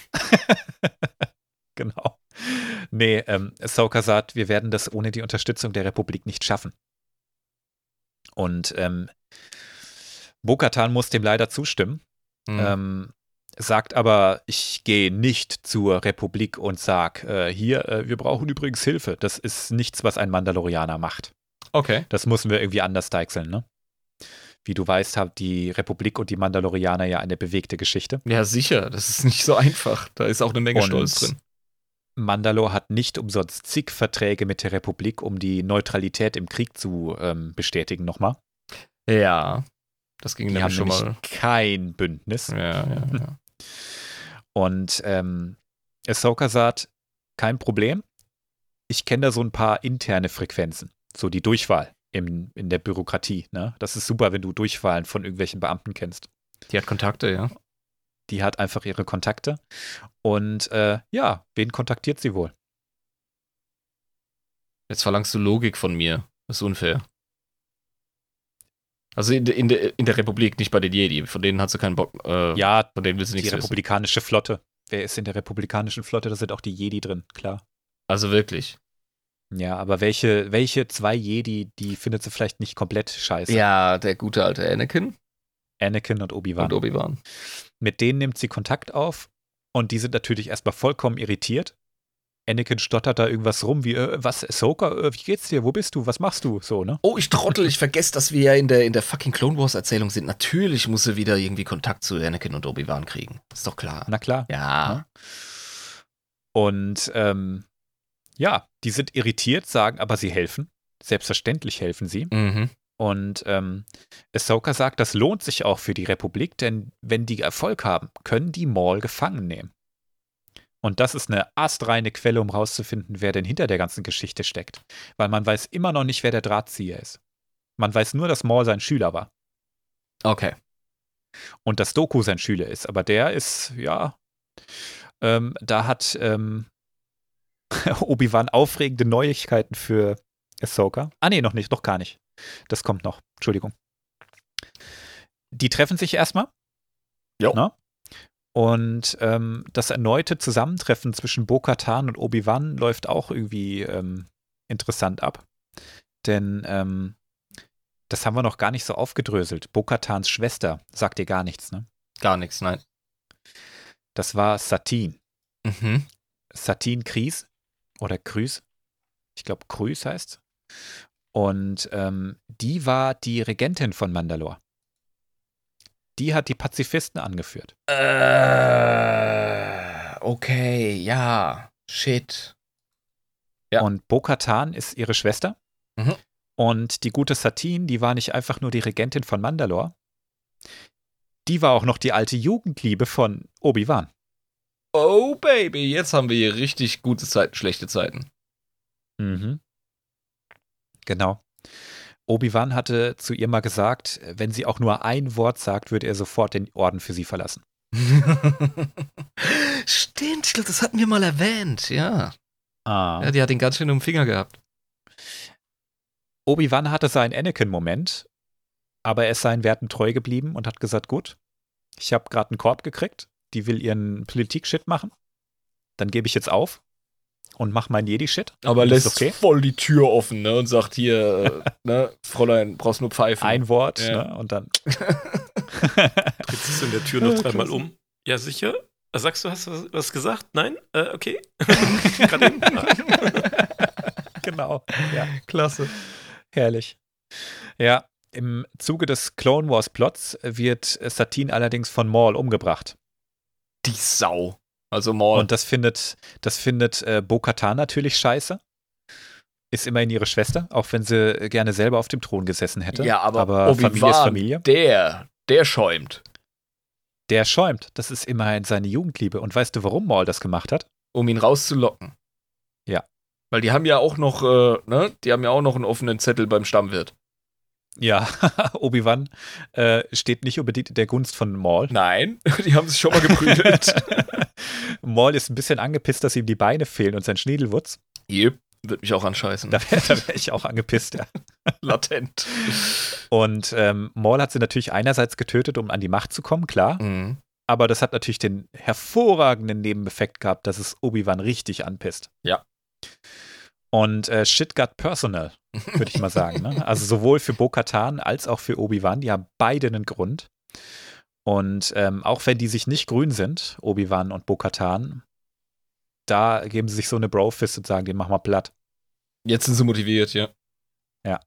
Genau. Nee, ähm, Ahsoka sagt, wir werden das ohne die Unterstützung der Republik nicht schaffen. Und ähm, Bo-Katan muss dem leider zustimmen. Mhm. Ähm, sagt aber, ich gehe nicht zur Republik und sag, äh, hier, äh, wir brauchen übrigens Hilfe. Das ist nichts, was ein Mandalorianer macht. Okay. Das müssen wir irgendwie anders deichseln, ne? Wie du weißt, hat die Republik und die Mandalorianer ja eine bewegte Geschichte. Ja, sicher, das ist nicht so einfach. Da ist auch eine Menge Und Stolz drin. Mandalore hat nicht umsonst zig Verträge mit der Republik, um die Neutralität im Krieg zu ähm, bestätigen nochmal. Ja, das ging Die nämlich haben schon nämlich mal. kein Bündnis. Ja, ja, ja. Und ähm, Ahsoka sagt, kein Problem. Ich kenne da so ein paar interne Frequenzen. So die Durchwahl im, in der Bürokratie. Ne? Das ist super, wenn du Durchwahlen von irgendwelchen Beamten kennst. Die hat Kontakte, ja. Die hat einfach ihre Kontakte. Und äh, ja, wen kontaktiert sie wohl? Jetzt verlangst du Logik von mir. Das ist unfair. Also in, de, in, de, in der Republik, nicht bei den Jedi. Von denen hat sie keinen Bock. Äh, Ja, von denen will sie die nichts wissen. republikanische Flotte. Wer ist in der republikanischen Flotte? Da sind auch die Jedi drin, klar. Also wirklich. Ja, aber welche, welche zwei Jedi, die findet sie vielleicht nicht komplett scheiße? Ja, der gute alte Anakin Anakin und Obi-Wan. und Obi-Wan. Mit denen nimmt sie Kontakt auf und die sind natürlich erstmal vollkommen irritiert. Anakin stottert da irgendwas rum, wie, äh, was, Ahsoka, äh, wie geht's dir, wo bist du, was machst du, so, ne? Oh, ich trottel, ich vergesse, dass wir ja in der, in der fucking Clone Wars Erzählung sind. Natürlich muss sie wieder irgendwie Kontakt zu Anakin und Obi-Wan kriegen. Ist doch klar. Na klar. Ja. Und, ähm, ja, die sind irritiert, sagen aber, sie helfen. Selbstverständlich helfen sie. Mhm. Und ähm, Ahsoka sagt, das lohnt sich auch für die Republik, denn wenn die Erfolg haben, können die Maul gefangen nehmen. Und das ist eine astreine Quelle, um rauszufinden, wer denn hinter der ganzen Geschichte steckt. Weil man weiß immer noch nicht, wer der Drahtzieher ist. Man weiß nur, dass Maul sein Schüler war. Okay. Und dass Doku sein Schüler ist. Aber der ist, ja, ähm, da hat ähm, Obi-Wan aufregende Neuigkeiten für Ahsoka. Ah, nee, noch nicht, noch gar nicht. Das kommt noch. Entschuldigung. Die treffen sich erstmal. Jo. Ne? Und ähm, das erneute Zusammentreffen zwischen Bo-Katan und Obi-Wan läuft auch irgendwie ähm, interessant ab. Denn ähm, das haben wir noch gar nicht so aufgedröselt. Bo-Katans Schwester sagt dir gar nichts, ne? Gar nichts, nein. Das war Satine. Mhm. Satine Kryze oder Kryze. Ich glaube, Kryze heißt. Und ähm, die war die Regentin von Mandalore. Die hat die Pazifisten angeführt. Äh, okay, ja. Shit. Ja. Und Bo-Katan ist ihre Schwester. Mhm. Und die gute Satine, die war nicht einfach nur die Regentin von Mandalore. Die war auch noch die alte Jugendliebe von Obi-Wan. Oh, Baby, jetzt haben wir hier richtig gute Zeiten, schlechte Zeiten. Mhm. Genau. Obi-Wan hatte zu ihr mal gesagt, wenn sie auch nur ein Wort sagt, würde er sofort den Orden für sie verlassen. Stimmt, ich glaube, das hatten wir mal erwähnt, ja. Ah. Ja, die hat ihn ganz schön um den Finger gehabt. Obi-Wan hatte seinen Anakin-Moment, aber er ist seinen Werten treu geblieben und hat gesagt, gut, ich habe gerade einen Korb gekriegt, die will ihren Politik-Shit machen, dann gebe ich jetzt auf und mach meinen Jedi-Shit. Aber Und lässt ist okay. voll die Tür offen, ne, und sagt hier, äh, ne, Fräulein, brauchst nur pfeifen. Ein Wort, Ja. ne, und dann Dreht sich in der Tür noch Ja, dreimal klasse. um. Ja, sicher? Äh, Sagst du, hast du was, was gesagt? Nein? Äh, okay. Gerade eben. genau, ja, Klasse. herrlich. Ja, im Zuge des Clone Wars Plots wird Satine allerdings von Maul umgebracht. Die Sau. Also Maul. Und das findet, das findet äh, Bo-Katan natürlich scheiße. Ist immerhin ihre Schwester, auch wenn sie gerne selber auf dem Thron gesessen hätte. ja, aber, aber Familie ist Obi-Wan, Familie. der, der schäumt. Der schäumt. Das ist immerhin seine Jugendliebe. Und weißt du, warum Maul das gemacht hat? Um ihn rauszulocken. Ja. Weil die haben ja auch noch, äh, ne, die haben ja auch noch einen offenen Zettel beim Stammwirt. Ja, Obi-Wan äh, steht nicht unbedingt in der Gunst von Maul. Nein, die haben sich schon mal geprügelt. Maul ist ein bisschen angepisst, dass ihm die Beine fehlen und sein Schniedelwutz. Jep, wird mich auch anscheißen. Da wäre da wär ich auch angepisst, ja. Latent. Und ähm, Maul hat sie natürlich einerseits getötet, um an die Macht zu kommen, klar. Mhm. Aber das hat natürlich den hervorragenden Nebeneffekt gehabt, dass es Obi-Wan richtig anpisst. Ja. Und äh, shit got personal, würde ich mal sagen. Ne? Also sowohl für Bo-Katan als auch für Obi-Wan, die haben beide einen Grund. Und ähm, auch wenn die sich nicht grün sind, Obi-Wan und Bo-Katan, da geben sie sich so eine Bro-Fist und sagen, den machen wir platt. Jetzt sind sie motiviert, ja. Ja.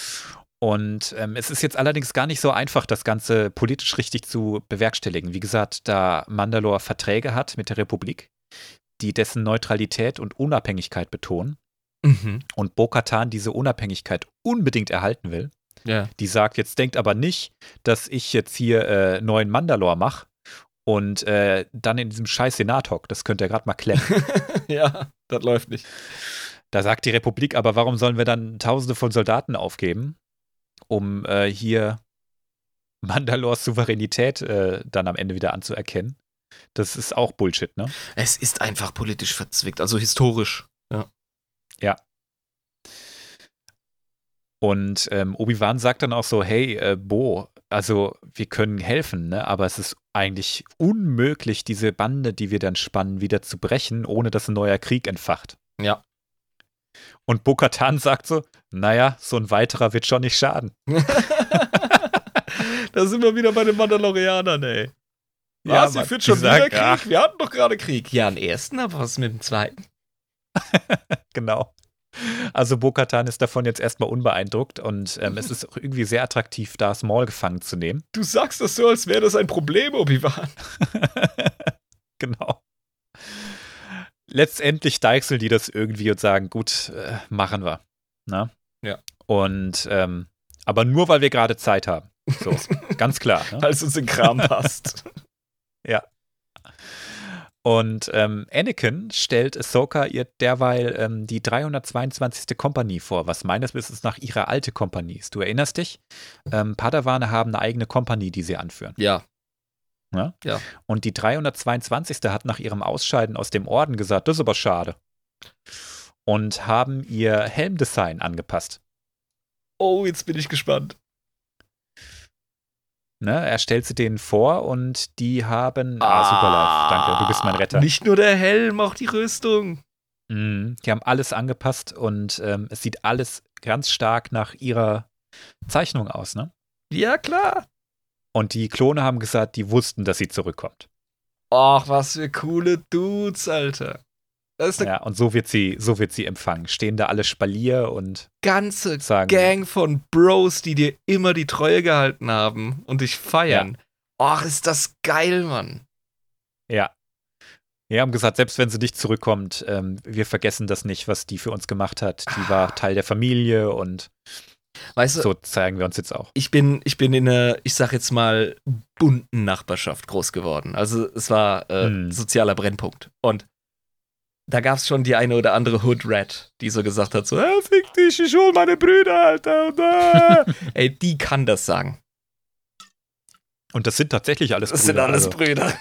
Und ähm, es ist jetzt allerdings gar nicht so einfach, das Ganze politisch richtig zu bewerkstelligen. Wie gesagt, da Mandalore Verträge hat mit der Republik, die dessen Neutralität und Unabhängigkeit betonen Mhm. und Bo-Katan diese Unabhängigkeit unbedingt erhalten will, Ja. die sagt, jetzt denkt aber nicht, dass ich jetzt hier äh, neuen Mandalore mache und äh, dann in diesem scheiß Senat hock. Das könnt ihr gerade mal klemmen. Ja, das läuft nicht. Da sagt die Republik, aber warum sollen wir dann Tausende von Soldaten aufgeben, um äh, hier Mandalores Souveränität äh, dann am Ende wieder anzuerkennen? Das ist auch Bullshit, ne? Es ist einfach politisch verzwickt, also historisch. Ja. Und ähm, Obi-Wan sagt dann auch so, hey, äh, Bo, also wir können helfen, ne? Aber es ist eigentlich unmöglich, diese Bande, die wir dann spannen, wieder zu brechen, ohne dass ein neuer Krieg entfacht. Ja. Und Bo-Katan sagt so, naja, so ein weiterer wird schon nicht schaden. Da sind wir wieder bei den Mandalorianern, ey. Ja, Was, ihr Mann, führt die schon wieder sagen, Krieg? ach. Wir hatten doch gerade Krieg. Ja, einen ersten, aber was mit dem zweiten? Genau. Also Bo-Katan ist davon jetzt erstmal unbeeindruckt und ähm, es ist auch irgendwie sehr attraktiv, Darth Maul gefangen zu nehmen. Du sagst das so, als wäre das ein Problem, Obi-Wan. Genau. Letztendlich deichseln die das irgendwie und sagen, gut, äh, machen wir. Na? Ja. Und ähm, aber nur, weil wir gerade Zeit haben. So, ganz klar. Ne? Als uns in Kram passt. Ja. Und ähm, Anakin stellt Ahsoka ihr derweil ähm, die dreihundertzweiundzwanzigste Kompanie vor, was meines Wissens nach ihre alte Kompanie ist. Du erinnerst dich? Ähm, Padawane haben eine eigene Kompanie, die sie anführen. Ja. Ja? Ja. Und die dreihundertzweiundzwanzigste hat nach ihrem Ausscheiden aus dem Orden gesagt, das ist aber schade. Und haben ihr Helmdesign angepasst. Oh, jetzt bin ich gespannt. Ne, er stellt sie denen vor und die haben. Ah, super live. Danke, du bist mein Retter. Nicht nur der Helm, auch die Rüstung. Mm, die haben alles angepasst und ähm, es sieht alles ganz stark nach ihrer Zeichnung aus, ne? Ja, klar. Und die Klone haben gesagt, die wussten, dass sie zurückkommt. Ach, was für coole Dudes, Alter. Das ist eine Ja, und so wird sie, so wird sie empfangen. Stehen da alle Spalier und ganze sagen, Gang von Bros, die dir immer die Treue gehalten haben und dich feiern. Ach, ist das geil, Mann. Ja. Wir haben gesagt, selbst wenn sie nicht zurückkommt, ähm, wir vergessen das nicht, was die für uns gemacht hat. Die war Teil der Familie und weißt du, so zeigen wir uns jetzt auch. Ich bin, ich bin in einer, ich sag jetzt mal, bunten Nachbarschaft groß geworden. Also es war äh, Hm. sozialer Brennpunkt. Und da gab es schon die eine oder andere Hood-Rat, die so gesagt hat, so, äh, fick dich, ich hol meine Brüder, Alter. Und, äh. Ey, die kann das sagen. Und das sind tatsächlich alles Das Brüder. sind alles also, Brüder.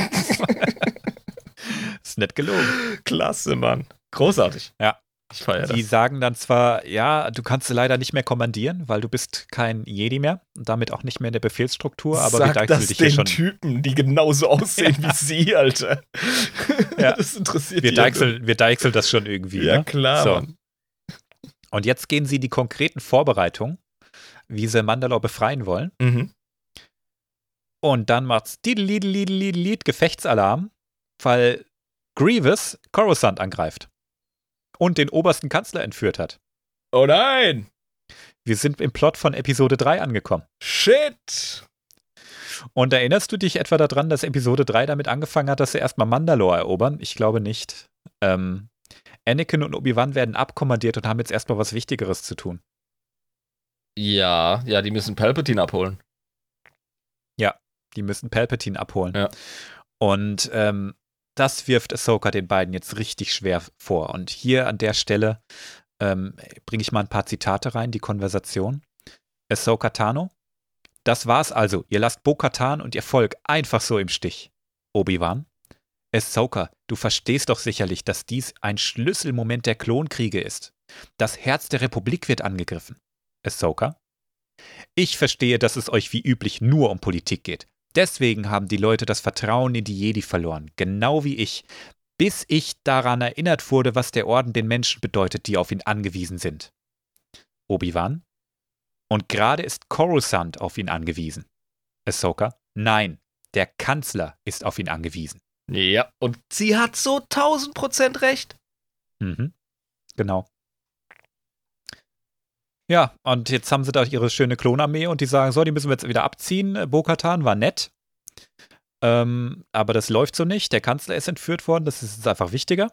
ist nicht gelogen. Klasse, Mann. Großartig. Ja. Ich feiere Die das. sagen dann zwar, ja, du kannst sie leider nicht mehr kommandieren, weil du bist kein Jedi mehr und damit auch nicht mehr in der Befehlsstruktur, aber wir Sag deichseln das dich hier den schon. Typen, die genauso aussehen wie sie, Alter. Ja. Das interessiert Wir die ja deichseln, wir deichseln das schon irgendwie. Ja, ne? klar, So. Mann. Und jetzt gehen sie die konkreten Vorbereitungen, wie sie Mandalore befreien wollen. Mhm. Und dann macht's Lied, Gefechtsalarm, weil Grievous Coruscant angreift und den obersten Kanzler entführt hat. Oh nein! Wir sind im Plot von Episode drei angekommen. Shit! Und erinnerst du dich etwa daran, dass Episode drei damit angefangen hat, dass sie erstmal Mandalore erobern? Ich glaube nicht. Ähm, Anakin und Obi-Wan werden abkommandiert und haben jetzt erstmal was Wichtigeres zu tun. Ja, ja, die müssen Palpatine abholen. Die müssen Palpatine abholen. Ja. Und ähm, das wirft Ahsoka den beiden jetzt richtig schwer vor. Und hier an der Stelle ähm, bringe ich mal ein paar Zitate rein, die Konversation. Ahsoka Tano: Das war's also. Ihr lasst Bo-Katan und ihr Volk einfach so im Stich. Obi-Wan: Ahsoka, du verstehst doch sicherlich, dass dies ein Schlüsselmoment der Klonkriege ist. Das Herz der Republik wird angegriffen. Ahsoka: Ich verstehe, dass es euch wie üblich nur um Politik geht. Deswegen haben die Leute das Vertrauen in die Jedi verloren, genau wie ich, bis ich daran erinnert wurde, was der Orden den Menschen bedeutet, die auf ihn angewiesen sind. Obi-Wan: Und gerade ist Coruscant auf ihn angewiesen. Ahsoka: Nein, der Kanzler ist auf ihn angewiesen. Ja, und sie hat so tausend Prozent recht. Mhm. Genau. Ja, und jetzt haben sie da ihre schöne Klonarmee und die sagen, so, die müssen wir jetzt wieder abziehen. Bo-Katan war nett, ähm, aber das läuft so nicht. Der Kanzler ist entführt worden, das ist jetzt einfach wichtiger.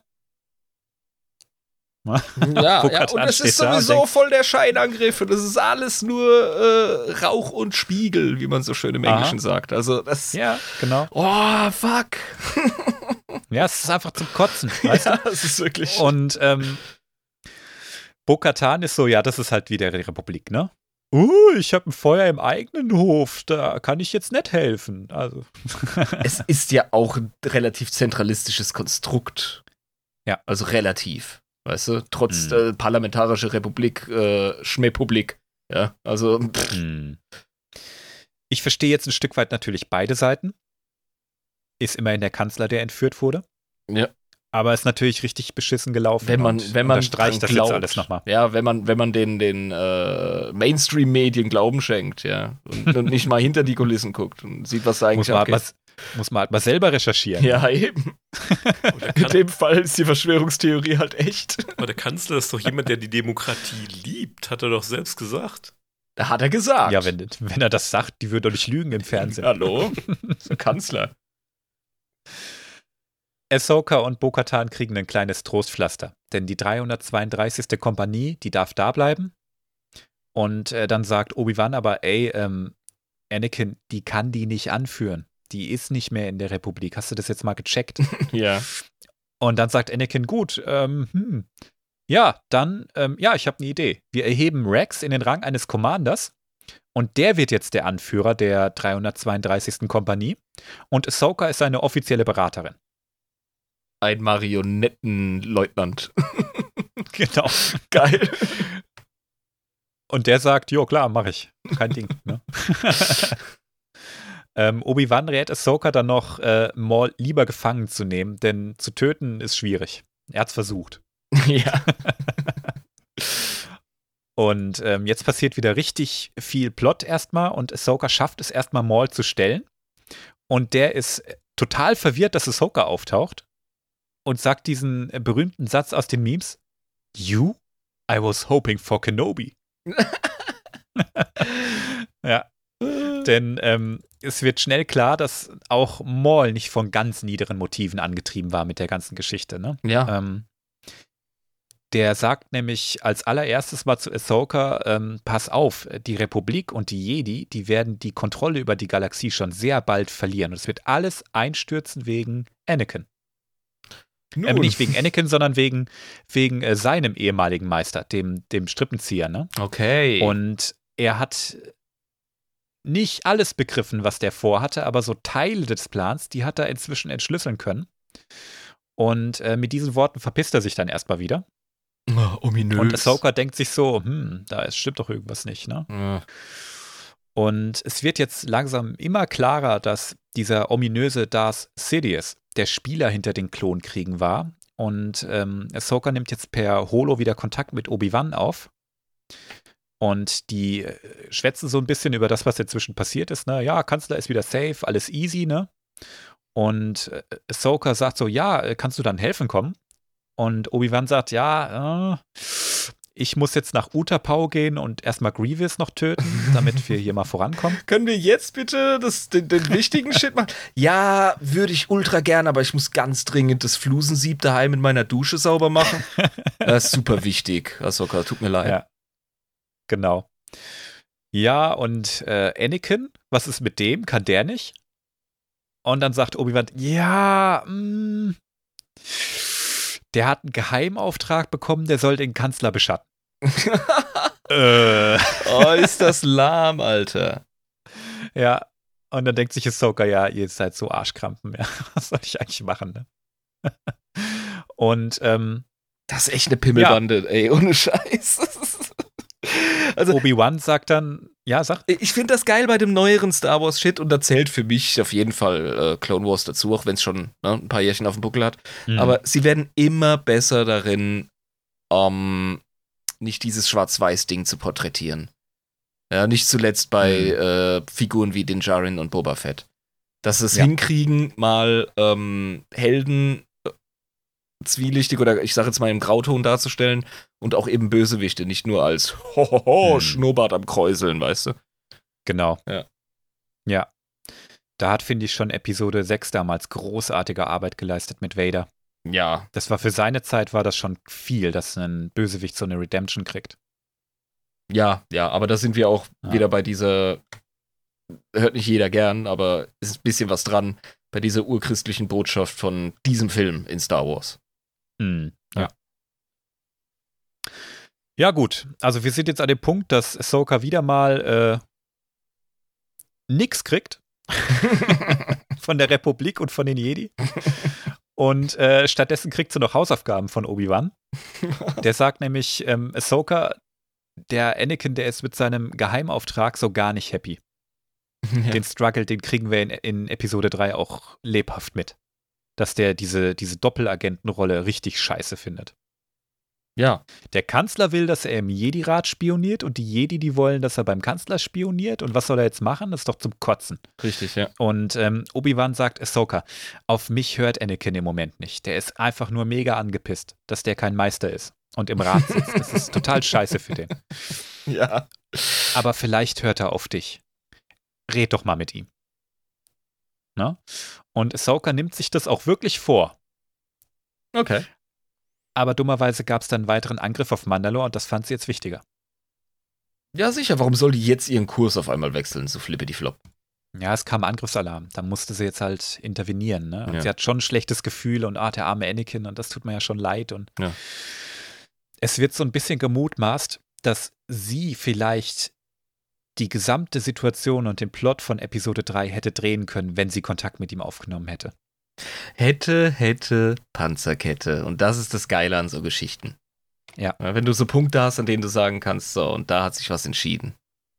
Ja, ja, Bo-Katan und es steht ist da und sowieso denkt, voll der Scheinangriff und es ist alles nur äh, Rauch und Spiegel, wie man so schön im Aha. Englischen sagt. Also das. Ja, genau. Oh, fuck. Ja, es ist einfach zum Kotzen, weißt Ja, du? es ist wirklich. Und ähm, Bo-Katan ist so, ja, das ist halt wieder die Republik, ne? Uh, ich habe ein Feuer im eigenen Hof, da kann ich jetzt nicht helfen. Also. Es ist ja auch ein relativ zentralistisches Konstrukt. Ja. Also relativ. Weißt du, trotz Mhm. äh, parlamentarische Republik, äh, Schmepublik. Ja, also. Pff. Hm. Ich verstehe jetzt ein Stück weit natürlich beide Seiten. Ist immerhin der Kanzler, der entführt wurde. Ja. Aber ist natürlich richtig beschissen gelaufen. Wenn man, und wenn man unterstreicht dran das glaubt, jetzt alles nochmal. Ja, wenn man, wenn man den, den äh, Mainstream-Medien Glauben schenkt, ja. Und, und nicht mal hinter die Kulissen guckt und sieht, was da Muss eigentlich man, halt abgeht. mal, muss man halt mal selber recherchieren. Ja, eben. Der, In kan dem Fall ist die Verschwörungstheorie halt echt. aber der Kanzler ist doch jemand, der die Demokratie liebt, hat er doch selbst gesagt. Da hat er gesagt. Ja, wenn, wenn er das sagt, die würde doch nicht lügen im Fernsehen. Hallo? Das ist ein Kanzler. Ahsoka und Bo-Katan kriegen ein kleines Trostpflaster. Denn die dreihundertzweiunddreißigste Kompanie, die darf da bleiben. Und äh, dann sagt Obi-Wan aber, ey, ähm, Anakin, die kann die nicht anführen. Die ist nicht mehr in der Republik. Hast du das jetzt mal gecheckt? Ja. Und dann sagt Anakin, gut, ähm, hm, ja, dann, ähm, ja, ich habe eine Idee. Wir erheben Rex in den Rang eines Commanders und der wird jetzt der Anführer der dreihundertzweiunddreißigsten Kompanie und Ahsoka ist seine offizielle Beraterin. Ein Marionettenleutnant. Genau. Geil. Und der sagt, jo, klar, mache ich. Kein Ding. Ne? Ähm, Obi-Wan rät Ahsoka dann noch, äh, Maul lieber gefangen zu nehmen, denn zu töten ist schwierig. Er hat's versucht. Ja. Und ähm, jetzt passiert wieder richtig viel Plot erstmal und Ahsoka schafft es erstmal, Maul zu stellen. Und der ist total verwirrt, dass Ahsoka auftaucht und sagt diesen äh, berühmten Satz aus den Memes: You? I was hoping for Kenobi. Ja. Denn ähm, es wird schnell klar, dass auch Maul nicht von ganz niederen Motiven angetrieben war mit der ganzen Geschichte. Ne? Ja. Ähm, der sagt nämlich als allererstes mal zu Ahsoka, ähm, pass auf, die Republik und die Jedi, die werden die Kontrolle über die Galaxie schon sehr bald verlieren. Und es wird alles einstürzen wegen Anakin. Ähm, nicht wegen Anakin, sondern wegen, wegen äh, seinem ehemaligen Meister, dem, dem Strippenzieher. Ne? Okay. Und er hat nicht alles begriffen, was der vorhatte, aber so Teile des Plans, die hat er inzwischen entschlüsseln können. Und äh, mit diesen Worten verpisst er sich dann erstmal wieder. Oh, ominös. Und Ahsoka denkt sich so, hm, da ist, stimmt doch irgendwas nicht, ne? Ja. Und es wird jetzt langsam immer klarer, dass dieser ominöse Darth Sidious der Spieler hinter den Klonkriegen war. Und ähm, Ahsoka nimmt jetzt per Holo wieder Kontakt mit Obi-Wan auf. Und die äh, schwätzen so ein bisschen über das, was inzwischen passiert ist. Ne? Ja, Kanzler ist wieder safe, alles easy, ne? Und äh, Ahsoka sagt so, ja, kannst du dann helfen kommen? Und Obi-Wan sagt, ja, äh, ich muss jetzt nach Utapau gehen und erstmal Grievous noch töten, damit wir hier mal vorankommen. Können wir jetzt bitte das, den, den wichtigen Shit machen? Ja, würde ich ultra gern, aber ich muss ganz dringend das Flusensieb daheim in meiner Dusche sauber machen. Das ist super wichtig, Ahsoka, tut mir leid. Ja. Genau. Ja, und äh, Anakin, was ist mit dem? Kann der nicht? Und dann sagt Obi-Wan, ja, mh, der hat einen Geheimauftrag bekommen, der soll den Kanzler beschatten. äh. Oh, ist das lahm, Alter. Ja, und dann denkt sich Ahsoka, ja, ihr seid so Arschkrampen, ja. Was soll ich eigentlich machen, ne? Und, ähm, das ist echt eine Pimmelbande, ja. Ey, ohne Scheiß. Also, Obi-Wan sagt dann, ja, sag. Ich finde das geil bei dem neueren Star Wars Shit und da zählt für mich auf jeden Fall äh, Clone Wars dazu, auch wenn es schon ne, ein paar Jährchen auf dem Buckel hat. Mhm. Aber sie werden immer besser darin, um, nicht dieses Schwarz-Weiß-Ding zu porträtieren. Ja, nicht zuletzt bei mhm. äh, Figuren wie Din Djarin und Boba Fett. Dass sie es ja. hinkriegen, mal ähm, Helden zwielichtig oder ich sage jetzt mal im Grauton darzustellen und auch eben Bösewichte, nicht nur als Hohoho, hm. Schnurrbart am Kräuseln, weißt du? Genau. Ja. Ja. Da hat, finde ich, schon Episode sechs damals großartige Arbeit geleistet mit Vader. Ja. Das war für seine Zeit, war das schon viel, dass ein Bösewicht so eine Redemption kriegt. Ja, ja, aber da sind wir auch ja. wieder bei dieser, hört nicht jeder gern, aber es ist ein bisschen was dran, bei dieser urchristlichen Botschaft von diesem Film in Star Wars. Hm, ja. Ja, gut. Also wir sind jetzt an dem Punkt, dass Ahsoka wieder mal äh, nix kriegt von der Republik und von den Jedi. Und äh, stattdessen kriegt sie noch Hausaufgaben von Obi-Wan. Der sagt nämlich, ähm, Ahsoka, der Anakin, der ist mit seinem Geheimauftrag so gar nicht happy. Ja. Den Struggle, den kriegen wir in, in Episode drei auch lebhaft mit. Dass der diese, diese Doppelagentenrolle richtig scheiße findet. Ja. Der Kanzler will, dass er im Jedi-Rat spioniert und die Jedi, die wollen, dass er beim Kanzler spioniert. Und was soll er jetzt machen? Das ist doch zum Kotzen. Richtig, ja. Und ähm, Obi-Wan sagt, Ahsoka, auf mich hört Anakin im Moment nicht. Der ist einfach nur mega angepisst, dass der kein Meister ist und im Rat sitzt. Das ist total scheiße für den. Ja. Aber vielleicht hört er auf dich. Red doch mal mit ihm. Na? Und Ahsoka nimmt sich das auch wirklich vor. Okay. Aber dummerweise gab es dann einen weiteren Angriff auf Mandalore und das fand sie jetzt wichtiger. Ja, sicher. Warum soll die jetzt ihren Kurs auf einmal wechseln, so flippity-flop? Ja, es kam Angriffsalarm. Da musste sie jetzt halt intervenieren. Ne? Und ja. sie hat schon ein schlechtes Gefühl und ah, der arme Anakin und das tut mir ja schon leid. Und ja. es wird so ein bisschen gemutmaßt, dass sie vielleicht die gesamte Situation und den Plot von Episode drei hätte drehen können, wenn sie Kontakt mit ihm aufgenommen hätte. Hätte, hätte, Panzerkette. Und das ist das Geile an so Geschichten. Ja. Wenn du so Punkte hast, an denen du sagen kannst, so, und da hat sich was entschieden.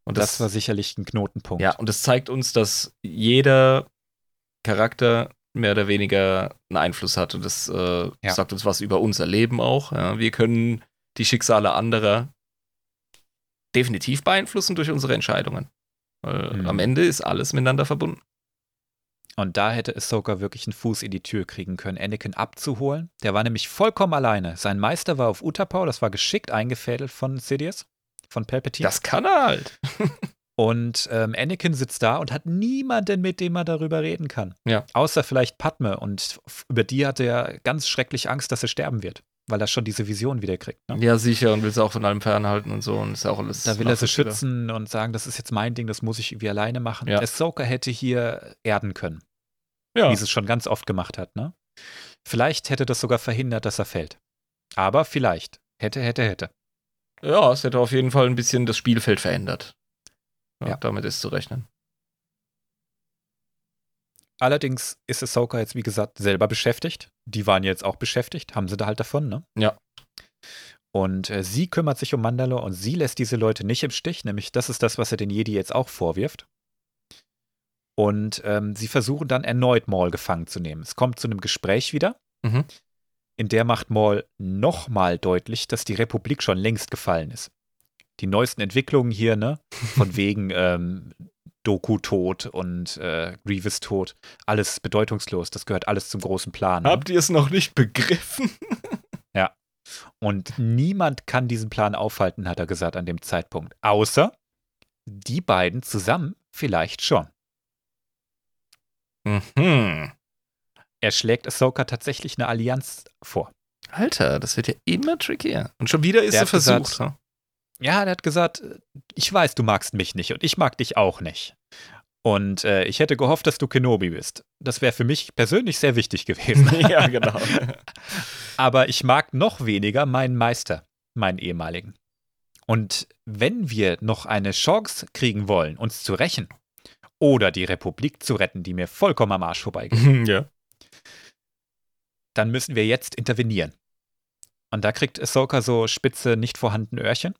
Und das, das, das war sicherlich ein Knotenpunkt. Ja, und es zeigt uns, dass jeder Charakter mehr oder weniger einen Einfluss hat. Und das äh, Ja. sagt uns was über unser Leben auch. Ja. Wir können die Schicksale anderer definitiv beeinflussen durch unsere Entscheidungen. Weil Mhm. am Ende ist alles miteinander verbunden. Und da hätte Ahsoka wirklich einen Fuß in die Tür kriegen können, Anakin abzuholen. Der war nämlich vollkommen alleine. Sein Meister war auf Utapau, das war geschickt eingefädelt von Sidious, von Palpatine. Das kann er halt. Und ähm, Anakin sitzt da und hat niemanden, mit dem er darüber reden kann. Ja. Außer vielleicht Padme. Und f- über die hat er ganz schrecklich Angst, dass er sterben wird. Weil er schon diese Vision wieder kriegt. Ne? Ja, sicher. Und will sie auch von allem fernhalten und so. Und ist auch alles. Da will er sie nachvollziehbar. schützen und sagen, das ist jetzt mein Ding, das muss ich irgendwie alleine machen. Ja. Ahsoka hätte hier erden können, Ja. wie sie es schon ganz oft gemacht hat. Ne? Vielleicht hätte das sogar verhindert, dass er fällt. Aber vielleicht. Hätte, hätte, hätte. ja, es hätte auf jeden Fall ein bisschen das Spielfeld verändert. Ja, Ja. Damit ist zu rechnen. Allerdings ist Ahsoka jetzt, wie gesagt, selber beschäftigt. Die waren jetzt auch beschäftigt, haben sie da halt davon, ne? Ja. Und äh, sie kümmert sich um Mandalore und sie lässt diese Leute nicht im Stich, nämlich das ist das, was er den Jedi jetzt auch vorwirft. Und ähm, sie versuchen dann erneut Maul gefangen zu nehmen. Es kommt zu einem Gespräch wieder. Mhm. In der macht Maul nochmal deutlich, dass die Republik schon längst gefallen ist. Die neuesten Entwicklungen hier, ne? Von wegen ähm, Doku tot und äh, Grievous tot. Alles bedeutungslos. Das gehört alles zum großen Plan. Ne? Habt ihr es noch nicht begriffen? Und niemand kann diesen Plan aufhalten, hat er gesagt an dem Zeitpunkt. Außer die beiden zusammen vielleicht schon. Mhm. Er schlägt Ahsoka tatsächlich eine Allianz vor. Alter, das wird ja immer trickier. Und schon wieder ist Der er hat versucht. gesagt- ne? Ja, der hat gesagt, ich weiß, du magst mich nicht und ich mag dich auch nicht. Und äh, ich hätte gehofft, dass du Kenobi bist. Das wäre für mich persönlich sehr wichtig gewesen. ja, genau. Aber ich mag noch weniger meinen Meister, meinen ehemaligen. Und wenn wir noch eine Chance kriegen wollen, uns zu rächen oder die Republik zu retten, die mir vollkommen am Arsch vorbeigeht, ja. dann müssen wir jetzt intervenieren. Und da kriegt Ahsoka so spitze, nicht vorhandene Öhrchen.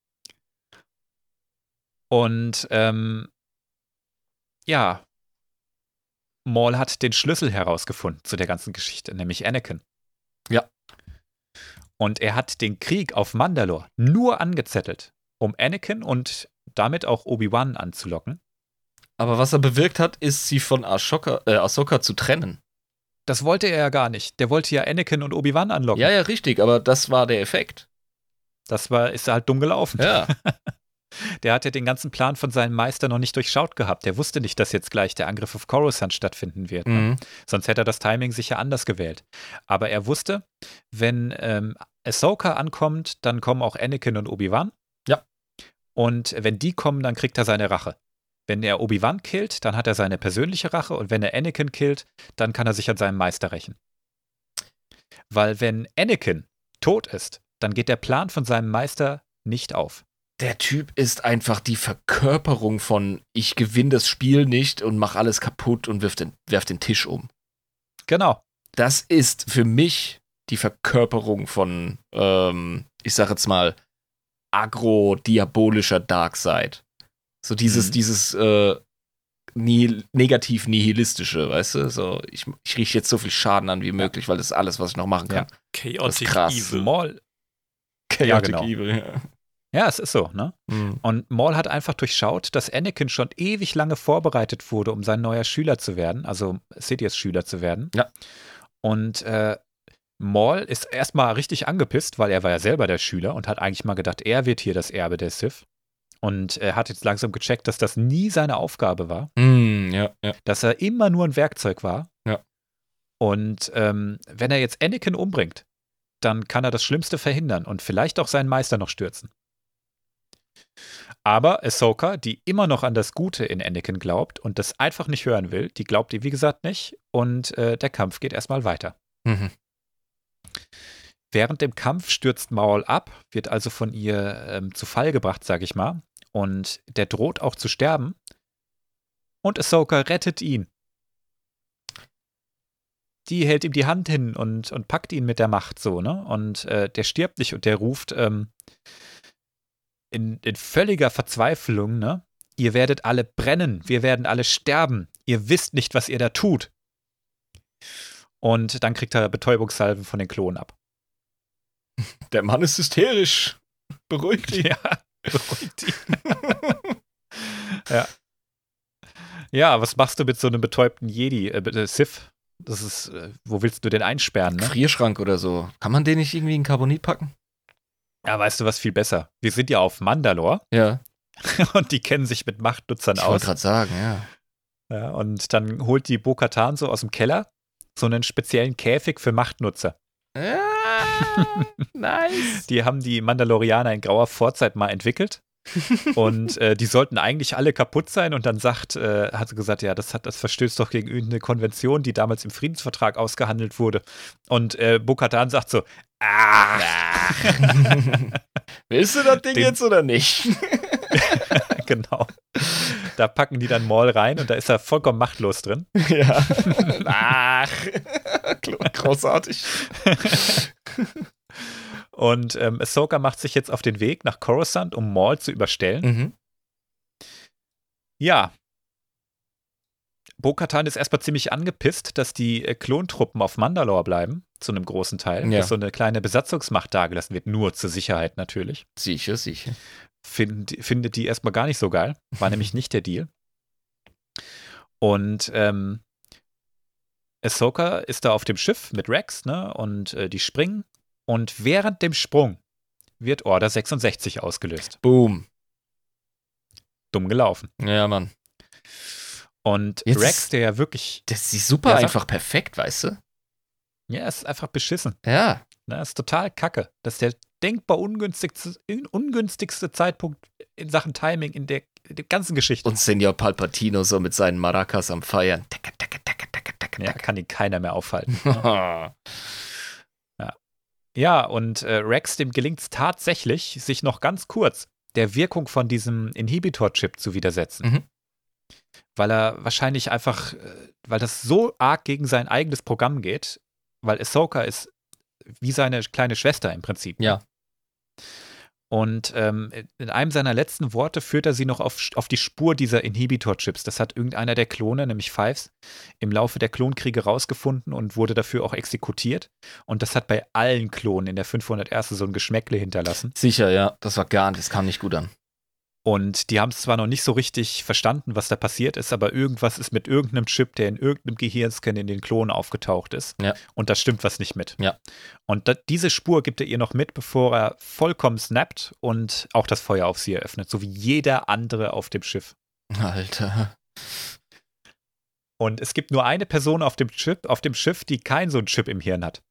Und ähm, ja, Maul hat den Schlüssel herausgefunden zu der ganzen Geschichte, nämlich Anakin. Ja. Und er hat den Krieg auf Mandalore nur angezettelt, um Anakin und damit auch Obi-Wan anzulocken. Aber was er bewirkt hat, ist, sie von Ahsoka, äh, Ahsoka zu trennen. Das wollte er ja gar nicht. Der wollte ja Anakin und Obi-Wan anlocken. Ja, ja, richtig, aber das war der Effekt. Das war, ist halt dumm gelaufen. Ja. Der hat ja den ganzen Plan von seinem Meister noch nicht durchschaut gehabt. Der wusste nicht, dass jetzt gleich der Angriff auf Coruscant stattfinden wird. Ne? Mhm. Sonst hätte er das Timing sicher anders gewählt. Aber er wusste, wenn ähm, Ahsoka ankommt, dann kommen auch Anakin und Obi-Wan. Ja. Und wenn die kommen, dann kriegt er seine Rache. Wenn er Obi-Wan killt, dann hat er seine persönliche Rache. Und wenn er Anakin killt, dann kann er sich an seinem Meister rächen. Weil wenn Anakin tot ist, dann geht der Plan von seinem Meister nicht auf. Der Typ ist einfach die Verkörperung von ich gewinne das Spiel nicht und mach alles kaputt und wirf den, werf den Tisch um. Genau. Das ist für mich die Verkörperung von, ähm, ich sag jetzt mal, agro-diabolischer Darkseid. So dieses, Mhm. dieses äh, nihil- negativ-nihilistische, weißt du? So, ich, ich rieche jetzt so viel Schaden an wie möglich, weil das ist alles, was ich noch machen kann. Chaotic Das ist krass. Evil. Maul. Chaotic genau. Evil, ja. Ja, es ist so, ne? Mhm. Und Maul hat einfach durchschaut, dass Anakin schon ewig lange vorbereitet wurde, um sein neuer Schüler zu werden, also Sidious Schüler zu werden. Ja. Und äh, Maul ist erstmal richtig angepisst, weil er war ja selber der Schüler und hat eigentlich mal gedacht, er wird hier das Erbe der Sith. Und er hat jetzt langsam gecheckt, dass das nie seine Aufgabe war, Mhm, ja, ja. dass er immer nur ein Werkzeug war. Ja. Und ähm, wenn er jetzt Anakin umbringt, dann kann er das Schlimmste verhindern und vielleicht auch seinen Meister noch stürzen. Aber Ahsoka, die immer noch an das Gute in Anakin glaubt und das einfach nicht hören will, die glaubt ihr, wie gesagt, nicht. Und äh, der Kampf geht erstmal weiter. Mhm. Während dem Kampf stürzt Maul ab, wird also von ihr ähm, zu Fall gebracht, sag ich mal. Und der droht auch zu sterben. Und Ahsoka rettet ihn. Die hält ihm die Hand hin und, und packt ihn mit der Macht so, ne? Und äh, der stirbt nicht und der ruft, ähm, in, in völliger Verzweiflung, ne? Ihr werdet alle brennen, wir werden alle sterben. Ihr wisst nicht, was ihr da tut. Und dann kriegt er Betäubungssalven von den Klonen ab. Der Mann ist hysterisch. Beruhigt ihn. Ja, beruhigt ihn. ja. Ja, was machst du mit so einem betäubten Jedi, äh, Sith? Das ist, äh, wo willst du den einsperren, ne? Gefrierschrank oder so. Kann man den nicht irgendwie in Carbonit packen? Ja, weißt du was, viel besser. Wir sind ja auf Mandalore. Ja. Und die kennen sich mit Machtnutzern Ich aus. wollte gerade sagen, ja. Ja, und dann holt die Bo-Katan so aus dem Keller so einen speziellen Käfig für Machtnutzer. Ah, nice. Die haben die Mandalorianer in grauer Vorzeit mal entwickelt. Und äh, die sollten eigentlich alle kaputt sein. Und dann sagt, äh, hat sie gesagt, ja, das, hat, das verstößt doch gegen irgendeine Konvention, die damals im Friedensvertrag ausgehandelt wurde. Und äh, Bo-Katan sagt so, ah. Willst du das Ding Den- jetzt oder nicht? Genau. Da packen die dann Maul rein und da ist er vollkommen machtlos drin. Ja. Ach. Großartig. Und ähm, Ahsoka macht sich jetzt auf den Weg nach Coruscant, um Maul zu überstellen. Mhm. Ja. Bo-Katan ist erstmal ziemlich angepisst, dass die äh, Klontruppen auf Mandalore bleiben, zu einem großen Teil. Ja. Dass so eine kleine Besatzungsmacht dagelassen wird, nur zur Sicherheit natürlich. Sicher, sicher. Find, findet die erstmal gar nicht so geil. War nämlich nicht der Deal. Und ähm, Ahsoka ist da auf dem Schiff mit Rex, ne? Und äh, die springen. Und während dem Sprung wird Order sechsundsechzig ausgelöst. Boom. Dumm gelaufen. Ja, Mann. Und Jetzt Rex, ist- der ja wirklich, Das ist super Ja, sag- einfach perfekt, weißt du? ja, ist einfach beschissen. Ja. Ne? Ist total kacke. Das ist der denkbar ungünstigste, ungünstigste Zeitpunkt in Sachen Timing in der, in der ganzen Geschichte. Und Senior Palpatino so mit seinen Maracas am Feiern. Tacke, tacke, tacke, tacke, tacke, Ja, tacke. kann ihn keiner mehr aufhalten. Ja. Ja, und äh, Rex, dem gelingt es tatsächlich, sich noch ganz kurz der Wirkung von diesem Inhibitor-Chip zu widersetzen. Mhm. Weil er wahrscheinlich einfach, äh, weil das so arg gegen sein eigenes Programm geht, weil Ahsoka ist wie seine kleine Schwester im Prinzip. Ja. Und ähm, in einem seiner letzten Worte führt er sie noch auf, auf die Spur dieser Inhibitor-Chips. Das hat irgendeiner der Klone, nämlich Fives, im Laufe der Klonkriege rausgefunden und wurde dafür auch exekutiert. Und das hat bei allen Klonen in der fünfhunderterste so ein Geschmäckle hinterlassen. Sicher, ja. Das war gar nicht, das kam nicht gut an. Und die haben es zwar noch nicht so richtig verstanden, was da passiert ist, aber irgendwas ist mit irgendeinem Chip, der in irgendeinem Gehirnscan in den Klonen aufgetaucht ist. Ja. Und da stimmt was nicht mit. Ja. Und da, diese Spur gibt er ihr noch mit, bevor er vollkommen snappt und auch das Feuer auf sie eröffnet, so wie jeder andere auf dem Schiff. Alter. Und es gibt nur eine Person auf dem Chip, auf dem Schiff, die keinen so einen Chip im Hirn hat.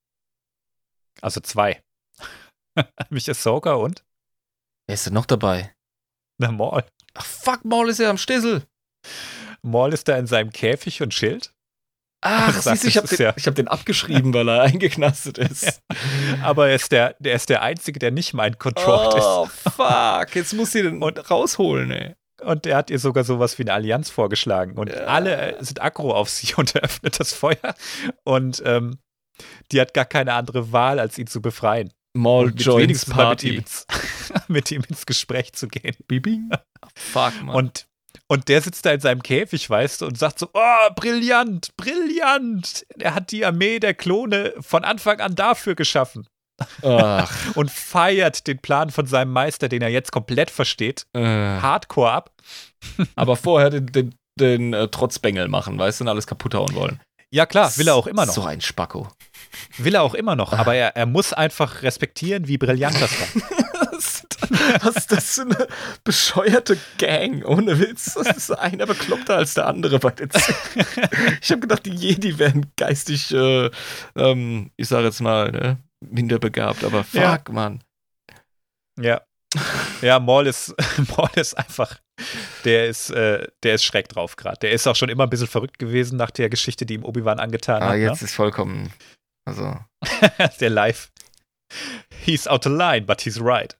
Also zwei. Nämlich Ahsoka und Wer ist denn noch dabei? na, Maul. Ach, fuck, Maul ist ja am Stissel. Maul ist da in seinem Käfig und chillt. Ach, Sag, siehst du, ich das hab ist den, ja- ich hab den abgeschrieben, weil er eingeknastet ist. Aber er ist der, der ist der Einzige, der nicht mind-controlled Oh, fuck. Jetzt muss sie den Und- rausholen, ey. ist. Und der hat ihr sogar sowas wie eine Allianz vorgeschlagen. Und Ja. alle äh, sind aggro auf sie und er öffnet das Feuer. Und ähm, die hat gar keine andere Wahl, als ihn zu befreien. Maul Und mit joins wenigstens mal mit ihm, Party. ins, mit ihm ins Gespräch zu gehen. Bibing. Fuck, Mann. Und, und der sitzt da in seinem Käfig, weißt du, und sagt so, oh, brillant, brillant. Er hat die Armee der Klone von Anfang an dafür geschaffen. Ach. Und feiert den Plan von seinem Meister, den er jetzt komplett versteht, Äh. hardcore ab. Aber vorher den, den, den äh, Trotzbengel machen, weißt du, und alles kaputt hauen wollen. Ja klar, will er auch immer noch. So ein Spacko. Will er auch immer noch, aber er, er muss einfach respektieren, wie brillant das war. Was ist das für eine bescheuerte Gang? Ohne Witz. Das ist einer bekloppter als der andere bei den Z- Ich habe gedacht, die Jedi wären geistig, äh, ähm, ich sage jetzt mal, ne, minderbegabt, aber fuck, Ja. Mann. Ja. Ja, Maul ist, Maul ist einfach, der ist, äh, der ist schräg drauf gerade. Der ist auch schon immer ein bisschen verrückt gewesen nach der Geschichte, die ihm Obi-Wan angetan Ah, hat. jetzt ist vollkommen, also. Ne? Der Live. He's out of line, but he's right.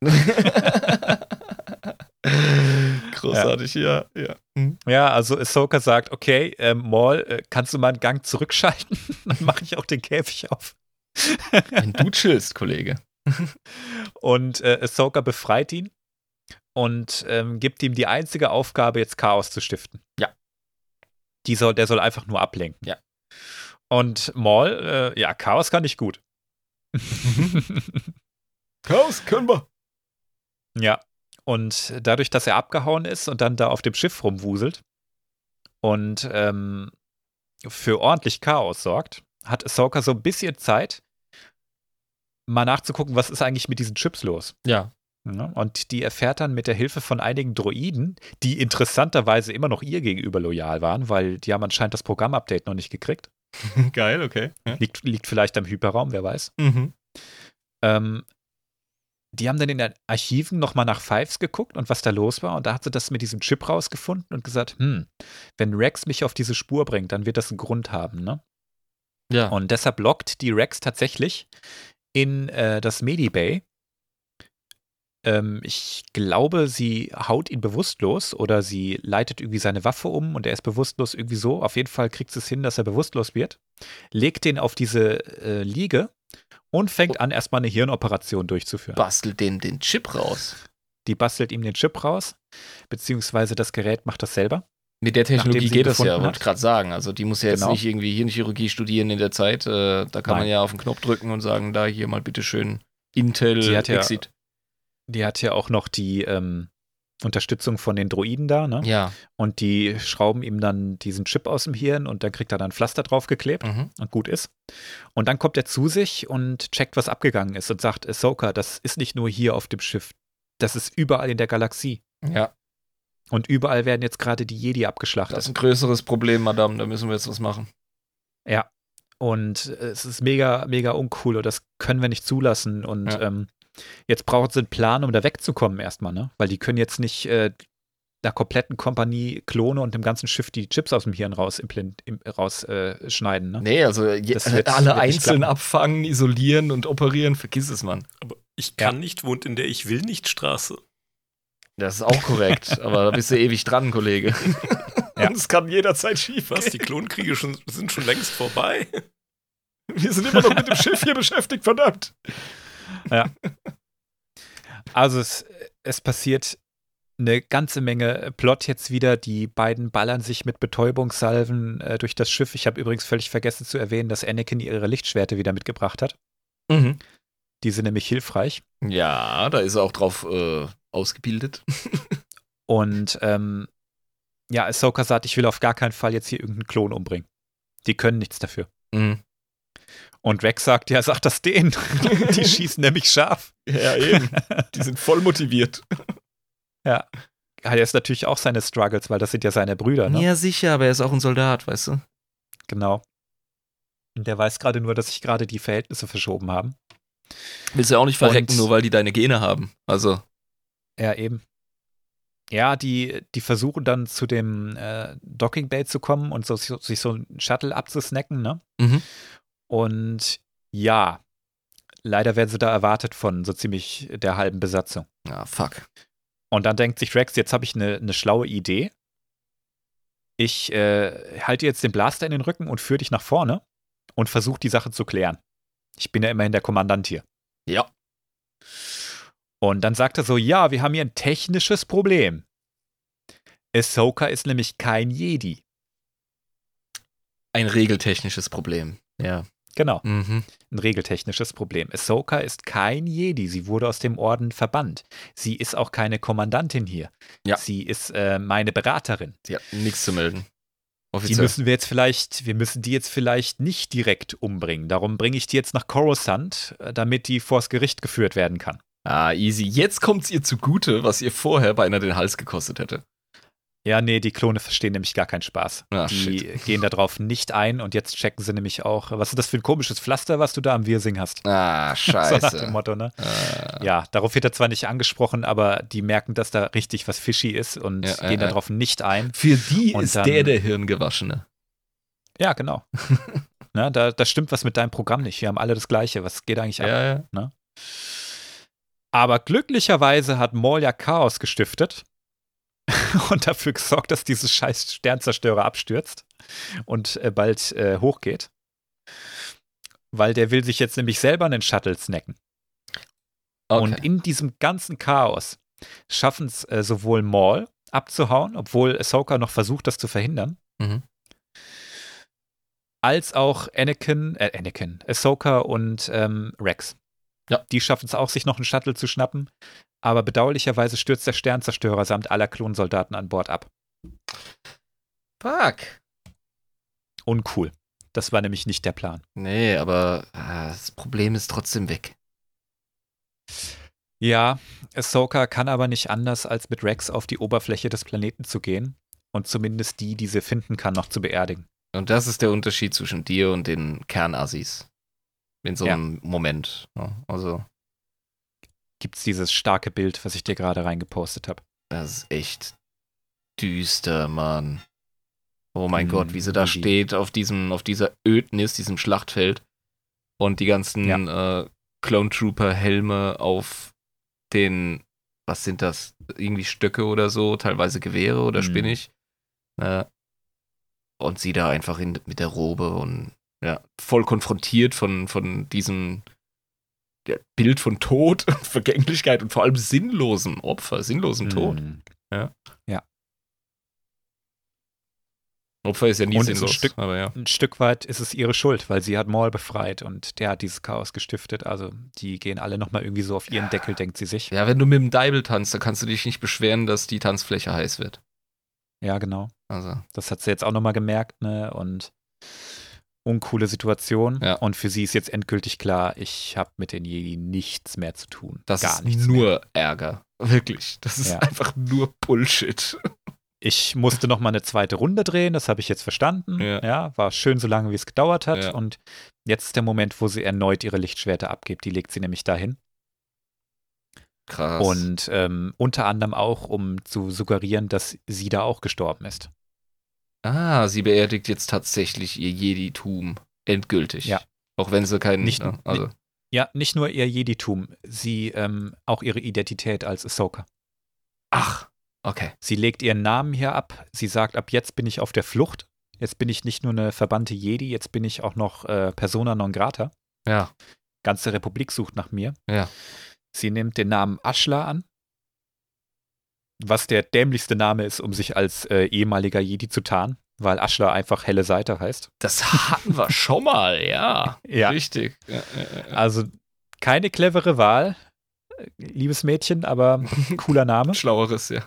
Großartig, ja, ja. Hm. Ja, also Ahsoka sagt, okay, ähm, Maul, äh, kannst du mal einen Gang zurückschalten? Dann mache ich auch den Käfig auf. Wenn du chillst, Kollege. Und äh, Ahsoka befreit ihn und ähm, gibt ihm die einzige Aufgabe, jetzt Chaos zu stiften. Ja. Die soll, der soll einfach nur ablenken. Ja. Und Maul, äh, ja, Chaos kann ich gut. Chaos können wir. Ja. Und dadurch, dass er abgehauen ist und dann da auf dem Schiff rumwuselt und ähm, für ordentlich Chaos sorgt, hat Ahsoka so ein bisschen Zeit, mal nachzugucken, was ist eigentlich mit diesen Chips los. Ja. Ja, und die erfährt dann mit der Hilfe von einigen Droiden, die interessanterweise immer noch ihr gegenüber loyal waren, weil die haben anscheinend das Programmupdate noch nicht gekriegt. Geil, okay. Ja. Liegt, liegt vielleicht am Hyperraum, wer weiß. Mhm. Ähm, die haben dann in den Archiven nochmal nach Fives geguckt und was da los war. Und da hat sie das mit diesem Chip rausgefunden und gesagt, hm, wenn Rex mich auf diese Spur bringt, dann wird das einen Grund haben, ne? Ja. Und deshalb lockt die Rex tatsächlich in äh, das Medibay. Ähm, ich glaube, sie haut ihn bewusstlos oder sie leitet irgendwie seine Waffe um und er ist bewusstlos irgendwie so. Auf jeden Fall kriegt sie es hin, dass er bewusstlos wird. Legt den auf diese äh, Liege und fängt an, erstmal eine Hirnoperation durchzuführen. Bastelt dem den Chip raus. Die bastelt ihm den Chip raus, beziehungsweise das Gerät macht das selber. Mit der Technologie Nachdem sie geht das ja, gefunden wollte ich hat. gerade sagen. Also die muss ja jetzt Genau. nicht irgendwie Hirnchirurgie studieren in der Zeit. Äh, da kann man Nein. ja auf den Knopf drücken und sagen, da hier mal bitteschön Intel Sie hat ja- Exit. Die hat ja auch noch die ähm, Unterstützung von den Droiden da, ne? Ja. Und die schrauben ihm dann diesen Chip aus dem Hirn und dann kriegt er dann Pflaster draufgeklebt. Mhm. Und gut ist. Und dann kommt er zu sich und checkt, was abgegangen ist und sagt, Ahsoka, das ist nicht nur hier auf dem Schiff, das ist überall in der Galaxie. Ja. Und überall werden jetzt gerade die Jedi abgeschlachtet. Das ist ein größeres Problem, Madame. Da müssen wir jetzt was machen. Ja. Und äh, es ist mega, mega uncool und das können wir nicht zulassen. Und Ja. ähm, jetzt brauchen sie einen Plan, um da wegzukommen erstmal, ne? Weil die können jetzt nicht äh, einer kompletten Kompanie Klone und dem ganzen Schiff die Chips aus dem Hirn raus, raus äh, schneiden, ne? Nee, also je, Das wird- alle wird nicht einzeln klappen. abfangen, isolieren und operieren, vergiss es, Mann. Aber ich kann nicht, wohnt in der Ich will nicht Straße. Das ist auch korrekt, aber da bist du ewig dran, Kollege. Ja. Und es kann jederzeit schief Was, die Klonkriege schon, sind schon längst vorbei? Wir sind immer noch mit dem Schiff hier beschäftigt, verdammt. Also es, es passiert eine ganze Menge Plot jetzt wieder. Die beiden ballern sich mit Betäubungssalven äh, durch das Schiff. Ich habe übrigens völlig vergessen zu erwähnen, dass Anakin ihre Lichtschwerte wieder mitgebracht hat. Mhm. Die sind nämlich hilfreich. Ja, da ist er auch drauf äh, ausgebildet. Und ähm, ja, Ahsoka sagt, ich will auf gar keinen Fall jetzt hier irgendeinen Klon umbringen. Die können nichts dafür. Mhm. Und Rex sagt, ja, sag das denen. Die schießen nämlich scharf. Ja, eben. Die sind voll motiviert. Ja. Hat jetzt natürlich auch seine Struggles, weil das sind ja seine Brüder, ne? Ja, sicher, aber er ist auch ein Soldat, weißt du? Genau. Und der weiß gerade nur, dass sich gerade die Verhältnisse verschoben haben. Willst du ja auch nicht verrecken, Und- nur weil die deine Gene haben. Also, Ja, eben. Ja, die, die versuchen dann zu dem äh, Docking Bay zu kommen und so, so, sich so ein Shuttle abzusnacken, ne? mhm. Und ja, leider werden sie da erwartet von so ziemlich der halben Besatzung. Ah, fuck. Und dann denkt sich Rex, jetzt habe ich eine ne schlaue Idee. Ich äh, halte jetzt den Blaster in den Rücken und führe dich nach vorne und versuche die Sache zu klären. Ich bin ja immerhin der Kommandant hier. Ja. Und dann sagt er so, ja, wir haben hier ein technisches Problem. Ahsoka ist nämlich kein Jedi. Ein regeltechnisches Problem. Ja. Genau, Mhm. ein regeltechnisches Problem. Ahsoka ist kein Jedi. Sie wurde aus dem Orden verbannt. Sie ist auch keine Kommandantin hier. Ja. Sie ist äh, meine Beraterin. Sie hat nichts zu melden. Die Offiziell. müssen wir jetzt vielleicht, wir müssen die jetzt vielleicht nicht direkt umbringen. Darum bringe ich die jetzt nach Coruscant, äh, damit die vors Gericht geführt werden kann. Ah, easy. Jetzt kommt's ihr zugute, was ihr vorher beinahe den Hals gekostet hätte. Ja, nee, die Klone verstehen nämlich gar keinen Spaß. Ah, die shit. gehen darauf nicht ein und jetzt checken sie nämlich auch, was ist das für ein komisches Pflaster, was du da am Wirsing hast. Ah, So nach dem scheiße. Motto, ne? Ah. Ja, darauf wird er zwar nicht angesprochen, aber die merken, dass da richtig was fishy ist und Ja, gehen ja, darauf nicht ein. Für die Und ist dann- der der Hirngewaschene. Ja, genau. Na, da, da stimmt was mit deinem Programm nicht. Wir haben alle das Gleiche. Was geht eigentlich ab? Ja, ja. Aber glücklicherweise hat Maul ja Chaos gestiftet und dafür gesorgt, dass dieses scheiß Sternzerstörer abstürzt und äh, bald äh, hochgeht. Weil der will sich jetzt nämlich selber einen Shuttle snacken. Okay. Und in diesem ganzen Chaos schaffen es äh, sowohl Maul abzuhauen, obwohl Ahsoka noch versucht, das zu verhindern, Mhm. als auch Anakin, äh, Anakin, Ahsoka und ähm, Rex. Ja. Die schaffen es auch, sich noch einen Shuttle zu schnappen, aber bedauerlicherweise stürzt der Sternzerstörer samt aller Klonsoldaten an Bord ab. Fuck. Uncool. Das war nämlich nicht der Plan. Nee, aber äh, das Problem ist trotzdem weg. Ja, Ahsoka kann aber nicht anders, als mit Rex auf die Oberfläche des Planeten zu gehen und zumindest die, die sie finden kann, noch zu beerdigen. Und das ist der Unterschied zwischen dir und den Kernassis. In so einem Moment. Ja, also, Gibt's dieses starke Bild, was ich dir gerade reingepostet habe. das ist echt düster, Mann. Oh mein Hm, Gott, wie sie da wie- steht auf diesem, auf dieser Ödnis, diesem Schlachtfeld. Und die ganzen äh, Clone Trooper-Helme auf den, was sind das? Irgendwie Stöcke oder so, teilweise Gewehre oder Hm. spinnig. Äh, und sie da einfach in, mit der Robe und ja, voll konfrontiert von, von diesem ja, Bild von Tod und Vergänglichkeit und vor allem sinnlosen Opfer, sinnlosen Tod. Hm. Opfer ist ja nie Und es ist ein sinnlos, Stück- aber ja. Ein Stück weit ist es ihre Schuld, weil sie hat Maul befreit und der hat dieses Chaos gestiftet. Also die gehen alle nochmal irgendwie so auf ihren Deckel, denkt sie sich. Ja, wenn du mit dem Deibel tanzt, dann kannst du dich nicht beschweren, dass die Tanzfläche heiß wird. Ja, genau. Also, Das hat sie jetzt auch nochmal gemerkt, ne? Und uncoole Situation. Ja. Und für sie ist jetzt endgültig klar, ich habe mit den Jedi nichts mehr zu tun. das Gar ist nichts nur mehr. Ärger. Wirklich. Das ist Ja. einfach nur Bullshit. Ich musste nochmal eine zweite Runde drehen, das habe ich jetzt verstanden. Ja. Ja. War schön, so lange wie es gedauert hat. Ja. Und jetzt ist der Moment, wo sie erneut ihre Lichtschwerter abgibt. Die legt sie nämlich dahin. Krass. Und ähm, unter anderem auch, um zu suggerieren, dass sie da auch gestorben ist. ah, sie beerdigt jetzt tatsächlich ihr Jeditum. Endgültig. Ja. Auch wenn sie keinen. Nicht- ja, also, Ja, nicht nur ihr Jeditum, sie ähm, auch ihre Identität als Ahsoka. ach, okay. Sie legt ihren Namen hier ab. Sie sagt, ab jetzt bin ich auf der Flucht. Jetzt bin ich nicht nur eine verbannte Jedi, jetzt bin ich auch noch äh, Persona non grata. Ja, Ganze Republik sucht nach mir. ja. Sie nimmt den Namen Ashla an, was der dämlichste Name ist, um sich als äh, ehemaliger Jedi zu tarnen, weil Ashla einfach helle Seite heißt. Das hatten wir schon mal, ja. Ja. Richtig. Ja, ja, ja. Also keine clevere Wahl, äh, liebes Mädchen, aber cooler Name. Schlaueres, ja.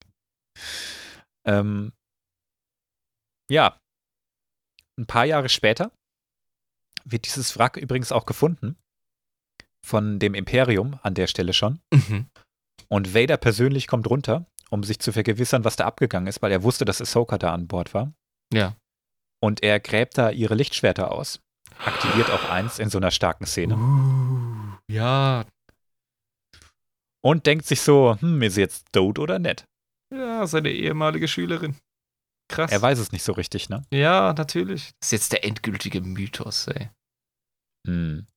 Ähm, ja, ein paar Jahre später wird dieses Wrack übrigens auch gefunden von dem Imperium an der Stelle schon. Mhm. Und Vader persönlich kommt runter, um sich zu vergewissern, was da abgegangen ist, weil er wusste, dass Ahsoka da an Bord war. Ja. Und er gräbt da ihre Lichtschwerter aus. Aktiviert auch eins in so einer starken Szene. Uh, ja. Und denkt sich so, hm, ist sie jetzt tot oder nett? Ja, seine ehemalige Schülerin. Krass. Er weiß es nicht so richtig, ne? Ja, natürlich. Das ist jetzt der endgültige Mythos, ey. Hm.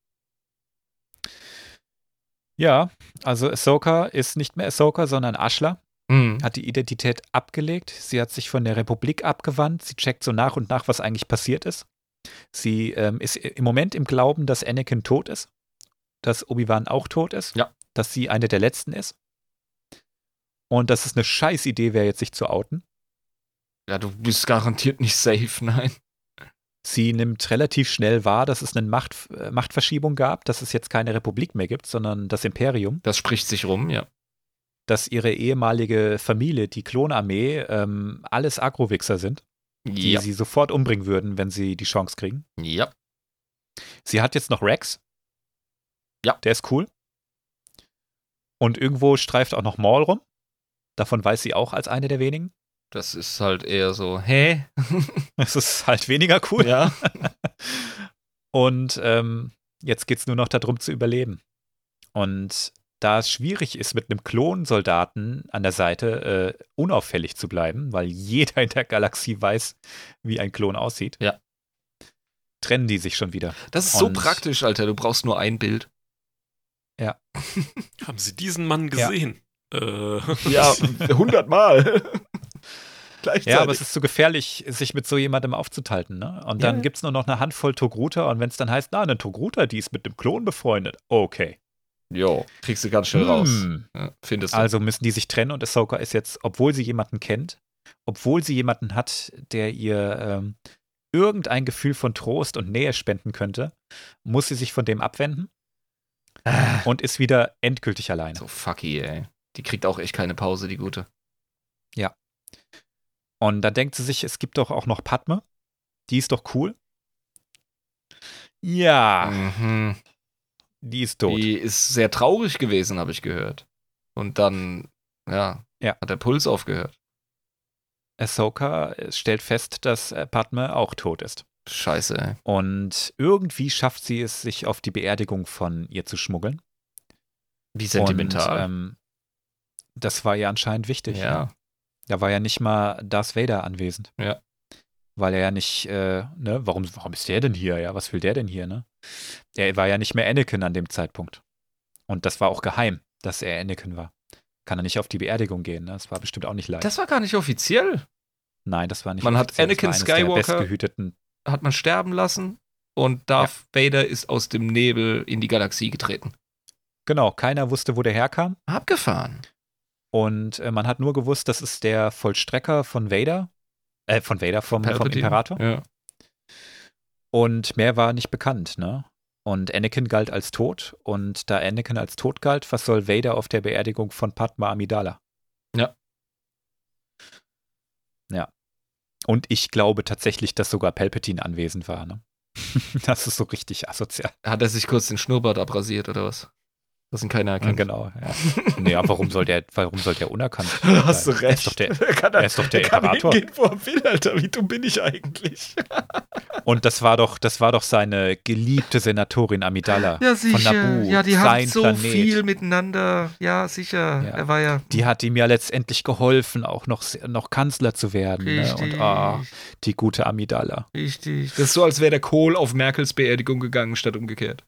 Ja, also Ahsoka ist nicht mehr Ahsoka, sondern Ashla. Mhm. Hat die Identität abgelegt. Sie hat sich von der Republik abgewandt. Sie checkt so nach und nach, was eigentlich passiert ist. Sie ähm, ist im Moment im Glauben, dass Anakin tot ist. Dass Obi-Wan auch tot ist. Ja. Dass sie eine der Letzten ist. Und dass es eine scheiß Idee wäre, jetzt sich zu outen. Ja, du bist garantiert nicht safe, nein. Sie nimmt relativ schnell wahr, dass es eine Macht, äh, Machtverschiebung gab, dass es jetzt keine Republik mehr gibt, sondern das Imperium. Das spricht sich rum, ja. Dass ihre ehemalige Familie, die Klonarmee, ähm, alles Agrowichser sind, die Ja. sie sofort umbringen würden, wenn sie die Chance kriegen. Ja. Sie hat jetzt noch Rex. Ja. Der ist cool. Und irgendwo streift auch noch Maul rum. Davon weiß sie auch als eine der wenigen. Das ist halt eher so, hä? Das ist halt weniger cool. Ja. Und ähm, jetzt geht es nur noch darum zu überleben. Und da es schwierig ist, mit einem Klonsoldaten an der Seite äh, unauffällig zu bleiben, weil jeder in der Galaxie weiß, wie ein Klon aussieht, Ja. trennen die sich schon wieder. Das ist so Und- praktisch, Alter. Du brauchst nur ein Bild. Haben Sie diesen Mann gesehen? Äh, Ja, hundertmal. Gleichzeitig. Ja, aber es ist zu gefährlich, sich mit so jemandem aufzuhalten. Ne? Und dann Ja. gibt es nur noch eine Handvoll Togruta und wenn es dann heißt, na, eine Togruta, die ist mit dem Klon befreundet. Okay. Jo, kriegst du ganz schnell raus. Hm. Ja, findest du. Also müssen die sich trennen und Ahsoka ist jetzt, obwohl sie jemanden kennt, obwohl sie jemanden hat, der ihr ähm, irgendein Gefühl von Trost und Nähe spenden könnte, muss sie sich von dem abwenden und ist wieder endgültig alleine. So fucky, ey. Die kriegt auch echt keine Pause, die Gute. Ja. Und dann denkt sie sich, es gibt doch auch noch Padme. Die ist doch cool. Ja, Mhm. die ist tot. Die ist sehr traurig gewesen, habe ich gehört. Und dann, ja, Ja. hat der Puls aufgehört. Ahsoka stellt fest, dass äh, Padme auch tot ist. Scheiße, ey. Und irgendwie schafft sie es, sich auf die Beerdigung von ihr zu schmuggeln. Wie sentimental. Und, ähm, das war ja anscheinend wichtig. ja. Ne? Da war ja nicht mal Darth Vader anwesend. Ja. Weil er ja nicht, äh, ne, warum, warum ist der denn hier? Ja, was will der denn hier, ne? Er war ja nicht mehr Anakin an dem Zeitpunkt. Und das war auch geheim, dass er Anakin war. Kann er nicht auf die Beerdigung gehen, ne? Das war bestimmt auch nicht leicht. Das war gar nicht offiziell. Nein, das war nicht Man hat offiziell. Das Anakin war eines der Skywalker- bestgehüteten. Hat man sterben lassen und Darth Vader ist aus dem Nebel in die Galaxie getreten. Genau, keiner wusste, wo der herkam. Abgefahren. Und äh, man hat nur gewusst, das ist der Vollstrecker von Vader. Äh, von Vader, vom, vom Palpatine. Imperator. Ja. Und mehr war nicht bekannt, ne? Und Anakin galt als tot. Und da Anakin als tot galt, was soll Vader auf der Beerdigung von Padma Amidala? Ja. Ja. Und ich glaube tatsächlich, dass sogar Palpatine anwesend war, ne? Das ist so richtig asozial. Hat er sich kurz den Schnurrbart abrasiert oder was? Das ihn keiner erkennt. Genau, ja. Nee, aber warum soll der, warum soll der unerkannt Hast du sein? Er ist doch recht. der, er kann, er ist doch der er kann Imperator. hingehen, wo er will, Alter. Wie dumm bin ich eigentlich? Und das war doch, das war doch seine geliebte Senatorin Amidala Ja, von sicher. Naboo, Ja, die sein haben so Planet. viel miteinander. Ja, sicher. Ja. Er war ja Die hat ihm ja letztendlich geholfen, auch noch, noch Kanzler zu werden. Ne? richtig. Und ah, die gute Amidala. Richtig. Das ist so, als wäre der Kohl auf Merkels Beerdigung gegangen, statt umgekehrt.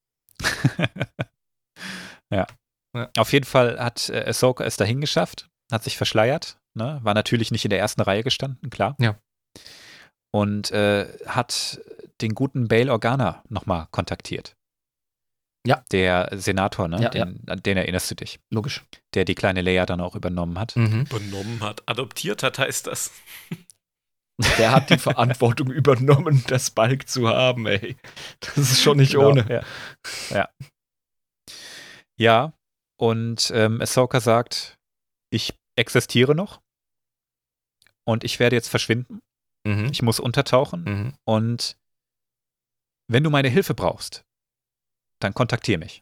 ja. Ja. Auf jeden Fall hat äh, Ahsoka es dahin geschafft, hat sich verschleiert, ne? War natürlich nicht in der ersten Reihe gestanden, klar. Ja. Und äh, hat den guten Bail Organa nochmal kontaktiert. Ja. Der Senator, ne? Ja, den, an den erinnerst du dich. Logisch. Der die kleine Leia dann auch übernommen hat. Mhm. Übernommen hat. Adoptiert hat, heißt das. Der hat die Verantwortung übernommen, das Balk zu haben, ey. Das ist schon nicht Genau, ohne. Ja. Ja. Ja, und ähm, Ahsoka sagt, ich existiere noch und ich werde jetzt verschwinden. Mhm. Ich muss untertauchen Mhm. und wenn du meine Hilfe brauchst, dann kontaktiere mich.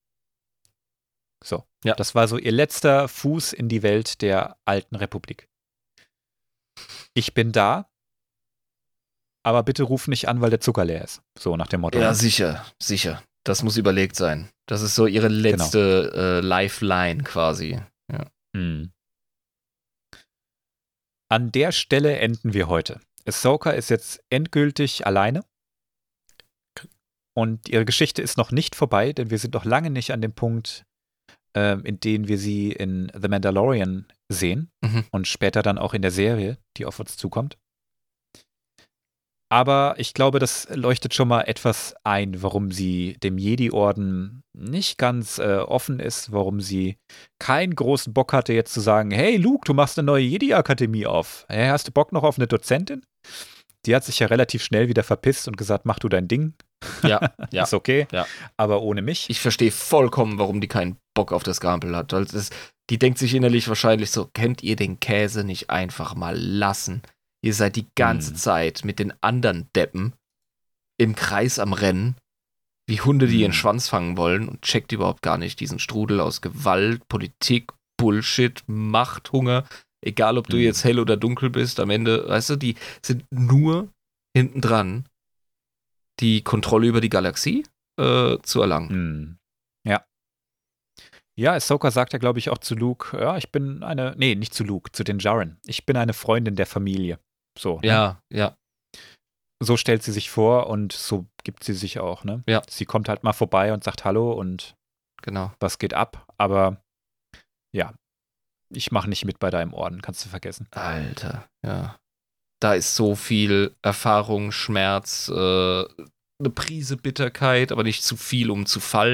So, Ja. das war so ihr letzter Fuß in die Welt der alten Republik. Ich bin da, aber bitte ruf nicht an, weil der Zucker leer ist. So nach dem Motto. Ja, sicher, sicher. Das muss überlegt sein. Das ist so ihre letzte äh, Lifeline quasi. Hm. An der Stelle enden wir heute. Ahsoka ist jetzt endgültig alleine. Und ihre Geschichte ist noch nicht vorbei, denn wir sind noch lange nicht an dem Punkt, ähm, in dem wir sie in The Mandalorian sehen Mhm. und später dann auch in der Serie, die auf uns zukommt. Aber ich glaube, das leuchtet schon mal etwas ein, warum sie dem Jedi-Orden nicht ganz äh, offen ist, warum sie keinen großen Bock hatte, jetzt zu sagen, hey Luke, du machst eine neue Jedi-Akademie auf. Hey, hast du Bock noch auf eine Dozentin? Die hat sich ja relativ schnell wieder verpisst und gesagt, mach du dein Ding. Ja, ja. Ist okay, Ja. aber ohne mich. Ich verstehe vollkommen, warum die keinen Bock auf das Gampel hat. Weil das, die denkt sich innerlich wahrscheinlich so, könnt ihr den Käse nicht einfach mal lassen? Ihr seid die ganze Hm. Zeit mit den anderen Deppen im Kreis am Rennen, wie Hunde, die ihren Hm. Schwanz fangen wollen und checkt überhaupt gar nicht diesen Strudel aus Gewalt, Politik, Bullshit, Macht, Hunger. Egal, ob du Hm. jetzt hell oder dunkel bist, am Ende, weißt du, die sind nur hinten dran, die Kontrolle über die Galaxie äh, zu erlangen. Hm. Ja. Ja, Ahsoka sagt ja, glaube ich, auch zu Luke, ja, ich bin eine, nee, nicht zu Luke, zu den Jaren. Ich bin eine Freundin der Familie. So. Ne? Ja, ja. So stellt sie sich vor und so gibt sie sich auch, ne? Ja. Sie kommt halt mal vorbei und sagt Hallo und Genau. was geht ab, aber ja, ich mache nicht mit bei deinem Orden, kannst du vergessen. Alter, ja. Da ist so viel Erfahrung, Schmerz, äh, eine Prise Bitterkeit, aber nicht zu viel, um zu fallen.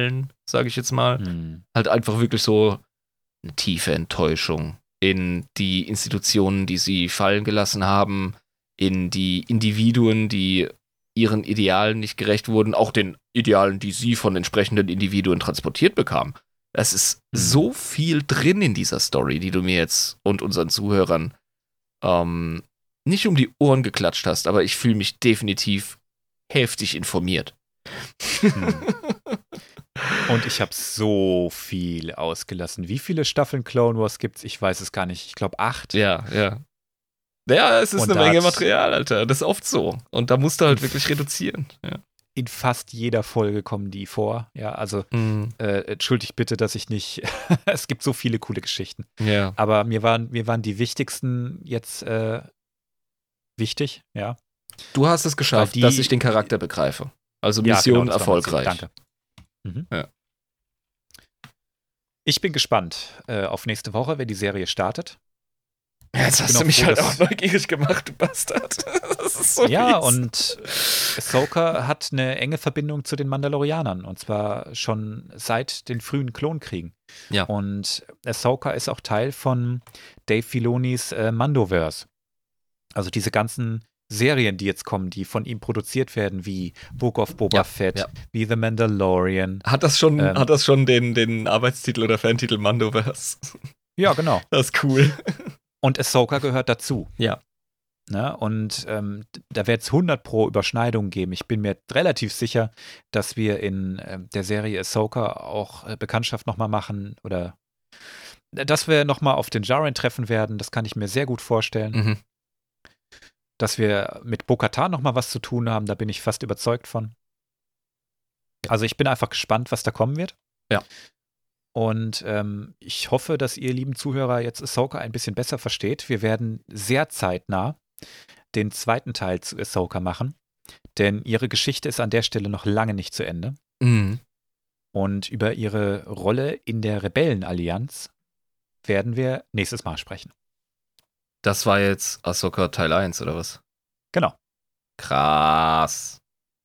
sage ich jetzt mal. Hm. Halt einfach wirklich so eine tiefe Enttäuschung in die Institutionen, die sie fallen gelassen haben, in die Individuen, die ihren Idealen nicht gerecht wurden, auch den Idealen, die sie von entsprechenden Individuen transportiert bekamen. Es ist Hm. so viel drin in dieser Story, die du mir jetzt und unseren Zuhörern ähm, nicht um die Ohren geklatscht hast, aber ich fühle mich definitiv heftig informiert. Hm. Und ich habe so viel ausgelassen. Wie viele Staffeln Clone Wars gibt's? Ich weiß es gar nicht. Ich glaube acht. Ja, ja. Ja, es ist Und eine da Menge hat's- Material, Alter. Das ist oft so. Und da musst du halt wirklich reduzieren. Ja. In fast jeder Folge kommen die vor. Ja, also Mhm. äh, entschuldigt bitte, dass ich nicht. Es gibt so viele coole Geschichten. Ja. Aber mir waren, mir waren die wichtigsten jetzt äh, wichtig, ja. Du hast es geschafft, Weil die- dass ich den Charakter begreife. Also Ja, Mission genau, das war mein Ziel. erfolgreich. Danke. Mhm. Ja. Ich bin gespannt äh, auf nächste Woche, wenn die Serie startet. Ja, jetzt Ich hast bin du auch mich froh, halt dass- auch neugierig gemacht, du Bastard. Das ist so Ja, mies. und Ahsoka hat eine enge Verbindung zu den Mandalorianern. Und zwar schon seit den frühen Klonkriegen. Ja. Und Ahsoka ist auch Teil von Dave Filonis äh, Mandoverse. Also diese ganzen Serien, die jetzt kommen, die von ihm produziert werden, wie Book of Boba Ja, Fett, ja. wie The Mandalorian. Hat das schon, Ähm. hat das schon den, den Arbeitstitel oder Fantitel Mandoverse? Ja, genau. Das ist cool. Und Ahsoka gehört dazu. Ja. Ne? Und ähm, d- da wird es hundert Pro Überschneidungen geben. Ich bin mir relativ sicher, dass wir in ähm, der Serie Ahsoka auch äh, Bekanntschaft nochmal machen oder äh, dass wir nochmal auf den Jaren treffen werden. Das kann ich mir sehr gut vorstellen. Mhm. Dass wir mit Bo-Katan nochmal was zu tun haben, da bin ich fast überzeugt von. Also ich bin einfach gespannt, was da kommen wird. Ja. Und ähm, ich hoffe, dass ihr lieben Zuhörer jetzt Ahsoka ein bisschen besser versteht. Wir werden sehr zeitnah den zweiten Teil zu Ahsoka machen, denn ihre Geschichte ist an der Stelle noch lange nicht zu Ende. Mhm. Und über ihre Rolle in der Rebellenallianz werden wir nächstes Mal sprechen. Das war jetzt Ahsoka Teil eins, oder was? Genau. Krass.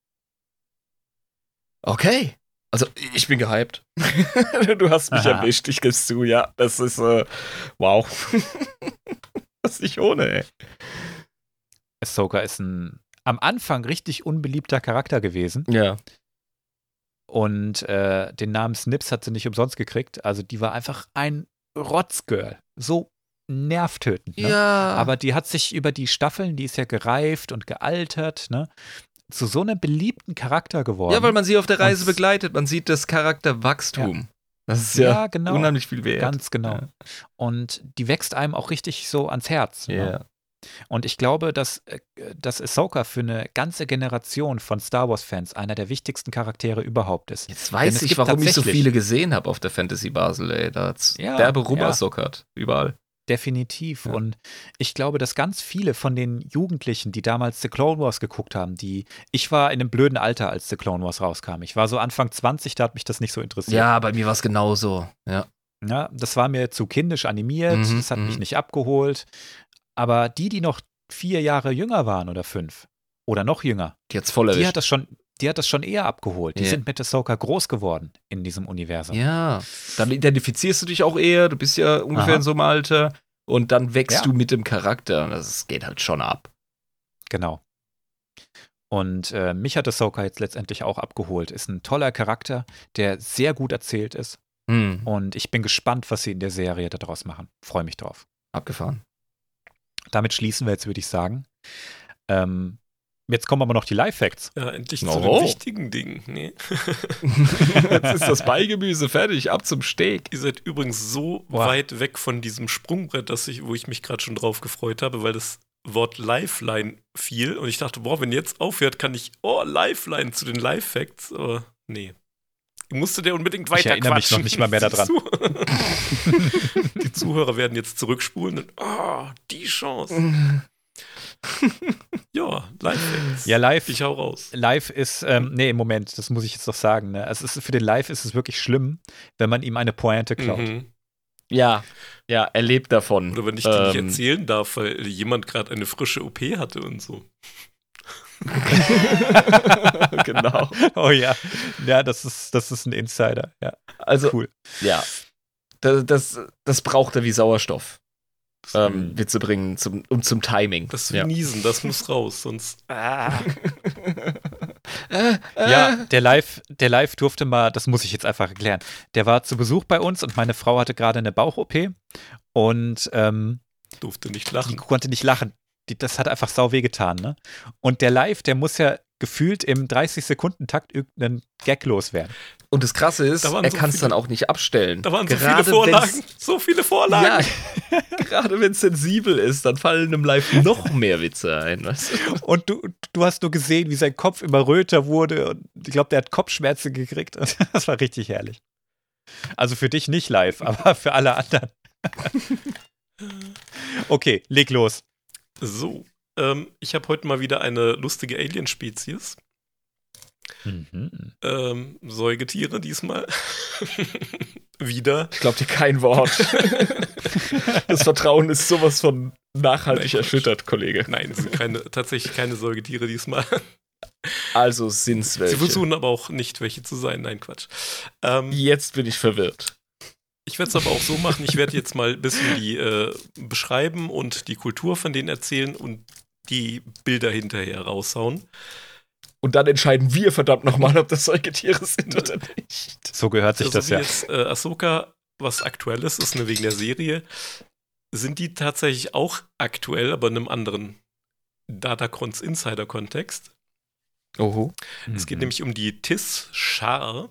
Okay. Also, ich bin gehypt. Du hast mich Aha. erwischt, ich geb's zu, ja. Das ist, äh, wow. Das ist nicht ohne, ey. Ahsoka ist ein am Anfang richtig unbeliebter Charakter gewesen. Ja. Und äh, den Namen Snips hat sie nicht umsonst gekriegt. Also die war einfach ein Rotzgirl. So nervtötend. Ne? Ja. Aber die hat sich über die Staffeln, die ist ja gereift und gealtert, ne, zu so einem beliebten Charakter geworden. ja, weil man sie auf der Reise Und- begleitet. Man sieht das Charakterwachstum. Das ist ja, Ja, genau. unheimlich viel wert. Ganz genau. Ja. Und die wächst einem auch richtig so ans Herz. Ja. Ne? Und ich glaube, dass, äh, dass Ahsoka für eine ganze Generation von Star Wars-Fans einer der wichtigsten Charaktere überhaupt ist. Jetzt Denn weiß es ich, gibt warum ich so tatsächlich- viele gesehen habe auf der Fantasy Basel, ey. Da hat's Ja, derbe ja. rumgesockert. Überall. Definitiv. Ja. Und ich glaube, dass ganz viele von den Jugendlichen, die damals The Clone Wars geguckt haben, die, ich war in einem blöden Alter, als The Clone Wars rauskam. Ich war so Anfang zwanzig, da hat mich das nicht so interessiert. Ja, bei mir war es genauso. Ja. Ja, das war mir zu kindisch animiert, Mhm, das hat mich mhm. nicht abgeholt. Aber die, die noch vier Jahre jünger waren oder fünf oder noch jünger, Die hat's voll die erwischt. hat das schon, die hat das schon eher abgeholt. Die Ja. sind mit Ahsoka groß geworden in diesem Universum. Ja, dann identifizierst du dich auch eher, du bist ja ungefähr Aha. in so einem Alter und dann wächst Ja. du mit dem Charakter. Das geht halt schon ab. Genau. Und äh, mich hat Ahsoka jetzt letztendlich auch abgeholt. Ist ein toller Charakter, der sehr gut erzählt ist. Hm, Und ich bin gespannt, was sie in der Serie daraus machen. Freue mich drauf. abgefahren. Damit schließen wir jetzt, würde ich sagen. Ähm, jetzt kommen aber noch die Live-Facts. Ja, endlich Oh. zu den wichtigen Dingen. Nee. Jetzt ist das Beigemüse fertig, ab zum Steak. Ihr seid übrigens so Wow. weit weg von diesem Sprungbrett, dass ich, wo ich mich gerade schon drauf gefreut habe, weil das Wort Lifeline fiel und ich dachte, boah, wenn jetzt aufhört, kann ich, oh, Lifeline zu den Live-Facts, aber nee. Ich musste der unbedingt weiter erinnere mich quatschen. noch nicht mal mehr daran. Die, die Zuhörer werden jetzt zurückspulen und, oh, die Chance. Ja, Live-Facts. Ja, live. Ich hau raus. Live ist, ähm, nee, im Moment, das muss ich jetzt doch sagen. Ne? Es ist, für den Live ist es wirklich schlimm, wenn man ihm eine Pointe klaut. Mhm. Ja, ja, er lebt davon. Oder wenn ich die nicht Ähm, erzählen darf, weil jemand gerade eine frische O P hatte und so. Genau. Oh ja. Ja, das ist, das ist ein Insider. Ja, Also, cool. ja. Das, das, das braucht er wie Sauerstoff. Ähm, Mhm. mitzubringen zum, und zum Timing. Das ist wie ja. Niesen, das muss raus, sonst. Ah. äh, äh. Ja, der Live, der Live durfte mal, das muss ich jetzt einfach erklären. Der war zu Besuch bei uns und meine Frau hatte gerade eine Bauch-O P und ähm, Durfte nicht die lachen. konnte nicht lachen. Die, das hat einfach sau weh getan, ne? Und der Live, der muss ja gefühlt im dreißig-Sekunden-Takt irgendeinen Gag loswerden. Und das Krasse ist, Da waren er so kann es viele- dann auch nicht abstellen. Da waren so Gerade viele Vorlagen. wenn's- So viele Vorlagen. Ja, gerade wenn es sensibel ist, dann fallen im Live noch mehr Witze ein. Weißt du? Und du, du hast nur gesehen, wie sein Kopf immer röter wurde. Und ich glaube, der hat Kopfschmerzen gekriegt. Und das war richtig herrlich. Also für dich nicht live, aber für alle anderen. Okay, leg los. So, ähm, ich habe heute mal wieder eine lustige Alien-Spezies. Mhm. Ähm, Säugetiere diesmal. Wieder. Ich glaube dir kein Wort. Das Vertrauen ist sowas von nachhaltig Nein, erschüttert, Kollege. Nein, es sind keine, tatsächlich keine Säugetiere diesmal. Also sind's welche. Sie versuchen aber auch nicht, welche zu sein. Nein, Quatsch. Ähm, Jetzt bin ich verwirrt. Ich werde es aber auch so machen, ich werde jetzt mal ein bisschen die äh, beschreiben und die Kultur von denen erzählen und die Bilder hinterher raushauen. Und dann entscheiden wir verdammt nochmal, ob das Säugetiere sind oder nicht. So gehört sich Also das wie ja. jetzt äh, Ahsoka was Aktuelles ist, ne, wegen der Serie, sind die tatsächlich auch aktuell, aber in einem anderen Datacrons Insider-Kontext. Oho. Es geht Mhm. nämlich um die Tis Shar.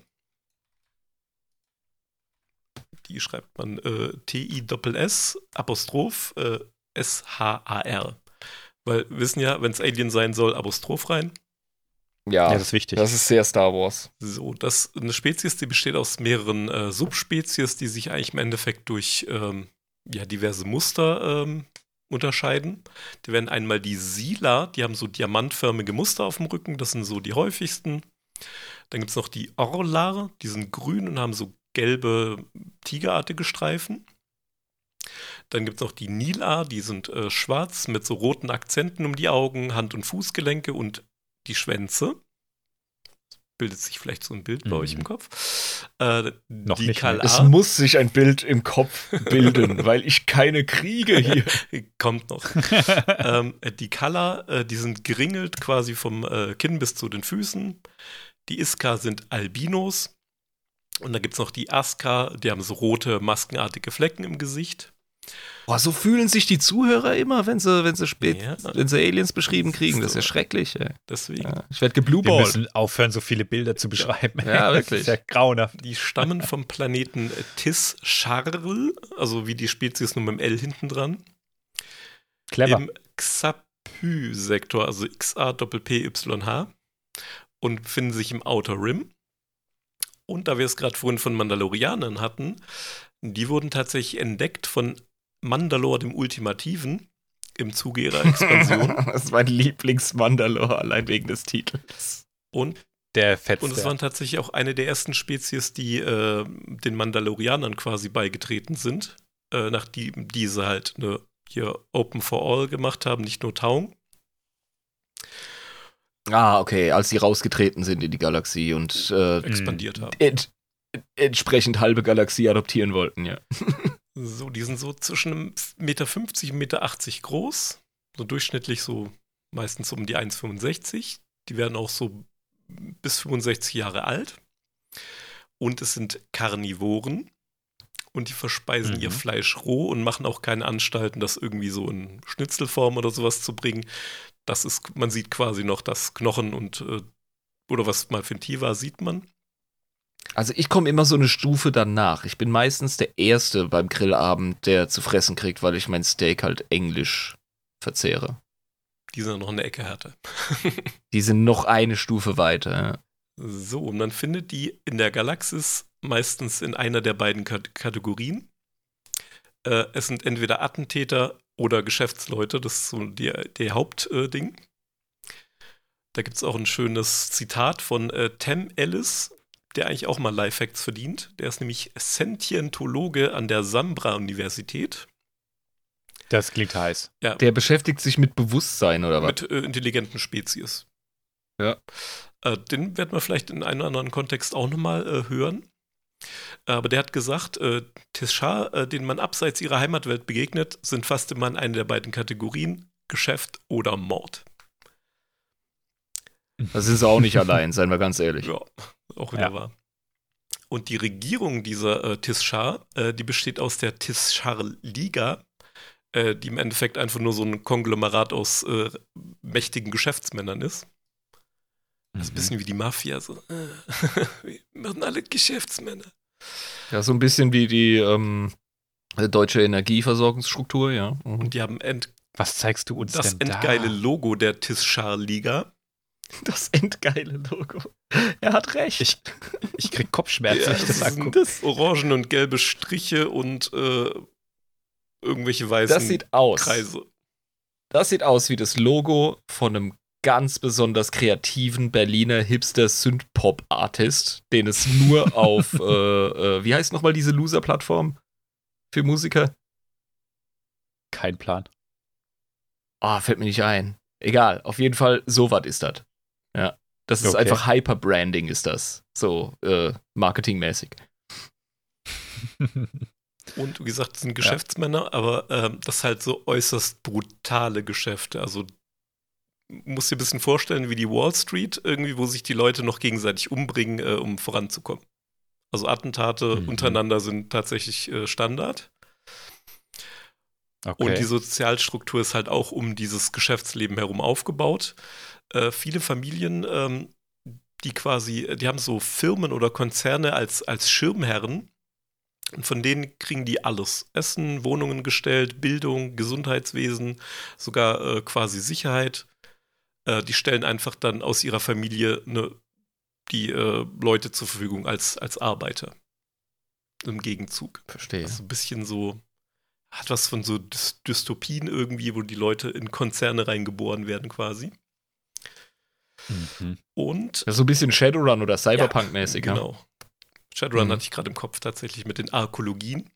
Die schreibt man äh, T I S S Apostroph äh, S H A R. Weil wir wissen ja, wenn es Alien sein soll, Apostroph rein. Ja, Ja, das ist wichtig. das ist sehr Star Wars. So, das ist eine Spezies, die besteht aus mehreren äh, Subspezies, die sich eigentlich im Endeffekt durch ähm, ja, diverse Muster ähm, unterscheiden. Die werden einmal die Sila, die haben so diamantförmige Muster auf dem Rücken, das sind so die häufigsten. Dann gibt es noch die Orlar, die sind grün und haben so gelbe, tigerartige Streifen. Dann gibt es noch die Nilar, die sind äh, schwarz mit so roten Akzenten um die Augen, Hand- und Fußgelenke und die Schwänze. Bildet sich vielleicht so ein Bild bei Mhm. euch im Kopf. Äh, Noch die nicht, ne? Es Kalar muss sich ein Bild im Kopf bilden, weil ich keine kriege hier. kommt noch. ähm, die Kala, äh, die sind geringelt quasi vom äh, Kinn bis zu den Füßen. Die Iska sind Albinos. Und dann gibt es noch die Aska, die haben so rote, maskenartige Flecken im Gesicht. Boah, so fühlen sich die Zuhörer immer, wenn sie, wenn sie, spät, Ja. wenn sie Aliens beschrieben kriegen. Das ist ja So. schrecklich, ey. Deswegen. Ja, ich werde Wir geblueballt. müssen aufhören, so viele Bilder zu beschreiben. Ja, Das wirklich. ist ja grauenhaft. Die stammen vom Planeten Tis Charl, also wie die Spezies nur mit dem L hinten dran, Clever. im Xapy-Sektor, also X A P P Y H, und befinden sich im Outer Rim. Und da wir es gerade vorhin von Mandalorianern hatten, die wurden tatsächlich entdeckt von Mandalore dem Ultimativen im Zuge ihrer Expansion. Das ist mein Lieblings-Mandalore, allein wegen des Titels. und Der fetzt. Und es waren tatsächlich auch eine der ersten Spezies, die äh, den Mandalorianern quasi beigetreten sind, äh, nachdem diese halt eine hier Open for All gemacht haben, nicht nur Taung. Ah, okay, als sie rausgetreten sind in die Galaxie und äh, expandiert haben. ent entsprechend halbe Galaxie adoptieren wollten, ja. So, die sind so zwischen einem Meter fünfzig und Meter achtzig groß, so durchschnittlich so meistens um die eins Komma fünfundsechzig. Die werden auch so bis fünfundsechzig Jahre alt. Und es sind Karnivoren. Und die verspeisen Mhm. ihr Fleisch roh und machen auch keine Anstalten, das irgendwie so in Schnitzelform oder sowas zu bringen. Das ist, man sieht quasi noch das Knochen und äh, oder was mal für ein Tier war, sieht man. Also ich komme immer so eine Stufe danach. Ich bin meistens der Erste beim Grillabend, der zu fressen kriegt, weil ich mein Steak halt englisch verzehre. Die sind noch eine Ecke härter. Die sind noch eine Stufe weiter. Ja. So, und man findet die in der Galaxis meistens in einer der beiden Kat- Kategorien. Äh, es sind entweder Attentäter oder Geschäftsleute, das ist so die, der Hauptding. Äh, da gibt es auch ein schönes Zitat von äh, Tem Ellis, der eigentlich auch mal Lifehacks verdient. Der ist nämlich Scientologe an der Sambra-Universität. Das klingt heiß. Der beschäftigt sich mit Bewusstsein oder was? Mit äh, intelligenten Spezies. Ja. Äh, den werden wir vielleicht in einem oder anderen Kontext auch nochmal äh, hören. Aber der hat gesagt, äh, Tishar, äh, denen man abseits ihrer Heimatwelt begegnet, sind fast immer in einer der beiden Kategorien, Geschäft oder Mord. Da sind sie auch nicht allein, seien wir ganz ehrlich. Ja, auch wieder Ja. wahr. Und die Regierung dieser äh, Tishar, äh, die besteht aus der Tishar-Liga, äh, die im Endeffekt einfach nur so ein Konglomerat aus äh, mächtigen Geschäftsmännern ist. Das ist ein bisschen wie die Mafia, so. Äh, wir machen alle Geschäftsmänner. Ja, so ein bisschen wie die ähm, deutsche Energieversorgungsstruktur, ja. Mhm. Und die haben ent Was zeigst du uns das denn da? endgeile Logo der Tishar-Liga. Das endgeile Logo. Er hat recht. Ich, ich krieg Kopfschmerzen, wenn ich das das sind angucke. das orangen und gelbe Striche und äh, irgendwelche weißen Das sieht aus. Kreise. Das sieht aus wie das Logo von einem ganz besonders kreativen Berliner Hipster-Synth-Pop-Artist, den es nur auf, äh, äh, wie heißt nochmal diese Loser-Plattform für Musiker? Kein Plan. Ah, fällt mir nicht ein. Egal, auf jeden Fall, sowas ist das. Ja, das ist Okay. einfach Hyper-Branding ist das. So, äh, marketingmäßig. Und wie gesagt, das sind Geschäftsmänner, aber ähm, das halt so äußerst brutale Geschäfte. Also musst dir ein bisschen vorstellen, wie die Wall Street, irgendwie, wo sich die Leute noch gegenseitig umbringen, äh, um voranzukommen. Also Attentate Mhm. untereinander sind tatsächlich äh, Standard. Okay. Und die Sozialstruktur ist halt auch um dieses Geschäftsleben herum aufgebaut. Äh, viele Familien, ähm, die quasi, die haben so Firmen oder Konzerne als, als Schirmherren. Und von denen kriegen die alles. Essen, Wohnungen gestellt, Bildung, Gesundheitswesen, sogar äh, quasi Sicherheit. Äh, die stellen einfach dann aus ihrer Familie ne, die äh, Leute zur Verfügung als, als Arbeiter. Im Gegenzug. Verstehe. Das ist ein bisschen so, hat was von so Dys- Dystopien irgendwie, wo die Leute in Konzerne reingeboren werden quasi. Mhm. Und Ja, so ein bisschen Shadowrun oder Cyberpunk-mäßig, ja. genau. Shadowrun Mhm. hatte ich gerade im Kopf tatsächlich mit den Arkologien.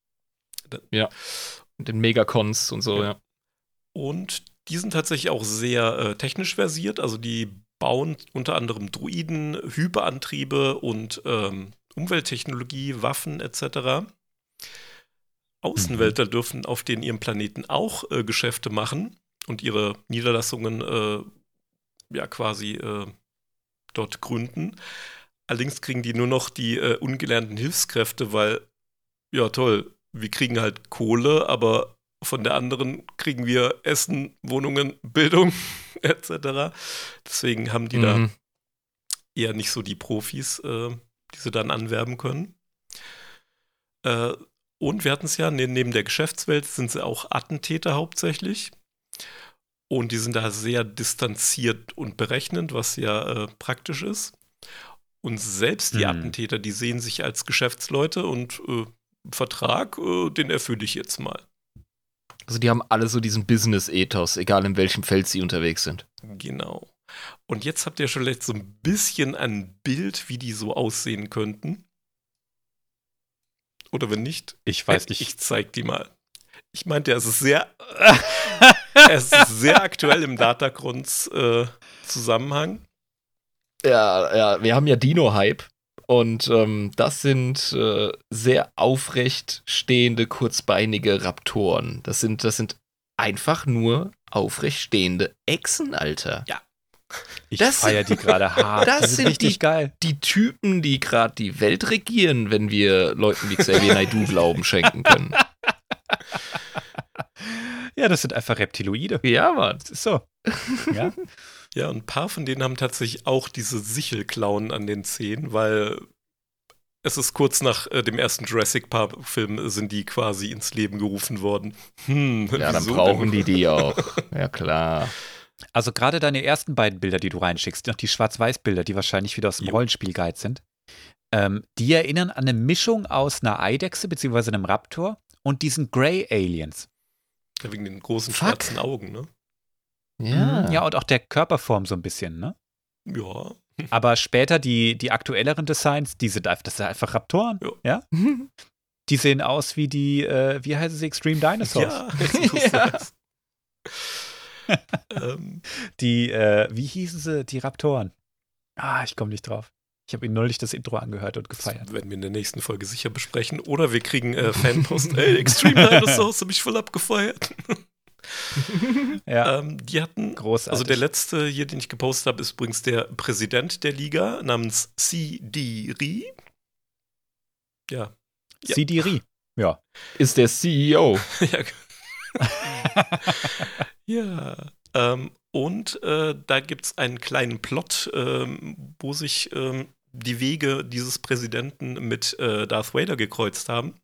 Mit den Megacons und so, Ja. ja. Und die sind tatsächlich auch sehr äh, technisch versiert. Also die bauen unter anderem Druiden, Hyperantriebe und ähm, Umwelttechnologie, Waffen et cetera. Außenweltler dürfen auf den ihrem Planeten auch äh, Geschäfte machen und ihre Niederlassungen äh, ja quasi äh, dort gründen. Allerdings kriegen die nur noch die äh, ungelernten Hilfskräfte, weil, ja toll, wir kriegen halt Kohle, aber von der anderen kriegen wir Essen, Wohnungen, Bildung et cetera. Deswegen haben die da Mhm. eher nicht so die Profis, äh, die sie dann anwerben können. Äh, und wir hatten es ja, ne- neben der Geschäftswelt sind sie auch Attentäter hauptsächlich. Und die sind da sehr distanziert und berechnend, was ja äh, praktisch ist. Und selbst die Hm. Attentäter, die sehen sich als Geschäftsleute und äh, Vertrag, äh, den erfülle ich jetzt mal. Also die haben alle so diesen Business-Ethos, egal in welchem Feld sie unterwegs sind. Genau. Und jetzt habt ihr schon vielleicht so ein bisschen ein Bild, wie die so aussehen könnten. Oder wenn nicht, Ich weiß äh, nicht. ich zeig die mal. Ich meinte, es ist sehr, es ist sehr aktuell im Datacrons-Zusammenhang. Ja, ja, wir haben ja Dino-Hype und ähm, das sind äh, sehr aufrecht stehende, kurzbeinige Raptoren. Das sind, das sind einfach nur aufrecht stehende Echsen, Alter. Ja. Ich das- feiere die gerade hart. das die sind sind richtig die- geil. Die Typen, die gerade die Welt regieren, wenn wir Leuten wie Xavier Naidoo Glauben schenken können. Ja, das sind einfach Reptiloide. Ja, Mann. Das ist so. Ja. Ja, und ein paar von denen haben tatsächlich auch diese Sichelklauen an den Zähnen, weil es ist kurz nach äh, dem ersten Jurassic Park-Film sind die quasi ins Leben gerufen worden. Hm, Ja, dann wieso brauchen denn? die die auch. Ja, klar. Also gerade deine ersten beiden Bilder, die du reinschickst, noch die Schwarz-Weiß-Bilder, die wahrscheinlich wieder aus dem Jo. Rollenspiel-Guide sind, ähm, die erinnern an eine Mischung aus einer Eidechse bzw. einem Raptor und diesen Grey Aliens. Ja, wegen den großen Fuck. schwarzen Augen, ne? Ja. Ja, und auch der Körperform so ein bisschen, ne? Ja. Aber später die, die aktuelleren Designs, die sind einfach, das sind einfach Raptoren. Ja. Ja? Die sehen aus wie die, äh, wie heißen sie, Extreme Dinosaurs. Ja, jetzt, wo du's Ja. sagst. ähm, Die, äh, wie hießen sie? Die Raptoren. Ah, ich komme nicht drauf. Ich habe ihnen neulich das Intro angehört und gefeiert. Das werden wir in der nächsten Folge sicher besprechen. Oder wir kriegen äh, Fanpost. Ey, Extreme Dinosaurs, hab ich voll abgefeiert. Ja, ähm, die hatten, großartig. also der letzte hier, den ich gepostet habe, ist übrigens der Präsident der Liga namens Sidiri. Ja. Ja. Sidiri. Ja. Ist der C E O. ja. ja. Ähm, und äh, da gibt es einen kleinen Plot, ähm, wo sich ähm, die Wege dieses Präsidenten mit äh, Darth Vader gekreuzt haben.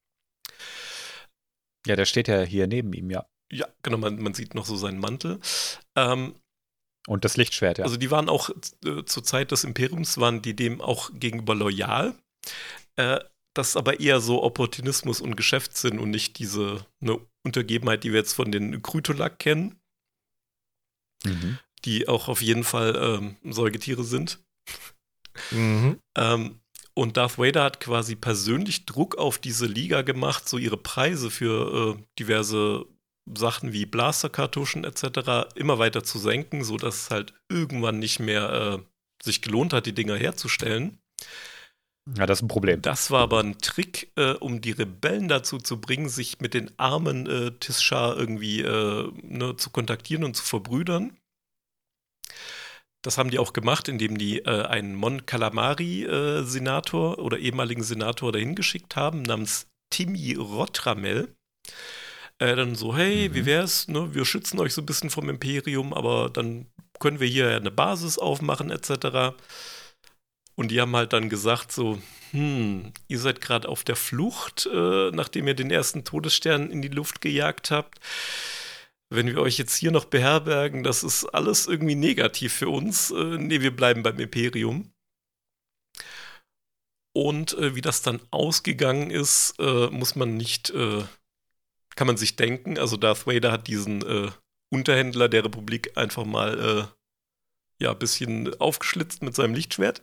Ja, der steht ja hier neben ihm, ja. Ja, genau, man, man sieht noch so seinen Mantel. Ähm, Und das Lichtschwert, ja. Also die waren auch äh, zur Zeit des Imperiums, waren die dem auch gegenüber loyal. Äh, das ist aber eher so Opportunismus und Geschäftssinn und nicht diese ne, Untergebenheit, die wir jetzt von den Krytolak kennen, mhm. die auch auf jeden Fall ähm, Säugetiere sind. Mhm. Ähm, und Darth Vader hat quasi persönlich Druck auf diese Liga gemacht, so ihre Preise für äh, diverse Sachen wie Blasterkartuschen et cetera immer weiter zu senken, sodass es halt irgendwann nicht mehr äh, sich gelohnt hat, die Dinger herzustellen. Ja, das ist ein Problem. Das war aber ein Trick, äh, um die Rebellen dazu zu bringen, sich mit den armen äh, Tisschar irgendwie äh, ne, zu kontaktieren und zu verbrüdern. Das haben die auch gemacht, indem die äh, einen Mon Calamari-Senator äh, oder ehemaligen Senator dahin geschickt haben, namens Timi Rotramel. Äh, dann so, hey, Mhm. wie wär's, ne? Wir schützen euch so ein bisschen vom Imperium, aber dann können wir hier eine Basis aufmachen, et cetera. Und die haben halt dann gesagt so, hm, ihr seid gerade auf der Flucht, äh, nachdem ihr den ersten Todesstern in die Luft gejagt habt. Wenn wir euch jetzt hier noch beherbergen, das ist alles irgendwie negativ für uns. Äh, nee, wir bleiben beim Imperium. Und äh, wie das dann ausgegangen ist, äh, muss man nicht, äh, kann man sich denken. Also Darth Vader hat diesen äh, Unterhändler der Republik einfach mal äh, ja, ein bisschen aufgeschlitzt mit seinem Lichtschwert.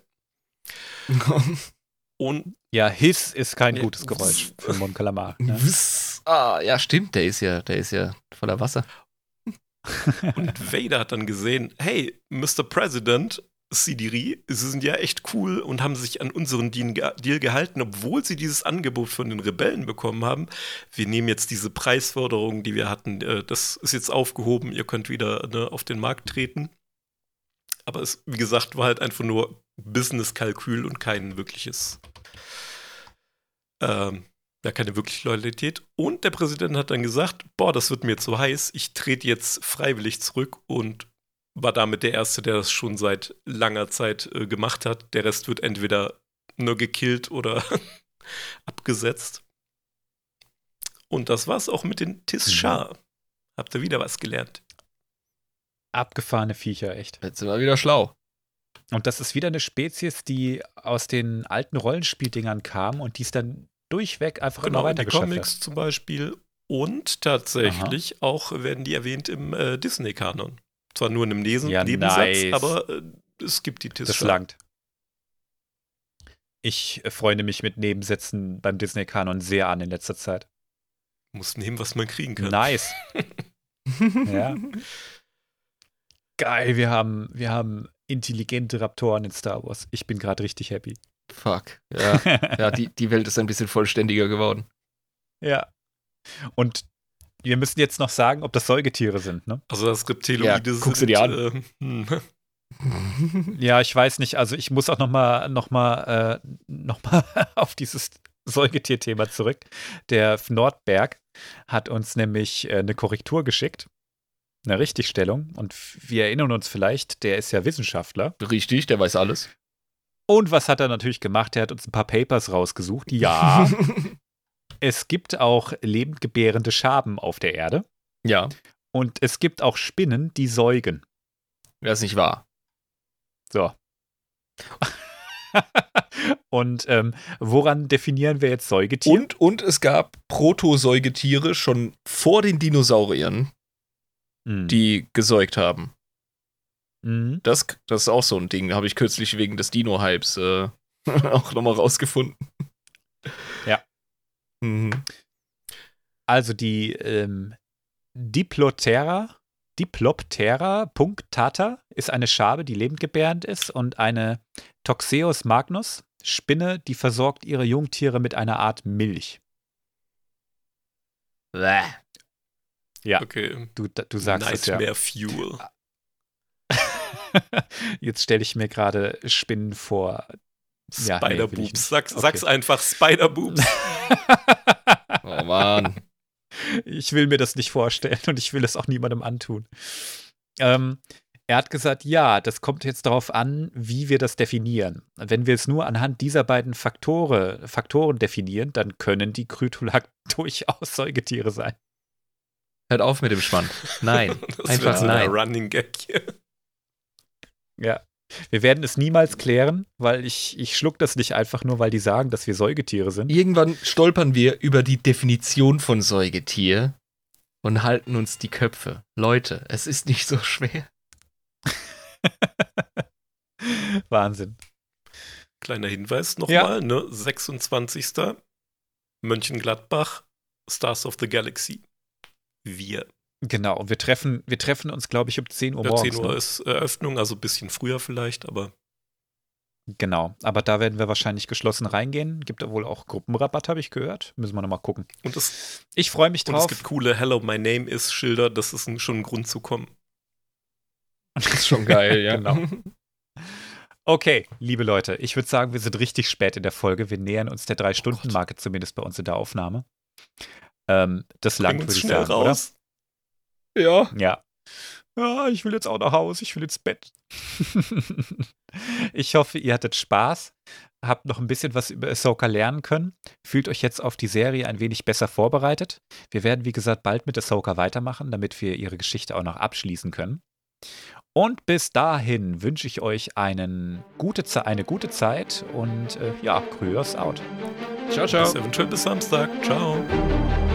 Und Ja, Hiss ist kein Ja. gutes Geräusch für Mon Calamari. Ne? Ah, ja, stimmt, der ist ja, der ist ja voller Wasser. Und Vader hat dann gesehen, hey, Mister President, Sidiri, sie sind ja echt cool und haben sich an unseren Deal gehalten, obwohl sie dieses Angebot von den Rebellen bekommen haben. Wir nehmen jetzt diese Preisforderung, die wir hatten, äh, das ist jetzt aufgehoben, ihr könnt wieder ne, auf den Markt treten. Aber es, wie gesagt, war halt einfach nur Business-Kalkül und kein wirkliches, ähm, ja, keine wirkliche Loyalität. Und der Präsident hat dann gesagt, boah, das wird mir zu heiß, ich trete jetzt freiwillig zurück und war damit der Erste, der das schon seit langer Zeit äh, gemacht hat. Der Rest wird entweder nur gekillt oder abgesetzt. Und das war's auch mit den Tisschar. Habt ihr wieder was gelernt? Abgefahrene Viecher, echt. Jetzt sind wir wieder schlau. Und das ist wieder eine Spezies, die aus den alten Rollenspieldingern kam und die es dann durchweg einfach immer Genau, in weiter die geschafft Comics hat. zum Beispiel. Und tatsächlich auch werden die erwähnt im äh, Disney-Kanon. Zwar nur in einem Nesen Ja, Nebensatz, nice. aber äh, es gibt die Das Tisschar. langt. Ich äh, freunde mich mit Nebensätzen beim Disney-Kanon sehr an in letzter Zeit. Muss nehmen, was man kriegen kann. Nice. Ja. Geil, wir haben, wir haben intelligente Raptoren in Star Wars. Ich bin gerade richtig happy. Fuck. Ja, ja die, die Welt ist ein bisschen vollständiger geworden. Ja. Und wir müssen jetzt noch sagen, ob das Säugetiere sind, ne? Also das Reptiloide Ja, guck sie sind, dir an. äh, hm. Ja, ich weiß nicht. Also ich muss auch noch mal, noch mal, äh, noch mal auf dieses Säugetierthema zurück. Der Nordberg hat uns nämlich äh, eine Korrektur geschickt, eine Richtigstellung. Und wir erinnern uns vielleicht, der ist ja Wissenschaftler. Richtig, der weiß alles. Und was hat er natürlich gemacht? Er hat uns ein paar Papers rausgesucht. Ja, es gibt auch lebendgebärende Schaben auf der Erde. Ja, Und es gibt auch Spinnen, die säugen. das ist nicht wahr. So. Und ähm, woran definieren wir jetzt Säugetier? Und, und es gab Protosäugetiere schon vor den Dinosauriern, Mhm. die gesäugt haben. Mhm. Das, das ist auch so ein Ding, habe ich kürzlich wegen des Dino-Hypes äh, auch nochmal rausgefunden. Ja. Mhm. Also die ähm, Diploptera Diploptera punctata ist eine Schabe, die lebendgebärend ist, und eine Toxeus magnus, Spinne, die versorgt ihre Jungtiere mit einer Art Milch. Bäh. Ja, Okay. du, du sagst es ja. Nightmare Fuel. Jetzt stelle ich mir gerade Spinnen vor. Ja, nee, will ich Spider-Boobs. nicht. Sag's, Okay. sag's einfach, Spider-Boobs. Oh Mann. Ich will mir das nicht vorstellen und ich will es auch niemandem antun. Ähm, er hat gesagt, ja, das kommt jetzt darauf an, wie wir das definieren. Wenn wir es nur anhand dieser beiden Faktore, Faktoren definieren, dann können die Krytolak durchaus Säugetiere sein. Hört auf mit dem Schwanz. Nein. Das Einfach wird so nein. ein Running Gag hier. Ja. Wir werden es niemals klären, weil ich, ich schluck das nicht einfach nur, weil die sagen, dass wir Säugetiere sind. Irgendwann stolpern wir über die Definition von Säugetier und halten uns die Köpfe. Leute, es ist nicht so schwer. Wahnsinn. Kleiner Hinweis nochmal, Ja. ne? sechsundzwanzigster Mönchengladbach, Stars of the Galaxy. Wir. Genau, und wir treffen, wir treffen uns, glaube ich, um zehn Uhr Ja, morgens. zehn Uhr Ne? ist Eröffnung, also ein bisschen früher vielleicht, aber Genau, aber da werden wir wahrscheinlich geschlossen reingehen. Gibt da wohl auch Gruppenrabatt, habe ich gehört. Müssen wir nochmal gucken. und es, Ich freue mich und es drauf. gibt coole Hello, my name is Schilder, das ist ein, schon ein Grund zu kommen. Das ist schon geil, ja. Genau. Okay, liebe Leute, ich würde sagen, wir sind richtig spät in der Folge. Wir nähern uns der Drei-Stunden-Marke, zumindest bei uns in der Aufnahme. Ähm, das Bring langt, uns würde ich schnell sagen, raus. Ja. oder? Ja. Ja, ich will jetzt auch nach Hause, ich will ins Bett. Ich hoffe, ihr hattet Spaß, habt noch ein bisschen was über Ahsoka lernen können, fühlt euch jetzt auf die Serie ein wenig besser vorbereitet. Wir werden, wie gesagt, bald mit Ahsoka weitermachen, damit wir ihre Geschichte auch noch abschließen können. Und bis dahin wünsche ich euch einen gute Ze- eine gute Zeit und äh, ja, Grüß out. Ciao, ciao. Bis eventuell bis Samstag. Ciao.